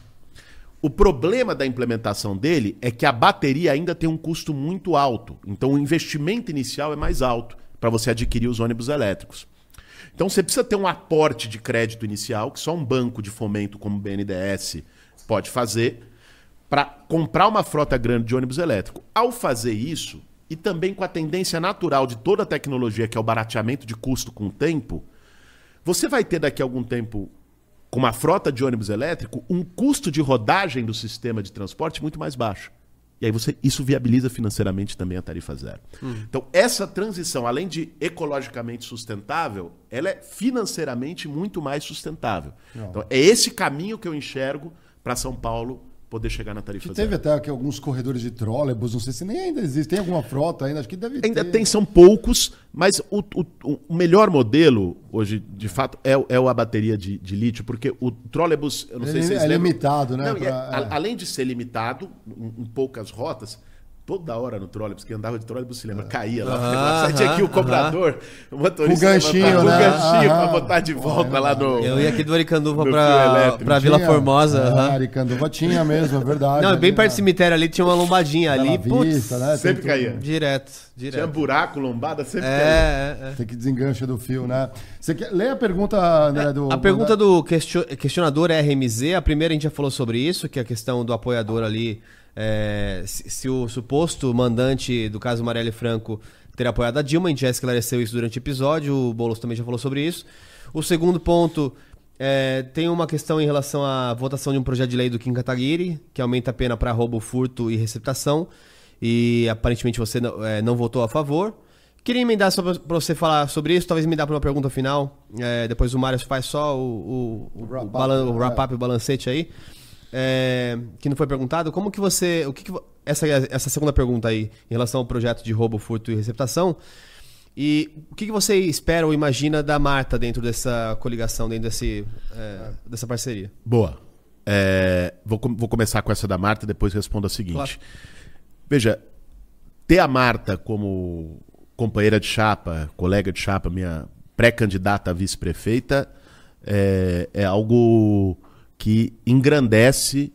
Speaker 3: O problema da implementação dele é que a bateria ainda tem um custo muito alto, então o investimento inicial é mais alto para você adquirir os ônibus elétricos. Então você precisa ter um aporte de crédito inicial, que só um banco de fomento como o B N D E S pode fazer, para comprar uma frota grande de ônibus elétrico. Ao fazer isso, e também com a tendência natural de toda a tecnologia, que é o barateamento de custo com o tempo, você vai ter daqui a algum tempo, com uma frota de ônibus elétrico, um custo de rodagem do sistema de transporte muito mais baixo. E aí você, isso viabiliza financeiramente também a tarifa zero. Hum. Então, essa transição, além de ecologicamente sustentável, ela é financeiramente muito mais sustentável. Não. Então, é esse caminho que eu enxergo para São Paulo poder chegar na tarifa
Speaker 1: que
Speaker 3: zero.
Speaker 1: Teve até aqui alguns corredores de trólebus, não sei se nem ainda existe. Tem alguma frota ainda? Acho que deve
Speaker 3: ainda
Speaker 1: ter.
Speaker 3: Tem, são poucos, mas o, o, o melhor modelo hoje, de fato, é, é a bateria de, de lítio, porque o trólebus, eu não sei
Speaker 1: ele,
Speaker 3: se vocês
Speaker 1: é
Speaker 3: lembram...
Speaker 1: limitado, né?
Speaker 3: Não,
Speaker 1: pra,
Speaker 3: é,
Speaker 1: é.
Speaker 3: a, além de ser limitado em, em poucas rotas, toda hora no trólebus, que andava de trólebus, se lembra, caía lá.
Speaker 2: Ah,
Speaker 3: Aí tinha aqui o cobrador, o motorista
Speaker 1: o ganchinho,
Speaker 3: levantava,
Speaker 1: né?
Speaker 3: o ganchinho
Speaker 1: Ah,
Speaker 3: para botar de volta
Speaker 1: ah,
Speaker 3: lá no...
Speaker 2: Eu ia aqui do Aricanduva
Speaker 3: no
Speaker 2: pra,
Speaker 3: fio
Speaker 2: pra Vila
Speaker 1: Tinha?
Speaker 2: Formosa.
Speaker 1: É,
Speaker 2: aham.
Speaker 1: Aricanduva tinha mesmo, é verdade.
Speaker 2: Não, bem
Speaker 1: ali,
Speaker 2: perto do
Speaker 1: né?
Speaker 2: cemitério ali tinha uma lombadinha ali.
Speaker 1: Bela
Speaker 2: Putz,
Speaker 1: Vista, né?
Speaker 3: Sempre
Speaker 1: Tem
Speaker 3: caía.
Speaker 1: tudo.
Speaker 2: direto,
Speaker 3: Tinha
Speaker 2: direto.
Speaker 3: buraco, lombada, sempre caía.
Speaker 2: É, é, é.
Speaker 1: Tem que desengancha do fio, né? Você quer... Lê a pergunta, André, do...
Speaker 2: A pergunta do question- questionador R M Z, a primeira a gente já falou sobre isso, que é a questão do apoiador ali, é, se, se o suposto mandante do caso Marielle Franco ter apoiado a Dilma, a gente já esclareceu isso durante o episódio, o Boulos também já falou sobre isso. O segundo ponto, é, tem uma questão em relação à votação de um projeto de lei do Kim Kataguiri, que aumenta a pena para roubo, furto e receptação, e aparentemente você não, é, não votou a favor. Queria emendar para você falar sobre isso, talvez me dá para uma pergunta final. É, depois o Mário faz só o, o, o, o, balan, o wrap-up e o balancete aí. É, que não foi perguntado. Como que você... O que que, essa, essa segunda pergunta aí, em relação ao projeto de roubo, furto e receptação. E o que, que você espera ou imagina da Marta dentro dessa coligação, dentro desse, é, dessa parceria?
Speaker 3: Boa. É, vou, vou começar com essa da Marta e depois respondo a seguinte.
Speaker 2: Claro.
Speaker 3: Veja, ter a Marta como companheira de chapa, colega de chapa, minha pré-candidata a vice-prefeita, é, é algo que engrandece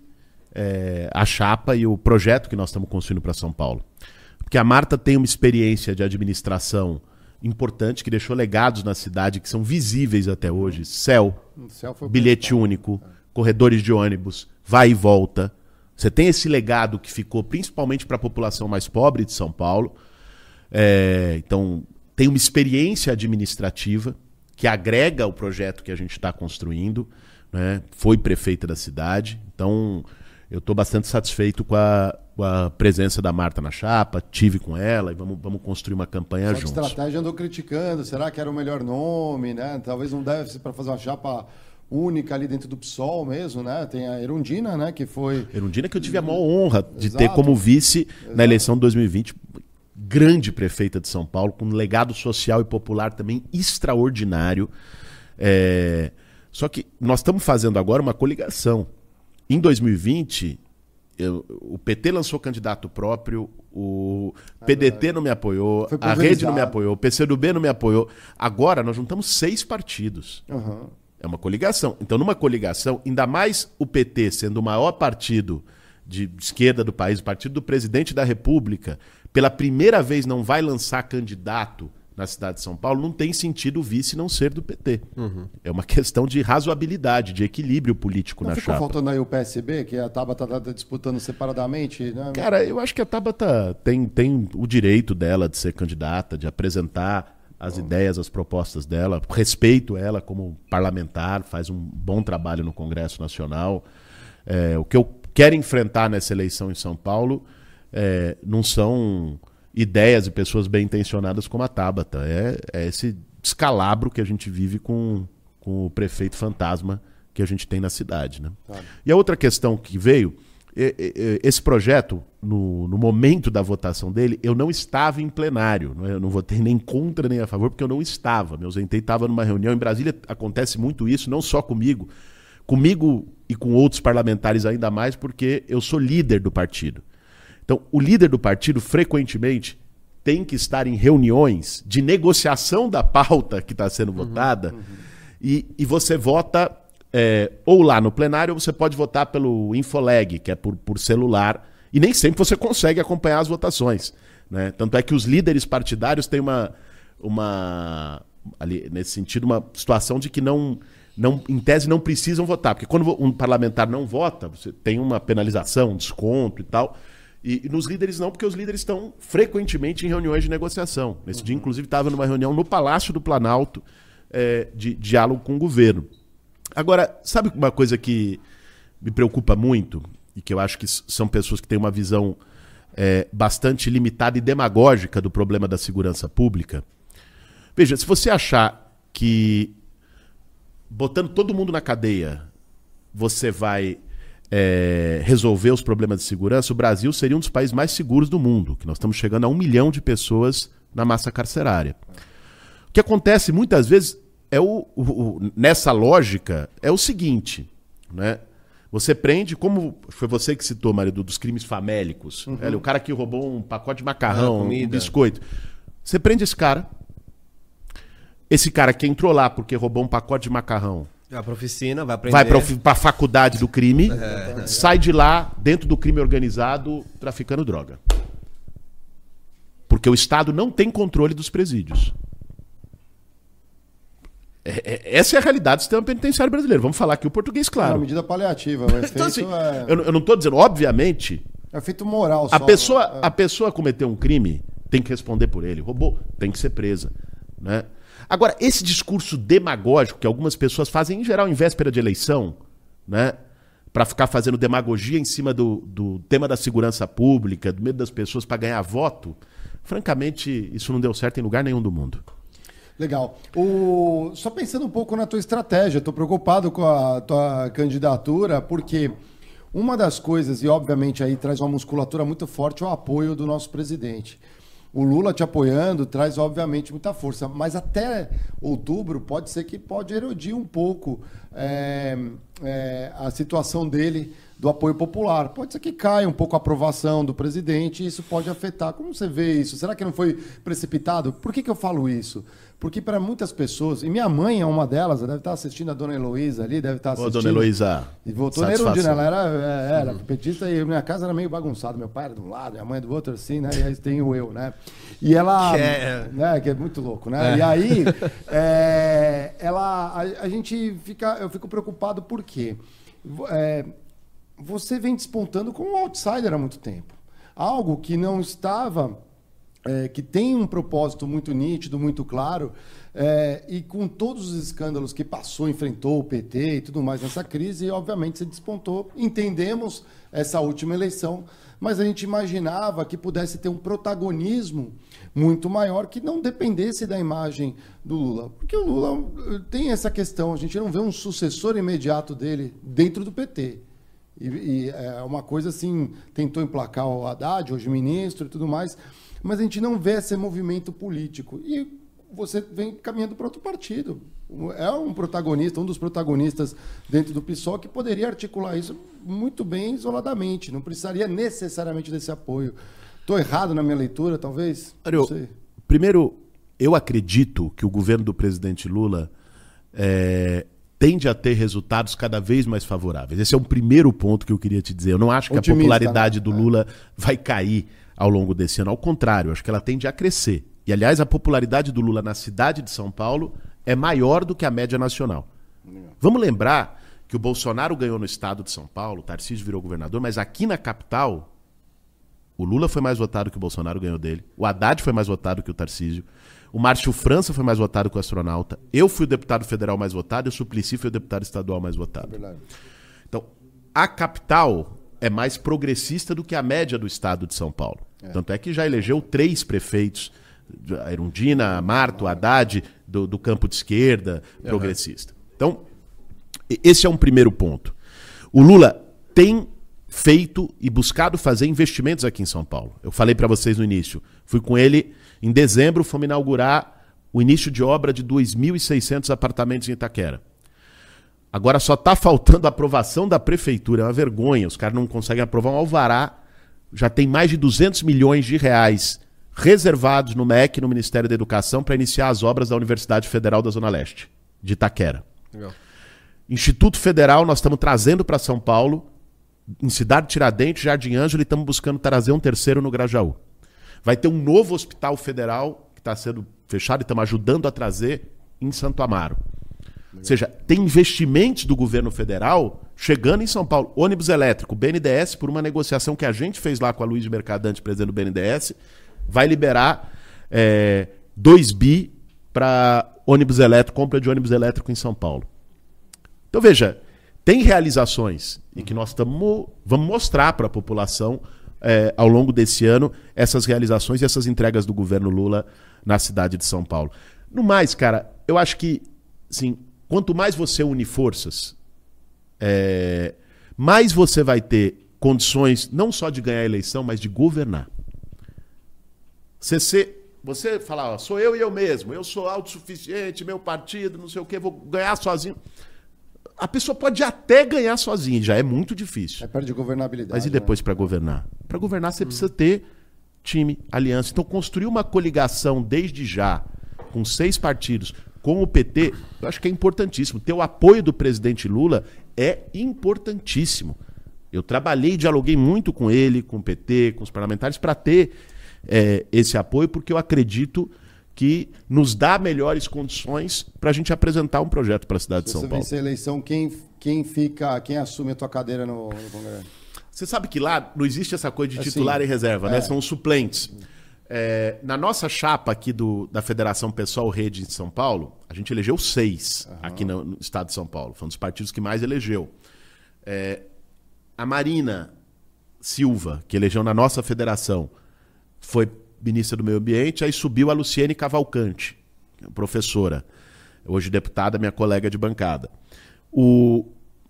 Speaker 3: é, a chapa e o projeto que nós estamos construindo para São Paulo. Porque a Marta tem uma experiência de administração importante, que deixou legados na cidade que são visíveis até hoje. C E L,
Speaker 1: C E L foi o
Speaker 3: bilhete
Speaker 1: principal.
Speaker 3: único, corredores de ônibus, vai e volta. Você tem esse legado que ficou principalmente para a população mais pobre de São Paulo. É, então, tem uma experiência administrativa que agrega o projeto que a gente está construindo, né? Foi prefeita da cidade. Então, eu estou bastante satisfeito com a, com a presença da Marta na chapa, tive com ela e vamos, vamos construir uma campanha
Speaker 1: Só que
Speaker 3: juntos.
Speaker 1: estratégia andou criticando, será que era o melhor nome, né? Talvez não deve ser para fazer uma chapa única ali dentro do P SOL mesmo, né? Tem a Erundina, né? Que foi...
Speaker 3: Erundina, que eu tive a maior honra de
Speaker 1: Exato.
Speaker 3: ter como vice
Speaker 1: Exato.
Speaker 3: na eleição de dois mil e vinte. Grande prefeita de São Paulo, com um legado social e popular também extraordinário. É... Só que nós estamos fazendo agora uma coligação. Em dois mil e vinte, eu, o P T lançou candidato próprio, o P D T não me apoiou,
Speaker 1: Foi
Speaker 3: a Rede não me
Speaker 1: pulverizado.
Speaker 3: apoiou, o P C do B não me apoiou. Agora nós juntamos seis partidos.
Speaker 1: Uhum.
Speaker 3: É uma coligação. Então, numa coligação, ainda mais o P T sendo o maior partido de esquerda do país, o partido do presidente da República, pela primeira vez não vai lançar candidato na cidade de São Paulo, não tem sentido o vice não ser do P T. Uhum. É uma questão de razoabilidade, de equilíbrio político
Speaker 1: Não
Speaker 3: na
Speaker 1: ficou
Speaker 3: chapa.
Speaker 1: faltando aí o P S B, que a Tabata tá disputando separadamente, né?
Speaker 3: Cara, eu acho que a Tabata tem, tem o direito dela de ser candidata, de apresentar as ideias, as propostas dela. Respeito ela como parlamentar, faz um bom trabalho no Congresso Nacional. É, o que eu quero enfrentar nessa eleição em São Paulo é, não são ideias e pessoas bem intencionadas como a Tabata. É, é esse descalabro que a gente vive com, com o prefeito fantasma que a gente tem na cidade. Né?
Speaker 1: Claro.
Speaker 3: E a outra questão que veio, esse projeto, no, no momento da votação dele, eu não estava em plenário, não é? Eu não votei nem contra nem a favor, porque eu não estava. Me ausentei, estava numa reunião. Em Brasília acontece muito isso, não só comigo, comigo e com outros parlamentares ainda mais, porque eu sou líder do partido. Então, o líder do partido, frequentemente, tem que estar em reuniões de negociação da pauta que está sendo votada, uhum, uhum. E, e você vota é, ou lá no plenário, ou você pode votar pelo Infoleg, que é por, por celular, e nem sempre você consegue acompanhar as votações. Né? Tanto é que os líderes partidários têm uma, uma ali, nesse sentido, uma situação de que não... Não, em tese, não precisam votar, porque quando um parlamentar não vota, você tem uma penalização, um desconto e tal. E, e nos líderes não, porque os líderes estão frequentemente em reuniões de negociação. Nesse uhum. dia, inclusive, estava numa reunião no Palácio do Planalto é, de, de diálogo com o governo. Agora, sabe uma coisa que me preocupa muito, e que eu acho que são pessoas que têm uma visão é, bastante limitada e demagógica do problema da segurança pública? Veja, se você achar que botando todo mundo na cadeia, você vai é, resolver os problemas de segurança, o Brasil seria um dos países mais seguros do mundo, que nós estamos chegando a um milhão de pessoas na massa carcerária. O que acontece muitas vezes é o, o, o nessa lógica é o seguinte, né? Você prende, como foi você que citou, marido, dos crimes famélicos, uhum. é, o cara que roubou um pacote de macarrão, um biscoito. Você prende esse cara. Esse cara que entrou lá porque roubou um pacote de macarrão.
Speaker 2: Vai pra oficina, vai aprender.
Speaker 3: Vai pra, pra faculdade do crime, é. sai de lá, dentro do crime organizado, traficando droga. Porque o Estado não tem controle dos presídios. É, é, essa é a realidade do sistema penitenciário brasileiro. Vamos falar aqui o português claro. É
Speaker 1: uma medida paliativa. O efeito
Speaker 3: então, assim,
Speaker 1: é...
Speaker 3: eu, eu não estou dizendo, obviamente...
Speaker 1: É efeito moral
Speaker 3: a
Speaker 1: só.
Speaker 3: Pessoa,
Speaker 1: é.
Speaker 3: A pessoa cometeu um crime, tem que responder por ele. Roubou, tem que ser presa. Né? Agora, esse discurso demagógico que algumas pessoas fazem, em geral, em véspera de eleição, né, para ficar fazendo demagogia em cima do, do tema da segurança pública, do medo das pessoas para ganhar voto, francamente, isso não deu certo em lugar nenhum do mundo.
Speaker 1: Legal. O... Só pensando um pouco na tua estratégia, estou preocupado com a tua candidatura, porque uma das coisas, e obviamente aí traz uma musculatura muito forte, é o apoio do nosso presidente. O Lula te apoiando traz, obviamente, muita força, mas até outubro pode ser que pode erodir um pouco é, é, a situação dele do apoio popular. Pode ser que caia um pouco a aprovação do presidente e isso pode afetar. Como você vê isso? Será que não foi precipitado? Por que que eu falo isso? Porque para muitas pessoas, e minha mãe é uma delas, deve estar assistindo a dona Heloísa ali, deve estar assistindo.
Speaker 3: Ô, dona Heloísa,
Speaker 1: e voltou na Erundina, ela era, era uhum. petista e minha casa era meio bagunçada. Meu pai era de um lado, minha mãe do outro, assim, né? E aí tem o eu, né? E ela... Que é, né? Que é muito louco, né? É. E aí, é, ela, a, a gente fica... Eu fico preocupado porque é, você vem despontando como um outsider há muito tempo. Algo que não estava... É, que tem um propósito muito nítido, muito claro, é, e com todos os escândalos que passou, enfrentou o P T e tudo mais nessa crise, obviamente se despontou. Entendemos essa última eleição, mas a gente imaginava que pudesse ter um protagonismo muito maior que não dependesse da imagem do Lula. Porque o Lula tem essa questão, a gente não vê um sucessor imediato dele dentro do P T. E, e é uma coisa assim, tentou emplacar o Haddad, hoje ministro e tudo mais, mas a gente não vê esse movimento político. E você vem caminhando para outro partido. É um protagonista, um dos protagonistas dentro do PSOL que poderia articular isso muito bem isoladamente. Não precisaria necessariamente desse apoio. Estou errado na minha leitura, talvez?
Speaker 3: Mário,
Speaker 1: não sei.
Speaker 3: Primeiro, eu acredito que o governo do presidente Lula é, tende a ter resultados cada vez mais favoráveis. Esse é o primeiro ponto que eu queria te dizer. Eu não acho que Otimista, a popularidade do Lula é. vai cair ao longo desse ano. Ao contrário, acho que ela tende a crescer. E, aliás, a popularidade do Lula na cidade de São Paulo é maior do que a média nacional. Vamos lembrar que o Bolsonaro ganhou no estado de São Paulo, o Tarcísio virou governador, mas aqui na capital, o Lula foi mais votado que o Bolsonaro ganhou dele, o Haddad foi mais votado que o Tarcísio, o Márcio França foi mais votado que o astronauta, eu fui o deputado federal mais votado e o Suplicy foi o deputado estadual mais votado. É então, a capital é mais progressista do que a média do estado de São Paulo. É. Tanto é que já elegeu três prefeitos, a Erundina, Marto, Haddad, do, do campo de esquerda, progressista. Então, Esse é um primeiro ponto. O Lula tem feito e buscado fazer investimentos aqui em São Paulo. Eu falei para vocês no início. Fui com ele em dezembro, fomos inaugurar o início de obra de dois mil e seiscentos apartamentos em Itaquera. Agora só está faltando a aprovação da prefeitura. É uma vergonha. Os caras não conseguem aprovar um alvará. Já tem mais de duzentos milhões de reais reservados no M E C, no Ministério da Educação, para iniciar as obras da Universidade Federal da Zona Leste, de Itaquera. Legal. Instituto Federal, nós estamos trazendo para São Paulo, em Cidade Tiradentes, Jardim Ângelo, e estamos buscando trazer um terceiro no Grajaú. Vai ter um novo hospital federal, que está sendo fechado, e estamos ajudando a trazer em Santo Amaro. Legal. Ou seja, tem investimentos do governo federal chegando em São Paulo. Ônibus elétrico, B N D E S, por uma negociação que a gente fez lá com a Luiz Mercadante, presidente do B N D E S, vai liberar é, dois bi para ônibus elétrico, compra de ônibus elétrico em São Paulo. Então, veja, tem realizações e que nós tamo, vamos mostrar para a população é, ao longo desse ano essas realizações e essas entregas do governo Lula na cidade de São Paulo. No mais, cara, eu acho que, assim, quanto mais você une forças, é, mais você vai ter condições não só de ganhar a eleição, mas de governar. Você, ser, você falar, ó, sou eu e eu mesmo, eu sou autossuficiente, meu partido, não sei o quê, vou ganhar sozinho. A pessoa pode até ganhar sozinha, já é muito difícil.
Speaker 1: É perto de governabilidade.
Speaker 3: Mas e depois, né, para governar? Para governar você hum. precisa ter time, aliança. Então construir uma coligação desde já, com seis partidos, com o P T, eu acho que é importantíssimo. Ter o apoio do presidente Lula é importantíssimo. Eu trabalhei, dialoguei muito com ele, com o P T, com os parlamentares, para ter é, esse apoio, porque eu acredito que nos dá melhores condições para a gente apresentar um projeto para a cidade de São Paulo. Se
Speaker 1: você vencer a eleição, quem, quem, fica, quem assume a tua cadeira no, no Congresso?
Speaker 3: Você sabe que lá não existe essa coisa de titular assim, e reserva, é. né? São os suplentes. É, na nossa chapa aqui do, da Federação Pessoal Rede de São Paulo, a gente elegeu seis uhum. aqui no, no estado de São Paulo. Foi um dos partidos que mais elegeu. É, a Marina Silva, que elegeu na nossa federação, foi ministra do Meio Ambiente, aí subiu a Luciene Cavalcante, professora, hoje deputada, minha colega de bancada. O,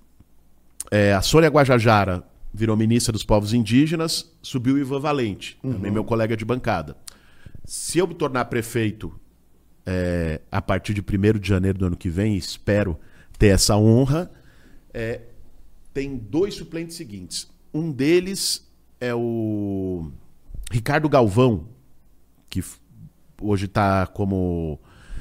Speaker 3: é, a Sônia Guajajara virou ministra dos Povos Indígenas, subiu o Ivan Valente, uhum. também meu colega de bancada. Se eu me tornar prefeito é, a partir de primeiro de janeiro do ano que vem, espero ter essa honra, é, tem dois suplentes seguintes. Um deles é o Ricardo Galvão, que hoje está como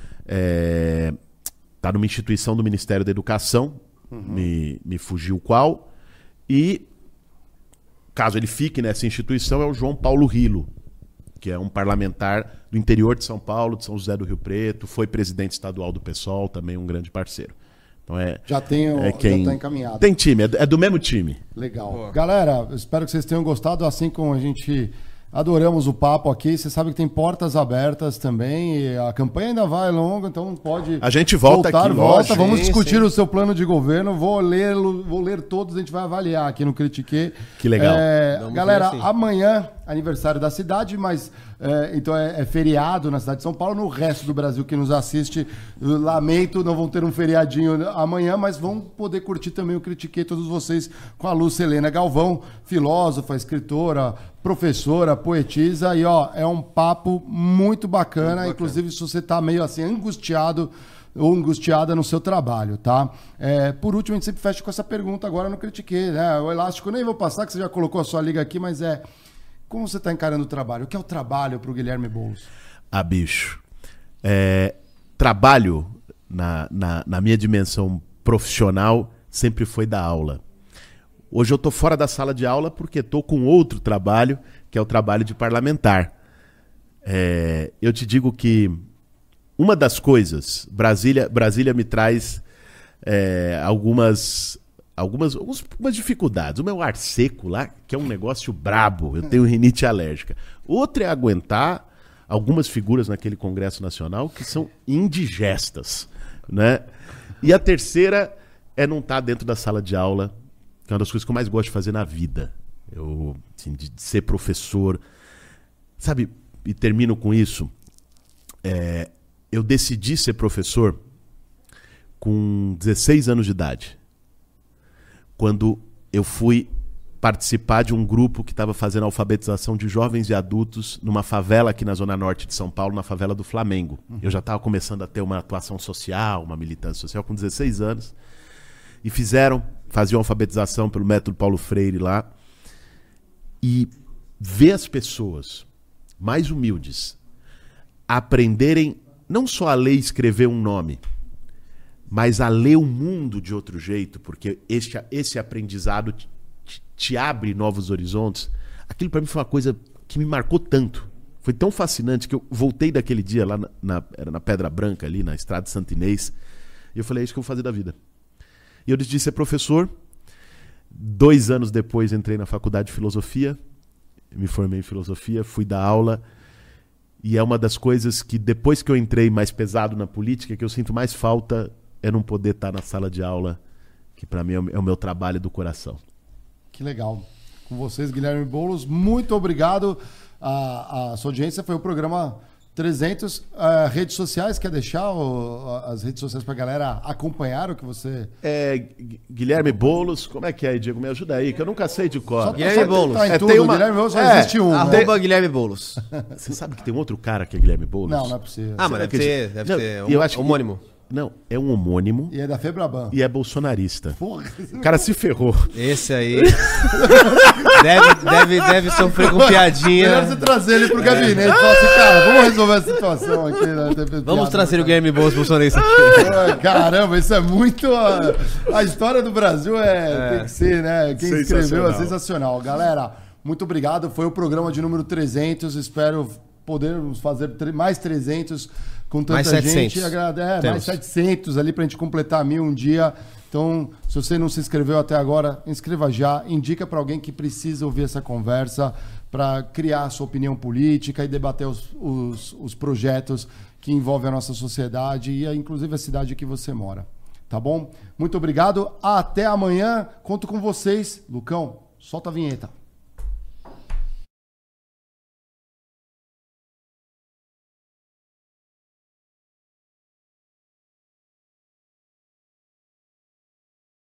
Speaker 3: é, tá numa instituição do Ministério da Educação, uhum. me, me fugiu qual, e caso ele fique nessa instituição é o João Paulo Rilo, que é um parlamentar do interior de São Paulo, de São José do Rio Preto, foi presidente estadual do PSOL, também um grande parceiro. Então é,
Speaker 1: já tem o,
Speaker 3: é quem...
Speaker 1: já tá encaminhado.
Speaker 3: Tem time, é do mesmo time.
Speaker 1: Legal. Boa. Galera, eu espero que vocês tenham gostado, assim como a gente... Adoramos o papo aqui. Você sabe que tem portas abertas também. E a campanha ainda vai longa, então pode.
Speaker 3: A gente volta
Speaker 1: voltar,
Speaker 3: aqui.
Speaker 1: Volta.
Speaker 3: Lógico,
Speaker 1: Vamos
Speaker 3: sim,
Speaker 1: discutir
Speaker 3: sim.
Speaker 1: o seu plano de governo. Vou ler, vou ler todos. A gente vai avaliar aqui no Critique.
Speaker 3: Que legal.
Speaker 1: É, galera, assim. Amanhã, aniversário da cidade, mas é, então é, é feriado na cidade de São Paulo. No resto do Brasil que nos assiste, lamento, não vão ter um feriadinho amanhã, mas vão poder curtir também o Critique, todos vocês, com a Lúcia Helena Galvão, filósofa, escritora, professora, poetisa, e ó, é um papo muito bacana, muito bacana. Inclusive se você tá meio assim angustiado ou angustiada no seu trabalho, tá? É, por último, a gente sempre fecha com essa pergunta agora no Critique, né? O elástico nem vou passar, que você já colocou a sua liga aqui, mas é, como você tá encarando o trabalho? O que é o trabalho pro Guilherme Boulos?
Speaker 3: Ah, bicho, é, trabalho na, na, na minha dimensão profissional sempre foi dar aula. Hoje eu estou fora da sala de aula porque estou com outro trabalho, que é o trabalho de parlamentar. É, eu te digo que uma das coisas, Brasília, Brasília me traz é, algumas, algumas, algumas dificuldades. Uma é o ar seco lá, que é um negócio brabo, eu tenho rinite alérgica. Outra é aguentar algumas figuras naquele Congresso Nacional que são indigestas, né? E a terceira é não estar dentro da sala de aula, que é uma das coisas que eu mais gosto de fazer na vida. Eu, assim, de ser professor. Sabe, e termino com isso. É, eu decidi ser professor com dezesseis anos de idade. quando eu fui participar de um grupo que estava fazendo alfabetização de jovens e adultos numa favela aqui na Zona Norte de São Paulo, na favela do Flamengo. Uhum. Eu já estava começando a ter uma atuação social, uma militância social com dezesseis anos. E fizeram, faziam alfabetização pelo método Paulo Freire lá. E ver as pessoas mais humildes aprenderem não só a ler e escrever um nome, mas a ler o mundo de outro jeito, porque esse, esse aprendizado te, te abre novos horizontes. Aquilo para mim foi uma coisa que me marcou tanto. Foi tão fascinante que eu voltei daquele dia lá na, na, era na Pedra Branca, ali na Estrada de Santo Inês, e eu falei, é isso que eu vou fazer da vida. E eu decidi ser professor. Dois anos depois entrei na faculdade de filosofia, me formei em filosofia, fui dar aula. E é uma das coisas que, depois que eu entrei mais pesado na política, que eu sinto mais falta é não poder estar na sala de aula, que para mim é o meu trabalho do coração. Que legal. Com vocês, Guilherme Boulos, muito obrigado. A, a sua audiência foi o programa trezentos. Uh, redes sociais, quer deixar o, as redes sociais para a galera acompanhar o que você... É, Guilherme Boulos, como é que é, Diego? Me ajuda aí, que eu nunca sei de cor. Só,
Speaker 2: Guilherme Boulos.
Speaker 3: Tá em tudo, é, tem uma... Guilherme Boulos só é, existe um.
Speaker 2: Arroba
Speaker 3: né?
Speaker 2: Guilherme Boulos.
Speaker 3: Você sabe que tem outro cara que é Guilherme Boulos?
Speaker 1: Não, não é possível.
Speaker 2: Ah, mas deve ter, deve
Speaker 3: não,
Speaker 2: ter
Speaker 3: eu acho
Speaker 2: homônimo.
Speaker 3: Que... Não, é um homônimo.
Speaker 1: E é da Febraban.
Speaker 3: E é bolsonarista. Porra. O cara se ferrou.
Speaker 2: Esse aí deve, deve, deve sofrer com piadinha.
Speaker 1: Melhor você trazer ele pro gabinete e falar assim, cara, vamos resolver a situação aqui. Né?
Speaker 2: Vamos
Speaker 1: piada,
Speaker 2: trazer
Speaker 1: né?
Speaker 2: o Guilherme Boulos bolsonarista aqui.
Speaker 1: Caramba, isso é muito... A, a história do Brasil é, é tem que ser, né? Quem escreveu é sensacional. Galera, muito obrigado. Foi o programa de número trezentos. Espero podermos fazer mais trezentos... Com tanta
Speaker 2: mais
Speaker 1: gente,
Speaker 2: setecentos.
Speaker 1: É, mais setecentos ali pra gente completar mil um dia. Então, se você não se inscreveu até agora, inscreva já. Indica para alguém que precisa ouvir essa conversa para criar a sua opinião política e debater os, os, os projetos que envolvem a nossa sociedade e, inclusive, a cidade que você mora. Tá bom? Muito obrigado. Até amanhã. Conto com vocês. Lucão, solta a vinheta.